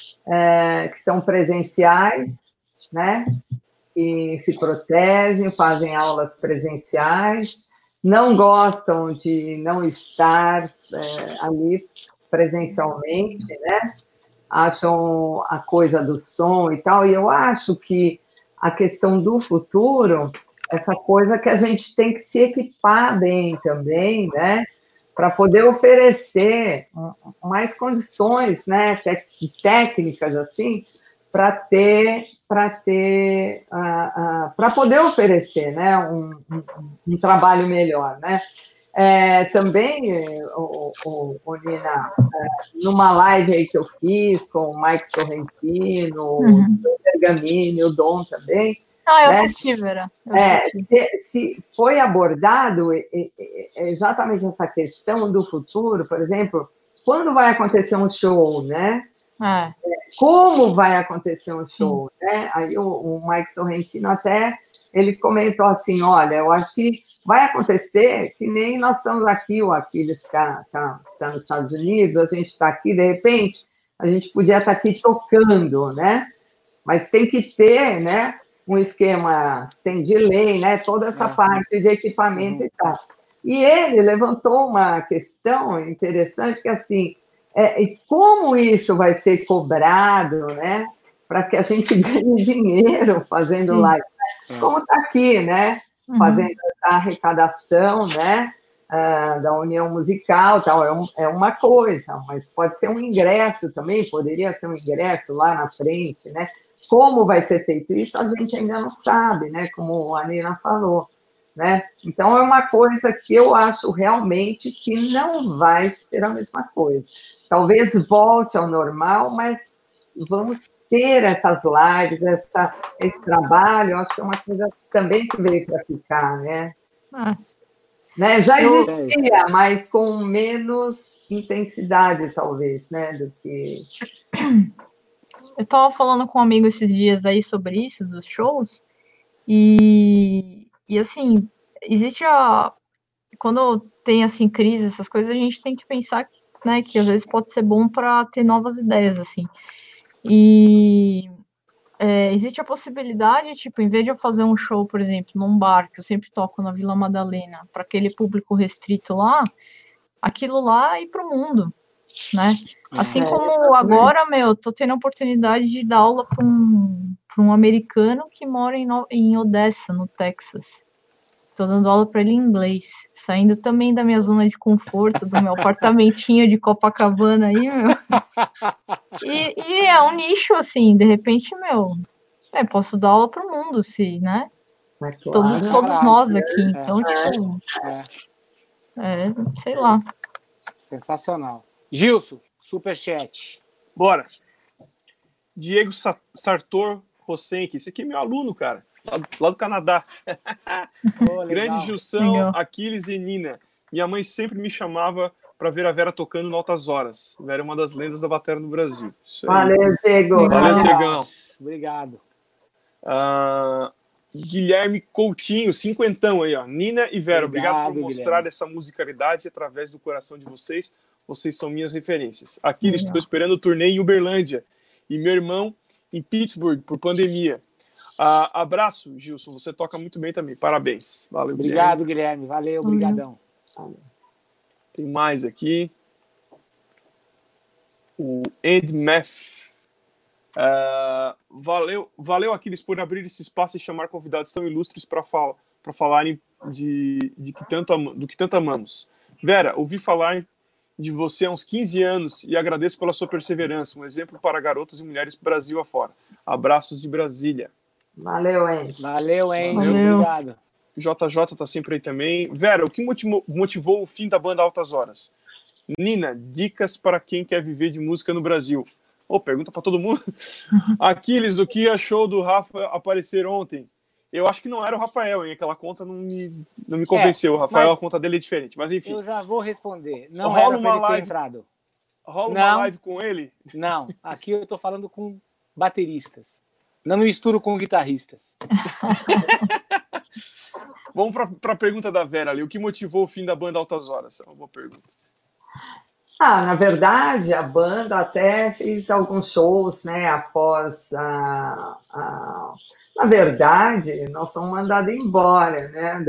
é, que são presenciais, né, que se protegem, fazem aulas presenciais, não gostam de não estar é, ali presencialmente, né, acham a coisa do som e tal, e eu acho que a questão do futuro, essa coisa que a gente tem que se equipar bem também, né, para poder oferecer mais condições, né, técnicas assim, para ter, para ter, uh, uh, para poder oferecer, né, um, um, um trabalho melhor, né. É, também, o, o, o Nina, é, numa live aí que eu fiz com o Mike Sorrentino, uhum. o Bergamini, o Dom também. Ah, eu né? assisti, Vera. Eu é, assisti. Se, se foi abordado exatamente essa questão do futuro, por exemplo, quando vai acontecer um show, né? É. Como vai acontecer um show, Sim. né? Aí o, o Mike Sorrentino até ele comentou assim, olha, eu acho que vai acontecer que nem nós estamos aqui, o Aquiles está tá, tá nos Estados Unidos, a gente está aqui, de repente, a gente podia estar aqui tocando, né? Mas tem que ter, né, um esquema sem delay, né? Toda essa é. parte de equipamento uhum. e tal. E ele levantou uma questão interessante, que assim, é, como isso vai ser cobrado, né? Para que a gente ganhe dinheiro fazendo Sim. live. Como está aqui, né? Uhum. Fazendo essa arrecadação, né? Uh, da União Musical, tal, é, um, é uma coisa, mas pode ser um ingresso também, poderia ser um ingresso lá na frente, né? Como vai ser feito isso, a gente ainda não sabe, né? Como a Nina falou, né? Então, é uma coisa que eu acho realmente que não vai ser a mesma coisa. Talvez volte ao normal, mas vamos ter essas lives, essa, esse trabalho, eu acho que é uma coisa também que veio para ficar, né? Ah. né? Já existia, mas com menos intensidade, talvez, né? Do que... Eu estava falando com um amigo esses dias aí sobre isso, dos shows, e, e assim, existe a... Quando tem, assim, crise, essas coisas, a gente tem que pensar que, né, que às vezes pode ser bom para ter novas ideias, assim. E é, existe a possibilidade, tipo, em vez de eu fazer um show, por exemplo, num bar, que eu sempre toco na Vila Madalena, para aquele público restrito lá, aquilo lá ir para o mundo, né? Assim é, como agora, meu, tô tendo a oportunidade de dar aula para um, para um americano que mora em, no, em Odessa, no Texas. Tô dando aula para ele em inglês, saindo também da minha zona de conforto, do meu apartamentinho de Copacabana aí, meu. E, e é um nicho, assim, de repente, meu, é, posso dar aula pro mundo, se, né? É claro. Todos, todos Caralho. nós aqui, É, então, tipo, é. é, sei lá. Sensacional. Gilson, superchat. Bora. Diego Sa- Sartor Rosenck. Esse aqui é meu aluno, cara. Lá, lá do Canadá. Oh, legal. Grande Gilson, Legal. Aquiles e Nina. Minha mãe sempre me chamava para ver a Vera tocando no Altas Horas. Vera é uma das lendas da bateria no Brasil. Isso aí. Valeu, Diego. Valeu, Legal. Diegão. Obrigado. Ah, Guilherme Coutinho, cinquentão aí, ó. Nina e Vera, obrigado, Obrigado, por mostrar Guilherme. essa musicalidade através do coração de vocês. Vocês são minhas referências. Aquiles, Legal. estou esperando o turnê em Uberlândia. E meu irmão em Pittsburgh, por pandemia. Ah, abraço, Gilson. Você toca muito bem também. Parabéns. Valeu, Obrigado, Guilherme. Guilherme. Valeu, obrigadão. Tem mais aqui. O Endmath. Uh, valeu, valeu, Aquiles, por abrir esse espaço e chamar convidados tão ilustres para fala, para falarem de, de que tanto ama, do que tanto amamos. Vera, ouvi falar de você há uns quinze anos e agradeço pela sua perseverança, um exemplo para garotas e mulheres Brasil afora. Abraços de Brasília. Valeu, Enzo. Valeu, Andy. Valeu. Obrigado. J J tá sempre aí também. Vera, o que motivou, motivou o fim da banda Altas Horas? Nina, dicas para quem quer viver de música no Brasil. Oh, pergunta para todo mundo. Aquiles, o que achou do Rafa aparecer ontem? Eu acho que não era o Rafael, hein? Aquela conta não me, não me convenceu. É, o Rafael, mas a conta dele é diferente. Mas enfim, Eu já vou responder. Não Rola era uma pra ele ter live. entrado. rola uma Não. live com ele? Não, aqui eu tô falando com bateristas. Não me misturo com guitarristas. Vamos para a pergunta da Vera ali. O que motivou o fim da banda Altas Horas? É uma boa pergunta. Ah, na verdade, a banda até fez alguns shows, né, após a... a... Na verdade, nós somos mandados embora, né?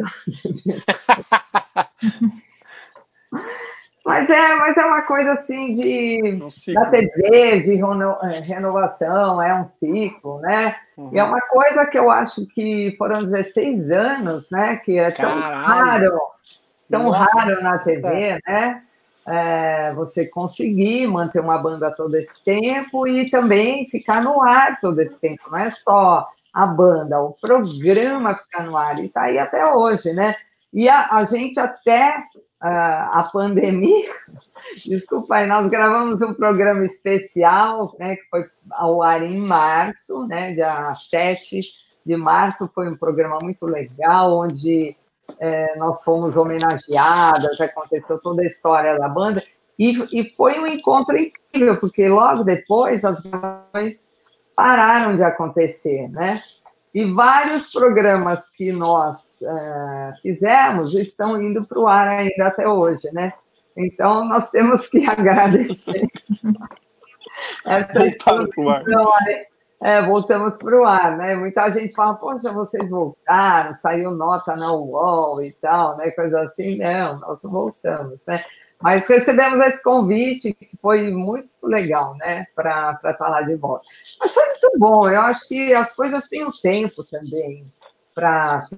Mas é, mas é uma coisa assim de Um ciclo. da T V, de reno- renovação, é um ciclo, né? Uhum. E é uma coisa que eu acho que foram dezesseis anos, né? Que é tão Caralho. raro, tão Nossa. raro na T V, né? É, você conseguir manter uma banda todo esse tempo e também ficar no ar todo esse tempo. Não é só a banda, o programa ficar no ar. E está aí até hoje, né? E a, a gente até a, a pandemia... Desculpa aí, nós gravamos um programa especial, né? Que foi ao ar em março, né? Dia sete de março, foi um programa muito legal, onde... É, nós fomos homenageadas, aconteceu toda a história da banda, e, e foi um encontro incrível, porque logo depois as gravações pararam de acontecer, né? E vários programas que nós é, fizemos estão indo para o ar ainda até hoje, né? Então, nós temos que agradecer essa Voltaram pro ar. É, voltamos para o ar, né? Muita gente fala, poxa, vocês voltaram, saiu nota na U O L e tal, né? Coisa assim, não, nós voltamos, né? Mas recebemos esse convite, que foi muito legal, né? Para estar lá de volta. Mas foi muito bom, eu acho que as coisas têm o tempo também para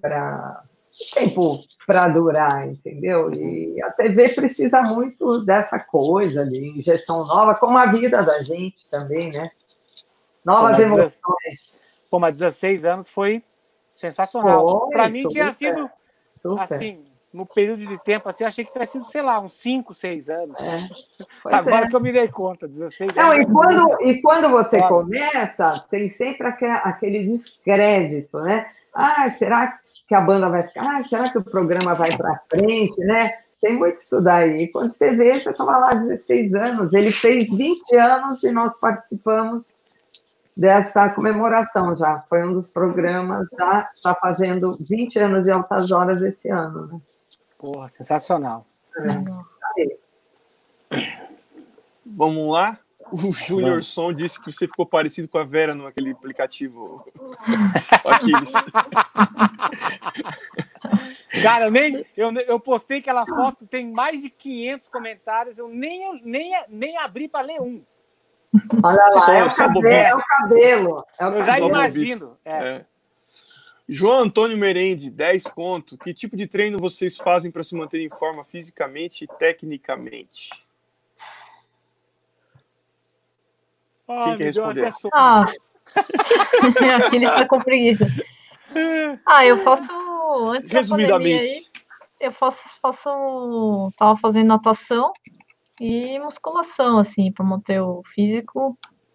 tempo para durar, entendeu? E a T V precisa muito dessa coisa, de injeção nova, como a vida da gente também, né? Novas Pô, mas emoções. Pô, mas dezesseis anos foi sensacional. Para mim tinha sido, super. assim, no período de tempo, assim, eu achei que tinha sido, sei lá, uns cinco, seis anos. É. Agora é. que eu me dei conta, dezesseis Não, anos. E quando, e quando você Olha. começa, tem sempre aquele descrédito, né? Ah, será que a banda vai ficar? Ah, será que o programa vai para frente, né? Tem muito isso daí. E quando você vê, você estava lá dezesseis anos. Ele fez vinte anos e nós participamos dessa comemoração já. Foi um dos programas, já está fazendo vinte anos de Altas Horas esse ano. Né? Porra, sensacional. É. Vamos lá? O Júnior Som disse que você ficou parecido com a Vera naquele aplicativo. Aquiles. Cara, eu, nem, eu, eu postei aquela foto, tem mais de quinhentos comentários, eu nem, nem, nem abri para ler um. Olha lá, Só- é, o só cabelo, bobice. é o cabelo. É o Eu já cabelo. imagino. É. É. João Antônio Merende, dez conto. Que tipo de treino vocês fazem para se manter em forma fisicamente e tecnicamente? Ah, Quem quer responder? Ah, aquele está com preguiça. Ah, eu faço... Antes da pandemia aí, eu faço, faço... Tava fazendo natação e musculação, assim, para manter o físico.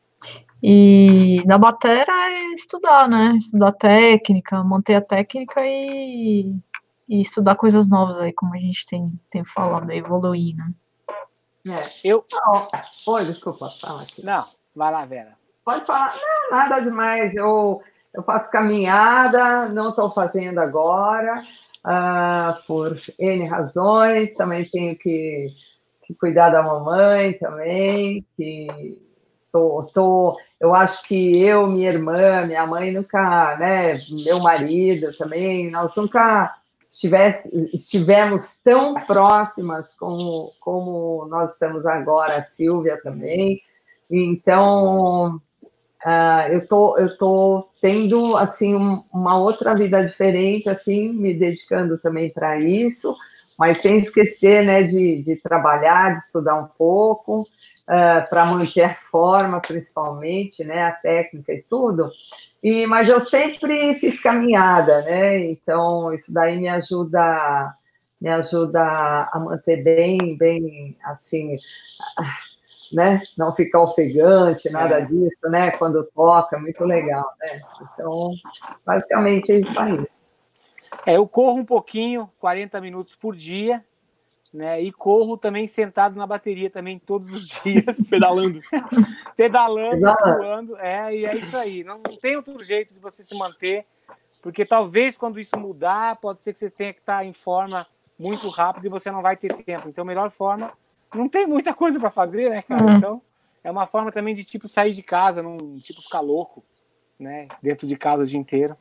E na bateria é estudar, né? Estudar técnica, manter a técnica e, e estudar coisas novas aí, como a gente tem, tem falado, evoluir, né? É. Eu... Não. Oi, desculpa, fala aqui. Não, vai lá, Vera. Pode falar. Não, nada demais. Eu, eu faço caminhada, não estou fazendo agora, uh, por N razões. Também tenho que, que cuidar da mamãe também, que... Tô, tô, eu acho que eu, minha irmã, minha mãe nunca, né, meu marido também, nós nunca estivesse, estivemos tão próximas como, como nós estamos agora, a Silvia também. Então, uh, eu tô, eu tô tendo, assim, um, uma outra vida diferente, assim, me dedicando também para isso, mas sem esquecer, né, de, de trabalhar, de estudar um pouco, uh, para manter a forma, principalmente, né, a técnica e tudo. E, mas eu sempre fiz caminhada, né, então isso daí me ajuda, me ajuda a manter bem, bem, assim, né, não ficar ofegante, nada é. disso, né, quando toca, muito legal, né, então, basicamente é isso aí. É, eu corro um pouquinho, quarenta minutos por dia, né? E corro também sentado na bateria também todos os dias. Pedalando. Pedalando, Pedalando, suando. É, e é isso aí. Não, não tem outro jeito de você se manter, porque talvez quando isso mudar, pode ser que você tenha que estar em forma muito rápido e você não vai ter tempo. Então, a melhor forma, não tem muita coisa para fazer, né, cara? Uhum. Então, é uma forma também de, tipo, sair de casa, não, tipo, ficar louco, né? Dentro de casa o dia inteiro.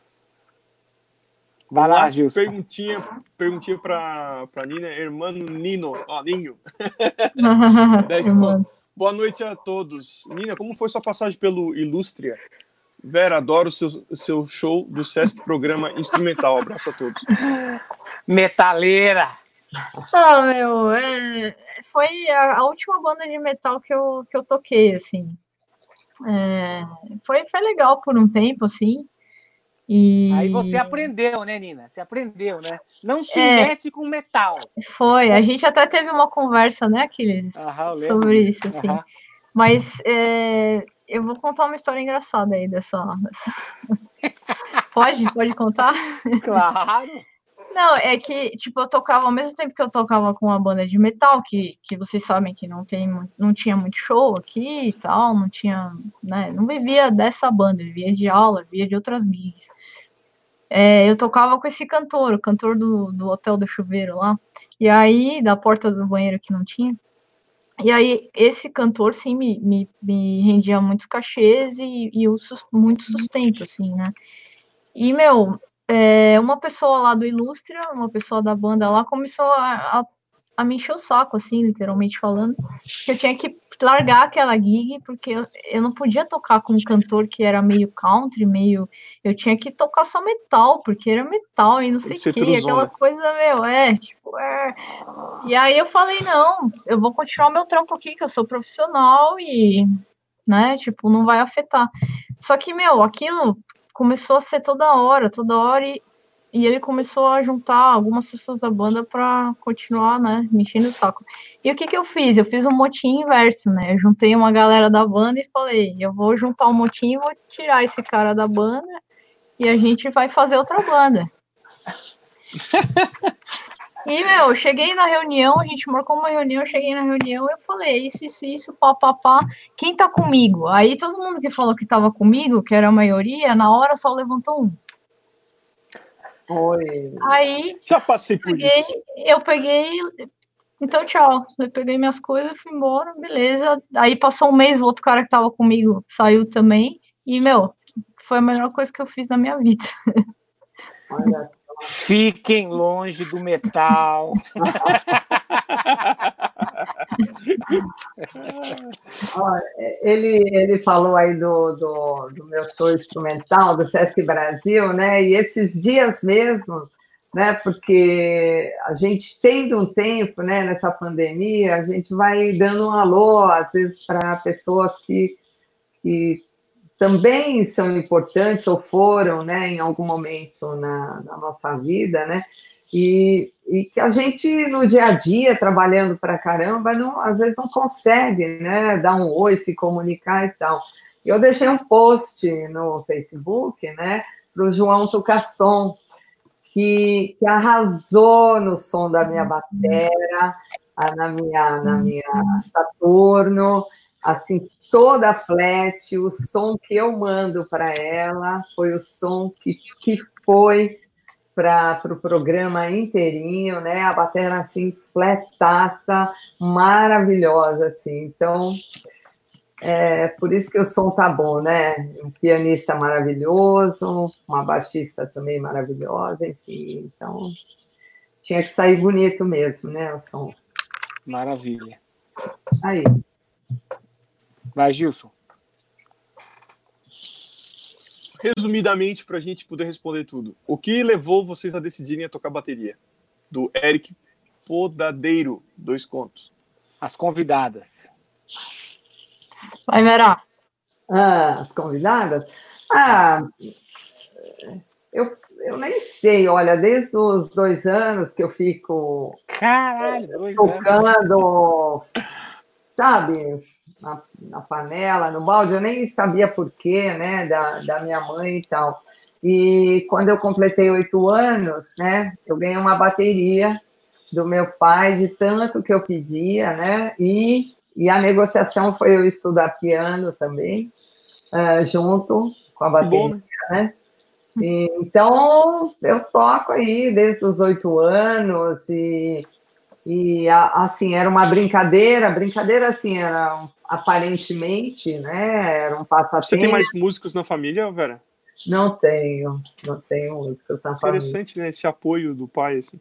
Vai lá, Gilson. Perguntinha, perguntinha para a Nina, irmão Nino, ó, Ninho. Boa noite a todos. Nina, como foi sua passagem pelo Ilústria? Vera, adoro o seu, seu show do Sesc Programa Instrumental. Abraço a todos. Metaleira! Ah, meu, é, foi a, a última banda de metal que eu, que eu toquei, assim. É, foi, foi legal por um tempo, assim. E... Aí você aprendeu, né, Nina? Você aprendeu, né? Não se é, mete com metal. Foi, a gente até teve uma conversa, né, Aquiles, Aham, sobre disso. isso, assim. Aham. Mas é, eu vou contar uma história engraçada aí dessa... dessa... Pode? Pode contar? Claro! Não, é que, tipo, eu tocava, ao mesmo tempo que eu tocava com uma banda de metal, que, que vocês sabem que não, tem, não tinha muito show aqui e tal, não tinha, né, não vivia dessa banda, vivia de aula, vivia de outras gigs. É, eu tocava com esse cantor, o cantor do, do Hotel do Chuveiro lá, e aí, da porta do banheiro que não tinha, e aí esse cantor, sim, me, me, me rendia muitos cachês e, e o, muito sustento, assim, né, e, meu, é, uma pessoa lá do Ilústria, uma pessoa da banda lá, começou a, a, a me encher o saco, assim, literalmente falando, que eu tinha que largar aquela gig, porque eu, eu não podia tocar com um cantor que era meio country, meio... Eu tinha que tocar só metal, porque era metal e não sei o que, aquela coisa, meu, é, tipo, é... E aí eu falei, não, eu vou continuar meu trampo aqui, que eu sou profissional e, né, tipo, não vai afetar. Só que, meu, aquilo começou a ser toda hora, toda hora, e, e ele começou a juntar algumas pessoas da banda para continuar, né, me enchendo o saco. E o que que eu fiz? Eu fiz um motim inverso, né, eu juntei uma galera da banda e falei, eu vou juntar um motim e vou tirar esse cara da banda e a gente vai fazer outra banda. E, meu, eu cheguei na reunião, a gente marcou uma reunião, eu cheguei na reunião e eu falei, isso, isso, isso, pá, pá, pá, quem tá comigo? Aí todo mundo que falou que tava comigo, que era a maioria, na hora só levantou um. Oi. Aí, já passei por peguei, isso. Eu peguei, então tchau, eu peguei minhas coisas, fui embora, beleza. Aí passou um mês, o outro cara que tava comigo saiu também, e, meu, foi a melhor coisa que eu fiz na minha vida. Olha. Fiquem longe do metal. ele, ele falou aí do, do, do meu show instrumental, do Sesc Brasil, né? E esses dias mesmo, né? Porque a gente tendo um tempo, né? Nessa pandemia, a gente vai dando um alô, às vezes, para pessoas que que também são importantes ou foram, né, em algum momento na, na nossa vida, né? E, e que a gente, no dia a dia, trabalhando pra caramba, não, às vezes não consegue, né, dar um oi, se comunicar e tal. Eu deixei um post no Facebook, né, para o João Tucasson, que, que arrasou no som da minha batera, na minha, na minha Saturno, assim, toda flat, o som que eu mando para ela foi o som que, que foi para o pro programa inteirinho, né? A bateria assim, fletaça, maravilhosa, assim. Então, é por isso que o som tá bom, né? Um pianista maravilhoso, uma baixista também maravilhosa, enfim. Então, tinha que sair bonito mesmo, né? O som. Maravilha. Aí. Vai, Gilson. Resumidamente, para a gente poder responder tudo. O que levou vocês a decidirem a tocar bateria? Do Eric Podadeiro, dois contos. As convidadas. Vai, Vera. Ah, as convidadas? Ah, eu, eu nem sei, olha, desde os dois anos que eu fico Caralho, dois tocando, anos. Sabe, na, na panela, no balde, eu nem sabia porquê, né, da, da minha mãe e tal. E quando eu completei oito anos, né, eu ganhei uma bateria do meu pai, de tanto que eu pedia, né, e, e a negociação foi eu estudar piano também, uh, junto com a bateria, bom, né? E, então, eu toco aí desde os oito anos e, e assim, era uma brincadeira, brincadeira assim, era aparentemente, né, era um passatempo. Você tem mais músicos na família, Vera? Não tenho, não tenho músicos na família. Interessante, né, esse apoio do pai, assim.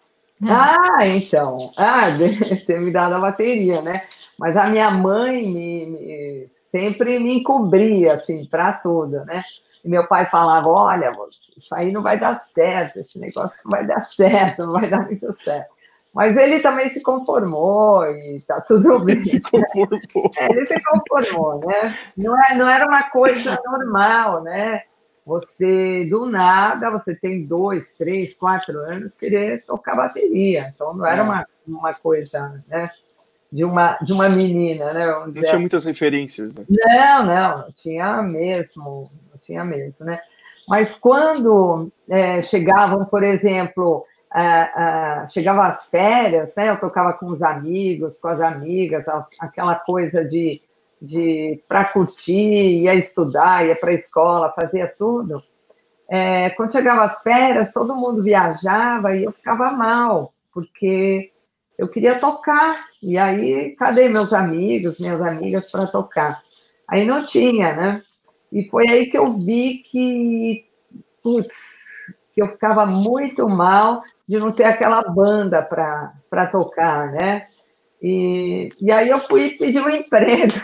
Ah, então, ah, ter me dado a bateria, né? Mas a minha mãe me, me, sempre me encobria, assim, para tudo, né? E meu pai falava, olha, isso aí não vai dar certo, esse negócio não vai dar certo, não vai dar muito certo. Mas ele também se conformou e tá tudo bem. Ele se conformou. É, ele se conformou, né? Não, é, não era uma coisa normal, né? Você, do nada, você tem dois, três, quatro anos, querer tocar bateria. Então, não era é. uma, uma coisa, né, de uma, de uma menina, né? Não tinha muitas referências, né? Não, não, não tinha mesmo, não tinha mesmo, né? Mas quando é, chegavam, por exemplo, a, a, chegavam as férias, né? Eu tocava com os amigos, com as amigas, aquela coisa de... de para curtir, ia estudar, ia para a escola, fazia tudo. É, quando chegava as férias, todo mundo viajava e eu ficava mal, porque eu queria tocar. E aí, cadê meus amigos, minhas amigas para tocar? Aí não tinha, né? E foi aí que eu vi que, putz, que eu ficava muito mal de não ter aquela banda para tocar, né? E, e aí eu fui pedir um emprego.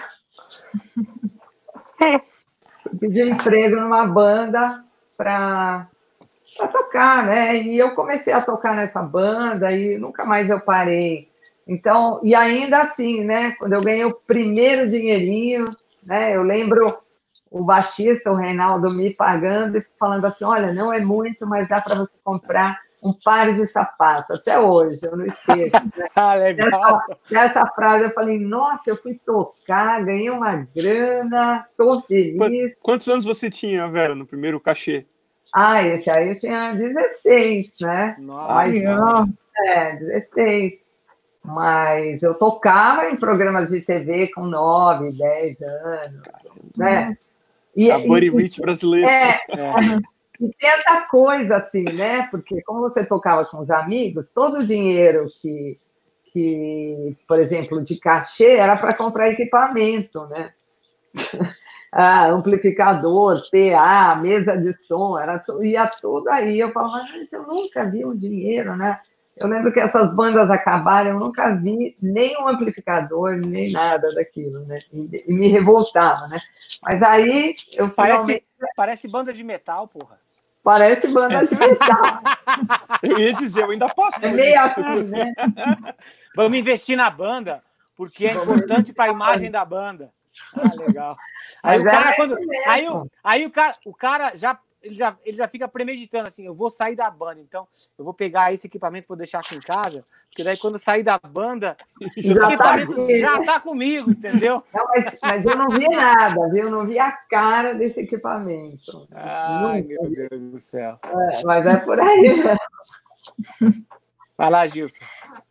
Pedi um emprego numa banda para tocar, né? E eu comecei a tocar nessa banda e nunca mais eu parei. Então, e ainda assim, né? Quando eu ganhei o primeiro dinheirinho, né? Eu lembro o baixista, o Reinaldo, me pagando e falando assim, olha, não é muito, mas dá para você comprar um par de sapato, até hoje, eu não esqueço. Né? Ah, legal. Nessa, nessa frase eu falei, nossa, eu fui tocar, ganhei uma grana, estou feliz. Quantos anos você tinha, Vera, no primeiro cachê? Ah, esse aí eu tinha dezesseis, né? Nossa. Mas, é, dezesseis. Mas eu tocava em programas de T V com nove, dez anos, né? E, a Buddy Rich brasileira. É, é. E tinha essa coisa assim, né? Porque como você tocava com os amigos, todo o dinheiro que, que por exemplo, de cachê era para comprar equipamento, né? Ah, amplificador, P A, mesa de som, era, ia tudo aí. Eu falava, mas eu nunca vi um dinheiro, né? Eu lembro que essas bandas acabaram, eu nunca vi nem um amplificador, nem nada daquilo, né? E, e me revoltava, né? Mas aí eu parece, finalmente... parece banda de metal, porra. Parece banda de metal. Eu ia dizer, eu ainda passo. É meio assim, né? Vamos investir na banda, porque é importante para a imagem da banda. Ah, legal. Aí Mas o cara, era quando. isso mesmo. Aí, o- aí o cara, o cara já, ele já, ele já fica premeditando assim, eu vou sair da banda, então eu vou pegar esse equipamento, vou deixar aqui em casa, porque daí quando eu sair da banda, Já o equipamento tá aqui, já né? tá comigo, entendeu? Não, mas, mas eu não vi nada, viu? Eu não vi a cara desse equipamento. Ai, Nunca meu vi. Deus do céu. É, mas é por aí, né? Vai lá, Gilson.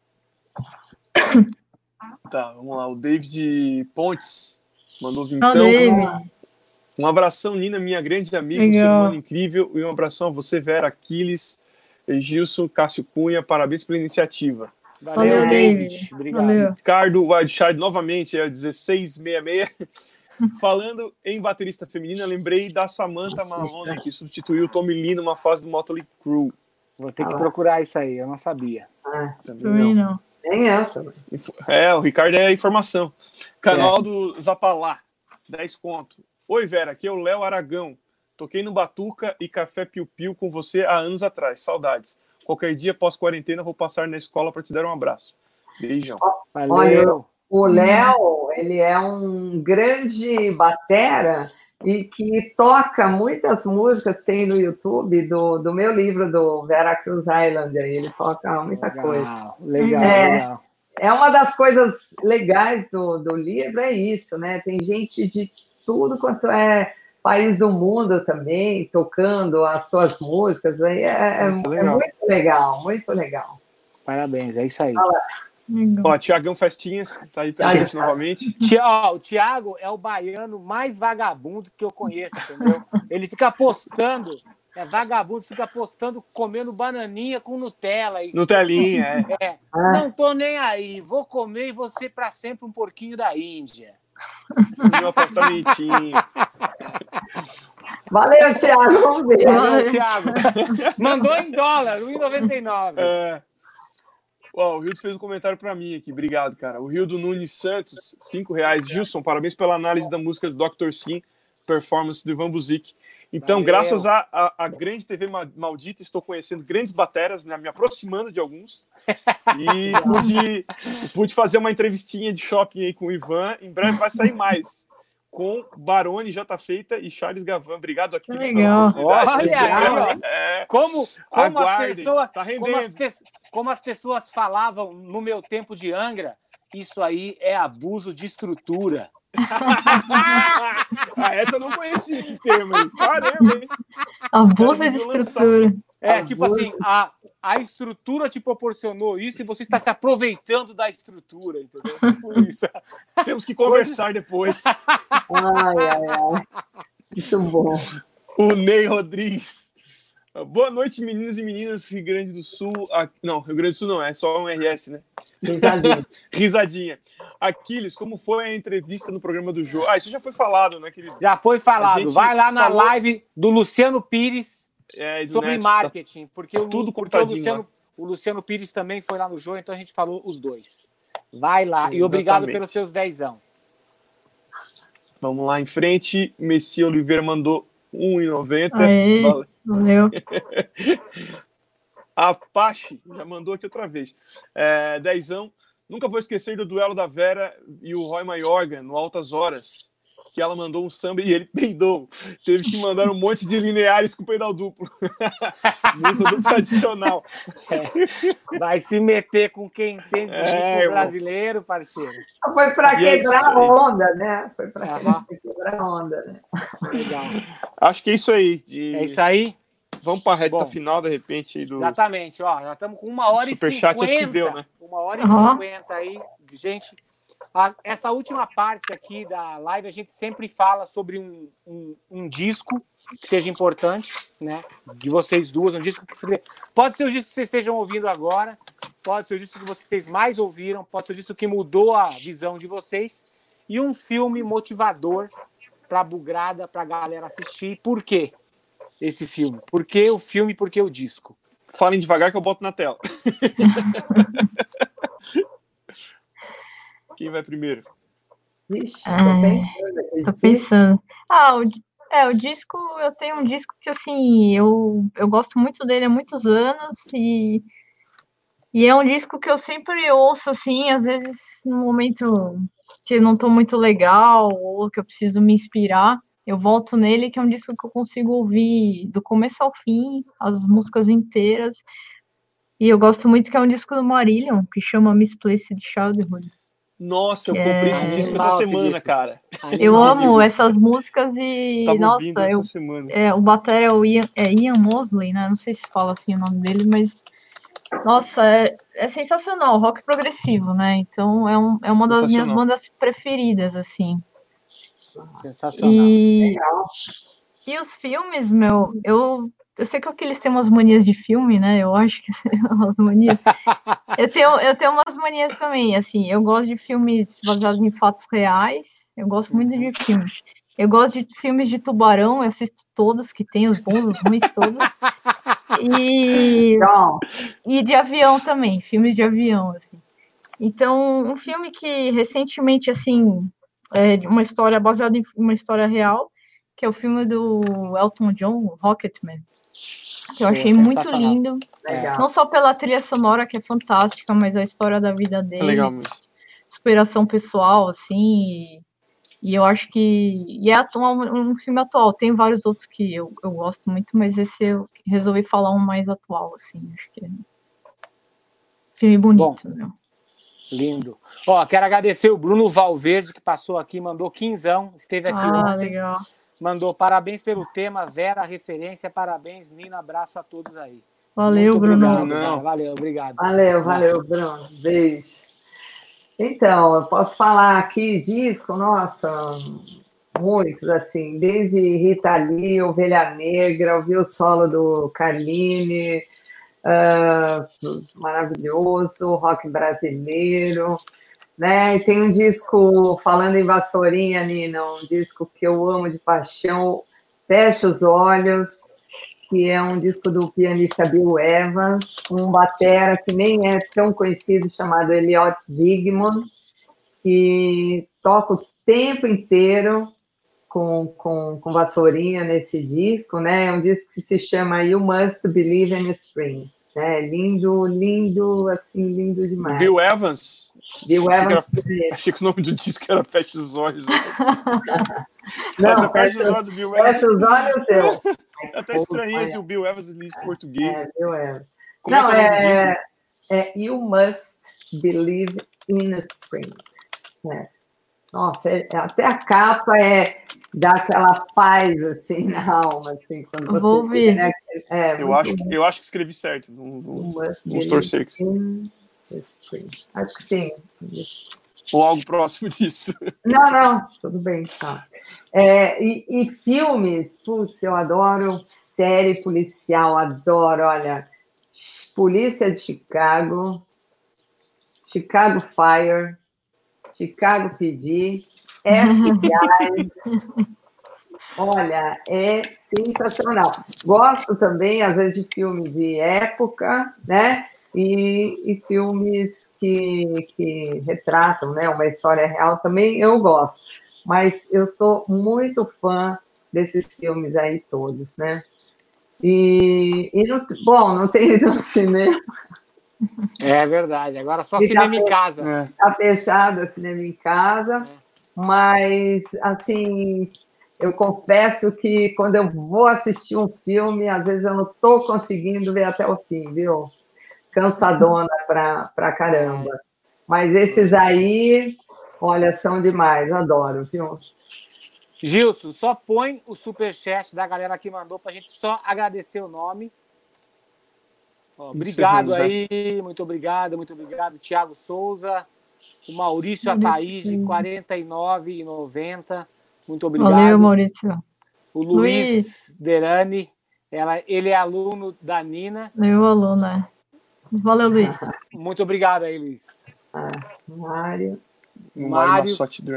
Tá, vamos lá. O David Pontes mandou Não, vintão. David. Um abração, Nina, minha grande amiga, um Legal. ser humano incrível. E um abração a você, Vera, Aquiles, Gilson, Cássio Cunha. Parabéns pela iniciativa. Valeu, Valeu, David. David. Obrigado. Valeu. Ricardo Wildchild, novamente, é o dezesseis sessenta e seis. Falando em baterista feminina, lembrei da Samantha Maloney, que substituiu o Tommy Lee numa fase do Motley Crue. Vou ter que Ah lá. procurar isso aí, eu não sabia. Ah, Também Também não. não. nem eu também. É, o Ricardo é informação. Canal do Zapalá, dez conto. Oi, Vera, aqui é o Léo Aragão. Toquei no Batuca e Café Piu Piu com você há anos atrás. Saudades. Qualquer dia pós-quarentena vou passar na escola para te dar um abraço. Beijão. Valeu. Olha, o Léo, ele é um grande batera e que toca muitas músicas, tem no YouTube, do, do meu livro, do Veracruz Islander. Ele toca muita coisa. Legal, legal, É. legal. É uma das coisas legais do, do livro, é isso, né? Tem gente de tudo quanto é país do mundo também, tocando as suas músicas. Aí é, é, Isso, é legal. muito legal, muito legal. Parabéns, é isso aí. Legal. Ó, Tiagão Festinhas, tá aí pra gente novamente. Ti- ó, o Thiago é o baiano mais vagabundo que eu conheço, entendeu? Ele fica postando, é vagabundo, fica postando comendo bananinha com Nutella. E, Nutelinha, é. é, Ah. não tô nem aí, vou comer e vou ser pra sempre um porquinho da Índia. No meu apartamentinho. Valeu, Thiago, vamos ver. Valeu, Thiago. Mandou em dólar, um e noventa e nove. É. Ó, o Rildo fez um comentário pra mim aqui. Obrigado, cara. O Rildo Nunes Santos, cinco reais. Gilson, parabéns pela análise da música do doutor Sim, performance do Ivan Buzik. Então, Valeu. graças à a, a, a grande T V ma- maldita, estou conhecendo grandes bateras, né, me aproximando de alguns. E pude, pude fazer uma entrevistinha de shopping aí com o Ivan. Em breve vai sair mais. Com Barone, J. Feita e Charles Gavan. Obrigado aqui pela Legal. oportunidade. Olha aí, ó. É, Como, como as Aguardem, pessoas, tá rendendo. como as, pe- como as pessoas falavam no meu tempo de Angra, isso aí é abuso de estrutura. ah, essa eu não conhecia esse termo aí. Caramba, hein? Abuso Cara, de devia estrutura. É, Abuso. tipo assim, a, a estrutura te proporcionou isso e você está se aproveitando da estrutura, entendeu? Tipo isso. Temos que conversar depois. Ai, ai, ai. Muito bom. O Ney Rodrigues. Boa noite, meninos e meninas, Rio Grande do Sul. Ah, não, Rio Grande do Sul não, é só um R S, né? Risadinha. Risadinha. Aquiles, como foi a entrevista no programa do Jô? Ah, isso já foi falado, né, querido? Já foi A falado. gente Vai lá na falou- live do Luciano Pires É, do sobre Neto, marketing, porque, o, tudo porque o, cortadinho Luciano, lá. o Luciano Pires também foi lá no jogo, então a gente falou os dois. Vai lá. E Exatamente. obrigado pelos seus dezão. Vamos lá em frente. Messi Oliveira mandou um e noventa. Aí. Valeu. Valeu. A Apache já mandou aqui outra vez. É, dezão. Nunca vou esquecer do duelo da Vera e o Roy Mayorga no Altas Horas, que ela mandou um samba e ele peidou. Teve que mandar um monte de lineares com pedal duplo. Mesa do tradicional. Vai se meter com quem entende do É, ritmo irmão. brasileiro, parceiro. Foi para E é quebrar isso a aí. onda, né? Foi para Aham. quebrar a onda, né? Legal. Acho que é isso aí. De... É isso aí? Vamos para a reta Bom. final, de repente, aí do Exatamente, ó. Já estamos com uma hora e Superchat, cinquenta. acho que deu, né? Uma hora e Aham. cinquenta aí. Gente, a- essa última parte aqui da live, a gente sempre fala sobre um, um, um disco que seja importante, né? De vocês duas, um disco que pode ser o disco que vocês estejam ouvindo agora, pode ser o disco que vocês mais ouviram, pode ser o disco que mudou a visão de vocês, e um filme motivador para a bugrada, para a galera assistir. Por quê esse filme? Por que o filme, por que o disco? Falem devagar que eu boto na tela. Quem vai primeiro? Vixe, tô Ah, bem doida com Tô isso. pensando. Ah, o, é, o disco, eu tenho um disco que, assim, eu, eu gosto muito dele há muitos anos e, e é um disco que eu sempre ouço, assim, às vezes num momento que não tô muito legal ou que eu preciso me inspirar, eu volto nele, que é um disco que eu consigo ouvir do começo ao fim, as músicas inteiras. E eu gosto muito que é um disco do Marillion, que chama Misplaced Childhood. Nossa, eu É... comprei esse disco essa semana, cara. Eu amo essas músicas e, Tava nossa, eu, é, o batera é o Ian, é Ian Mosley, né? Não sei se fala assim o nome dele, mas, nossa, é, é sensacional, rock progressivo, né? Então, é, um, é uma das minhas bandas preferidas, assim. Sensacional. E, e os filmes, meu, eu... Eu sei que eles têm umas manias de filme, né? Eu acho que umas manias. Eu tenho, eu tenho umas manias também, assim. Eu gosto de filmes baseados em fatos reais. Eu gosto muito de filmes. Eu gosto de filmes de tubarão. Eu assisto todos que tem, os bons, os ruins, todos. E, e de avião também, filmes de avião, assim. Então, um filme que recentemente, assim, é uma história baseada em uma história real, que é o filme do Elton John, Rocketman. Que eu achei Pô, muito lindo, legal. Não só pela trilha sonora, que é fantástica, mas a história da vida dele, é legal mesmo. Superação pessoal, assim, e, e eu acho que e é atual, um filme atual, tem vários outros que eu, eu gosto muito, mas esse eu resolvi falar um mais atual, assim, acho que é filme bonito, Bom, meu. Lindo. Ó, quero agradecer o Bruno Valverde, que passou aqui, mandou quinzão, esteve aqui ah, ontem. Legal. Mandou parabéns pelo tema, Vera, referência, parabéns, Nina, abraço a todos aí. Valeu, Muito Bruno. Obrigado, Não. Valeu, obrigado. Valeu, valeu, Bruno. Beijo. Então, eu posso falar aqui disco, nossa, muitos, assim, desde Rita Lee, Ovelha Negra, ouvi o solo do Carline, uh, maravilhoso, rock brasileiro, né? E tem um disco, falando em vassourinha, Nina, um disco que eu amo de paixão, Fecha os Olhos, que é um disco do pianista Bill Evans, um batera que nem é tão conhecido, chamado Elliot Zygmunt, que toca o tempo inteiro com, com, com vassourinha nesse disco, né? É um disco que se chama You Must Believe in Spring. É lindo, lindo, assim, lindo demais. Bill Evans? Bill Evans. Achei, era, achei que o nome do disco era Fecha os Olhos. Né? Não, Essa Fecha os Olhos do Bill Evans. Fecha os Olhos, eu. Até estranhei se o Bill Evans li em português. É, Bill Evans. Como Não, é, que é, é, é You Must Believe in a Spring. É. Nossa, é, até a capa é dá aquela paz assim na alma, assim, quando você vou ver. Né? É, eu acho, eu acho que escrevi certo. Vamos, vamos torcer que sim. Acho que sim. Ou algo próximo disso. Não, não, tudo bem, tá. É, e, e filmes, putz, eu adoro série policial, adoro, olha, Polícia de Chicago, Chicago Fire, Chicago P D, F B I. Olha, é sensacional. Gosto também, às vezes, de filmes de época, né? E, e filmes que, que retratam, né, uma história real também eu gosto. Mas eu sou muito fã desses filmes aí todos, né? E, e não, bom, não tem ido ao cinema. É verdade, agora só e cinema tá, em casa. Está fechado o cinema em casa, é. Mas, assim, eu confesso que quando eu vou assistir um filme, às vezes eu não estou conseguindo ver até o fim, viu? Cansadona para caramba. Mas esses aí, olha, são demais, adoro, viu? Gilson, só põe o superchat da galera que mandou para a gente só agradecer o nome. Ó, obrigado aí, muito obrigado, muito obrigado. Tiago Souza, o Maurício Ataíde, quarenta e nove reais e noventa centavos. Muito obrigado. Valeu, Maurício. O Luiz, Luiz Derani, ela, ele é aluno da Nina. Meu aluno, é. Valeu, Luiz. Muito obrigado aí, Luiz. Ah, Mário. Mário.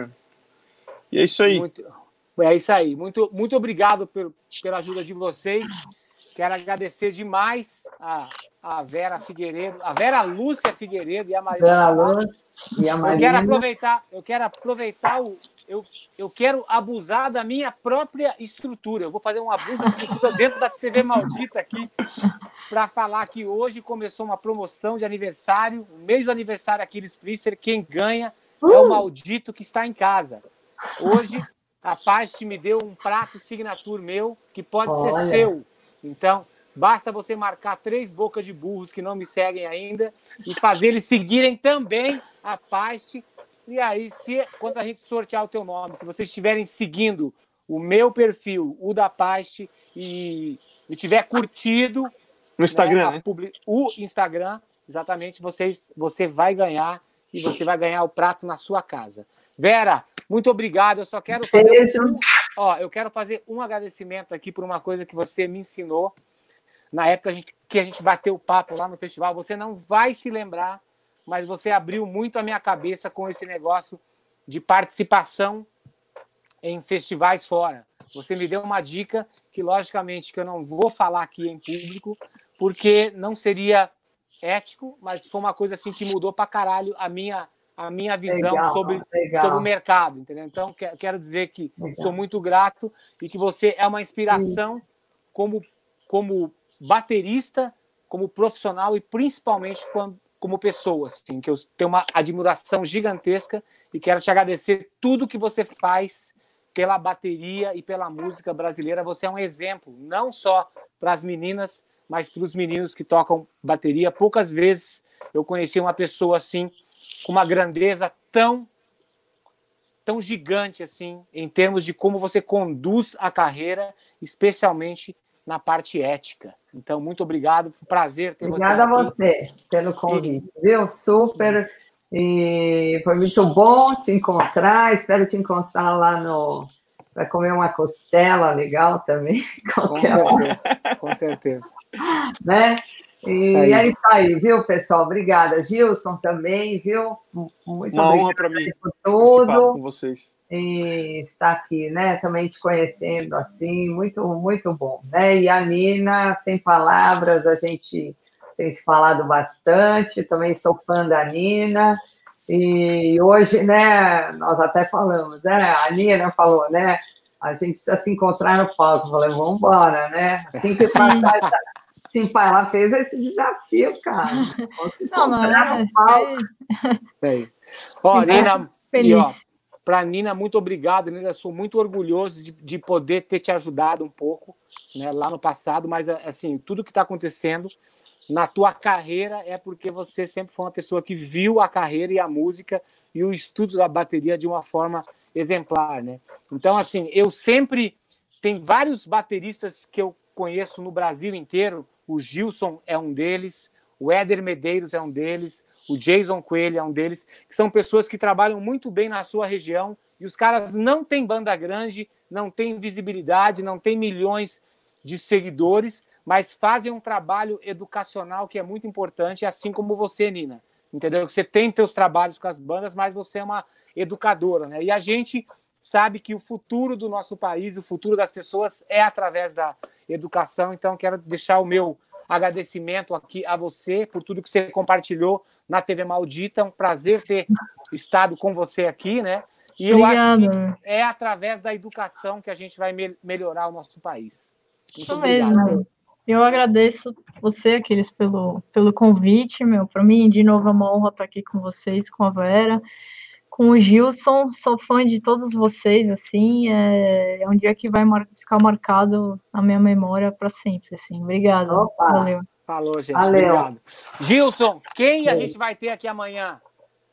E é isso aí. Muito, é isso aí. Muito, muito obrigado pelo, pela ajuda de vocês. Quero agradecer demais a, a Vera Figueiredo, a Vera Lúcia Figueiredo e a Marina. Vera Lúcia e a Marina. Eu quero aproveitar, eu quero aproveitar o. Eu, eu quero abusar da minha própria estrutura. Eu vou fazer um abuso da estrutura dentro da T V Maldita aqui para falar que hoje começou uma promoção de aniversário, o mês do aniversário Aquiles Priester. Quem ganha é o maldito que está em casa. Hoje, a Paiste me deu um prato signature meu que pode Olha. ser seu. Então, basta você marcar três bocas de burros que não me seguem ainda e fazer eles seguirem também a Paiste. E aí, se, quando a gente sortear o teu nome, se vocês estiverem seguindo o meu perfil, o da Paiste, e, e tiver curtido no Instagram, né, né? Publi... o Instagram, exatamente, vocês, você vai ganhar e você vai ganhar o prato na sua casa. Vera, muito obrigado. Eu só quero fazer um, ó, eu quero fazer um agradecimento aqui por uma coisa que você me ensinou na época a gente, que a gente bateu o papo lá no festival. Você não vai se lembrar, mas você abriu muito a minha cabeça com esse negócio de participação em festivais fora. Você me deu uma dica que, logicamente, que eu não vou falar aqui em público, porque não seria ético, mas foi uma coisa assim que mudou pra caralho a minha, a minha visão legal, sobre, legal. sobre o mercado, entendeu? Então, quero dizer que legal. sou muito grato e que você é uma inspiração como, como baterista, como profissional e principalmente como, como pessoa, assim, que eu tenho uma admiração gigantesca e quero te agradecer tudo que você faz pela bateria e pela música brasileira. Você é um exemplo, não só para as meninas, mas para os meninos que tocam bateria. Poucas vezes eu conheci uma pessoa assim, com uma grandeza tão, tão gigante assim, em termos de como você conduz a carreira, especialmente na parte ética. Então, muito obrigado, foi um prazer ter Obrigada você aqui. a você pelo convite, e... viu? Super, e foi muito bom te encontrar, espero te encontrar lá no... para comer uma costela legal também. Com certeza, com certeza. Né? E é isso aí, viu, pessoal? Obrigada. Gilson também, viu? Muito uma honra para mim por tudo. Com vocês. E estar aqui, né? Também te conhecendo assim, muito, muito bom, né? E a Nina, sem palavras, a gente tem se falado bastante, também sou fã da Nina, e hoje, né, nós até falamos, né? A Nina falou, né? A gente precisa se encontrar no palco. Eu falei, vamos embora, né? Assim que passar, Sim, pai, ela fez esse desafio, cara. Não, não é. É. Ó, Nina, e ó, para Nina, muito obrigado, Nina. Eu sou muito orgulhoso de, de poder ter te ajudado um pouco, né, lá no passado, mas assim, tudo que está acontecendo na tua carreira é porque você sempre foi uma pessoa que viu a carreira e a música e o estudo da bateria de uma forma exemplar, né? Então, assim, eu sempre tem vários bateristas que eu conheço no Brasil inteiro. O Gilson é um deles, o Éder Medeiros é um deles, o Jason Coelho é um deles, que são pessoas que trabalham muito bem na sua região e os caras não têm banda grande, não têm visibilidade, não têm milhões de seguidores, mas fazem um trabalho educacional que é muito importante, assim como você, Nina. Entendeu? Você tem seus trabalhos com as bandas, mas você é uma educadora, né? E a gente sabe que o futuro do nosso país, o futuro das pessoas é através da educação. Então, quero deixar o meu agradecimento aqui a você por tudo que você compartilhou na T V Maldita. É um prazer ter estado com você aqui, né? E eu Obrigada. acho que é através da educação que a gente vai me melhorar o nosso país. Muito Isso obrigado. mesmo. Eu agradeço você, Aquiles, pelo, pelo convite, meu. Para mim, de novo, é uma honra estar aqui com vocês, com a Vera, com o Gilson. Sou fã de todos vocês, assim. É, é um dia que vai mar ficar marcado na minha memória para sempre, assim. Obrigada. Opa. Valeu. Falou, gente. Valeu. Obrigado. Gilson, quem a gente vai ter aqui amanhã?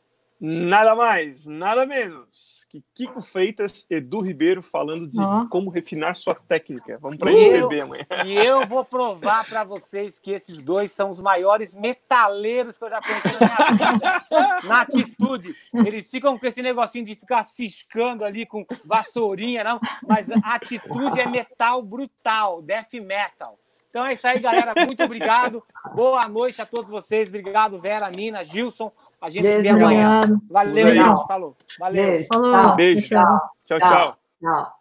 Nada mais, nada menos que Kiko Freitas, Edu Ribeiro falando de Ó. como refinar sua técnica. Vamos para E M P eu- B amanhã. E eu vou provar para vocês que esses dois são os maiores metaleiros que eu já conheci na minha vida. Na atitude. Eles ficam com esse negocinho de ficar ciscando ali com vassourinha, não. Mas a atitude é metal brutal, death metal. Então é isso aí, galera. Muito obrigado. Boa noite a todos vocês. Obrigado, Vera, Nina, Gilson. A gente se vê Beijo. amanhã. Obrigado. Valeu, Valeu. gente. Falou. Valeu. Beijo. Falou. Tchau. Beijo. Tchau. Tchau, tchau. Tchau.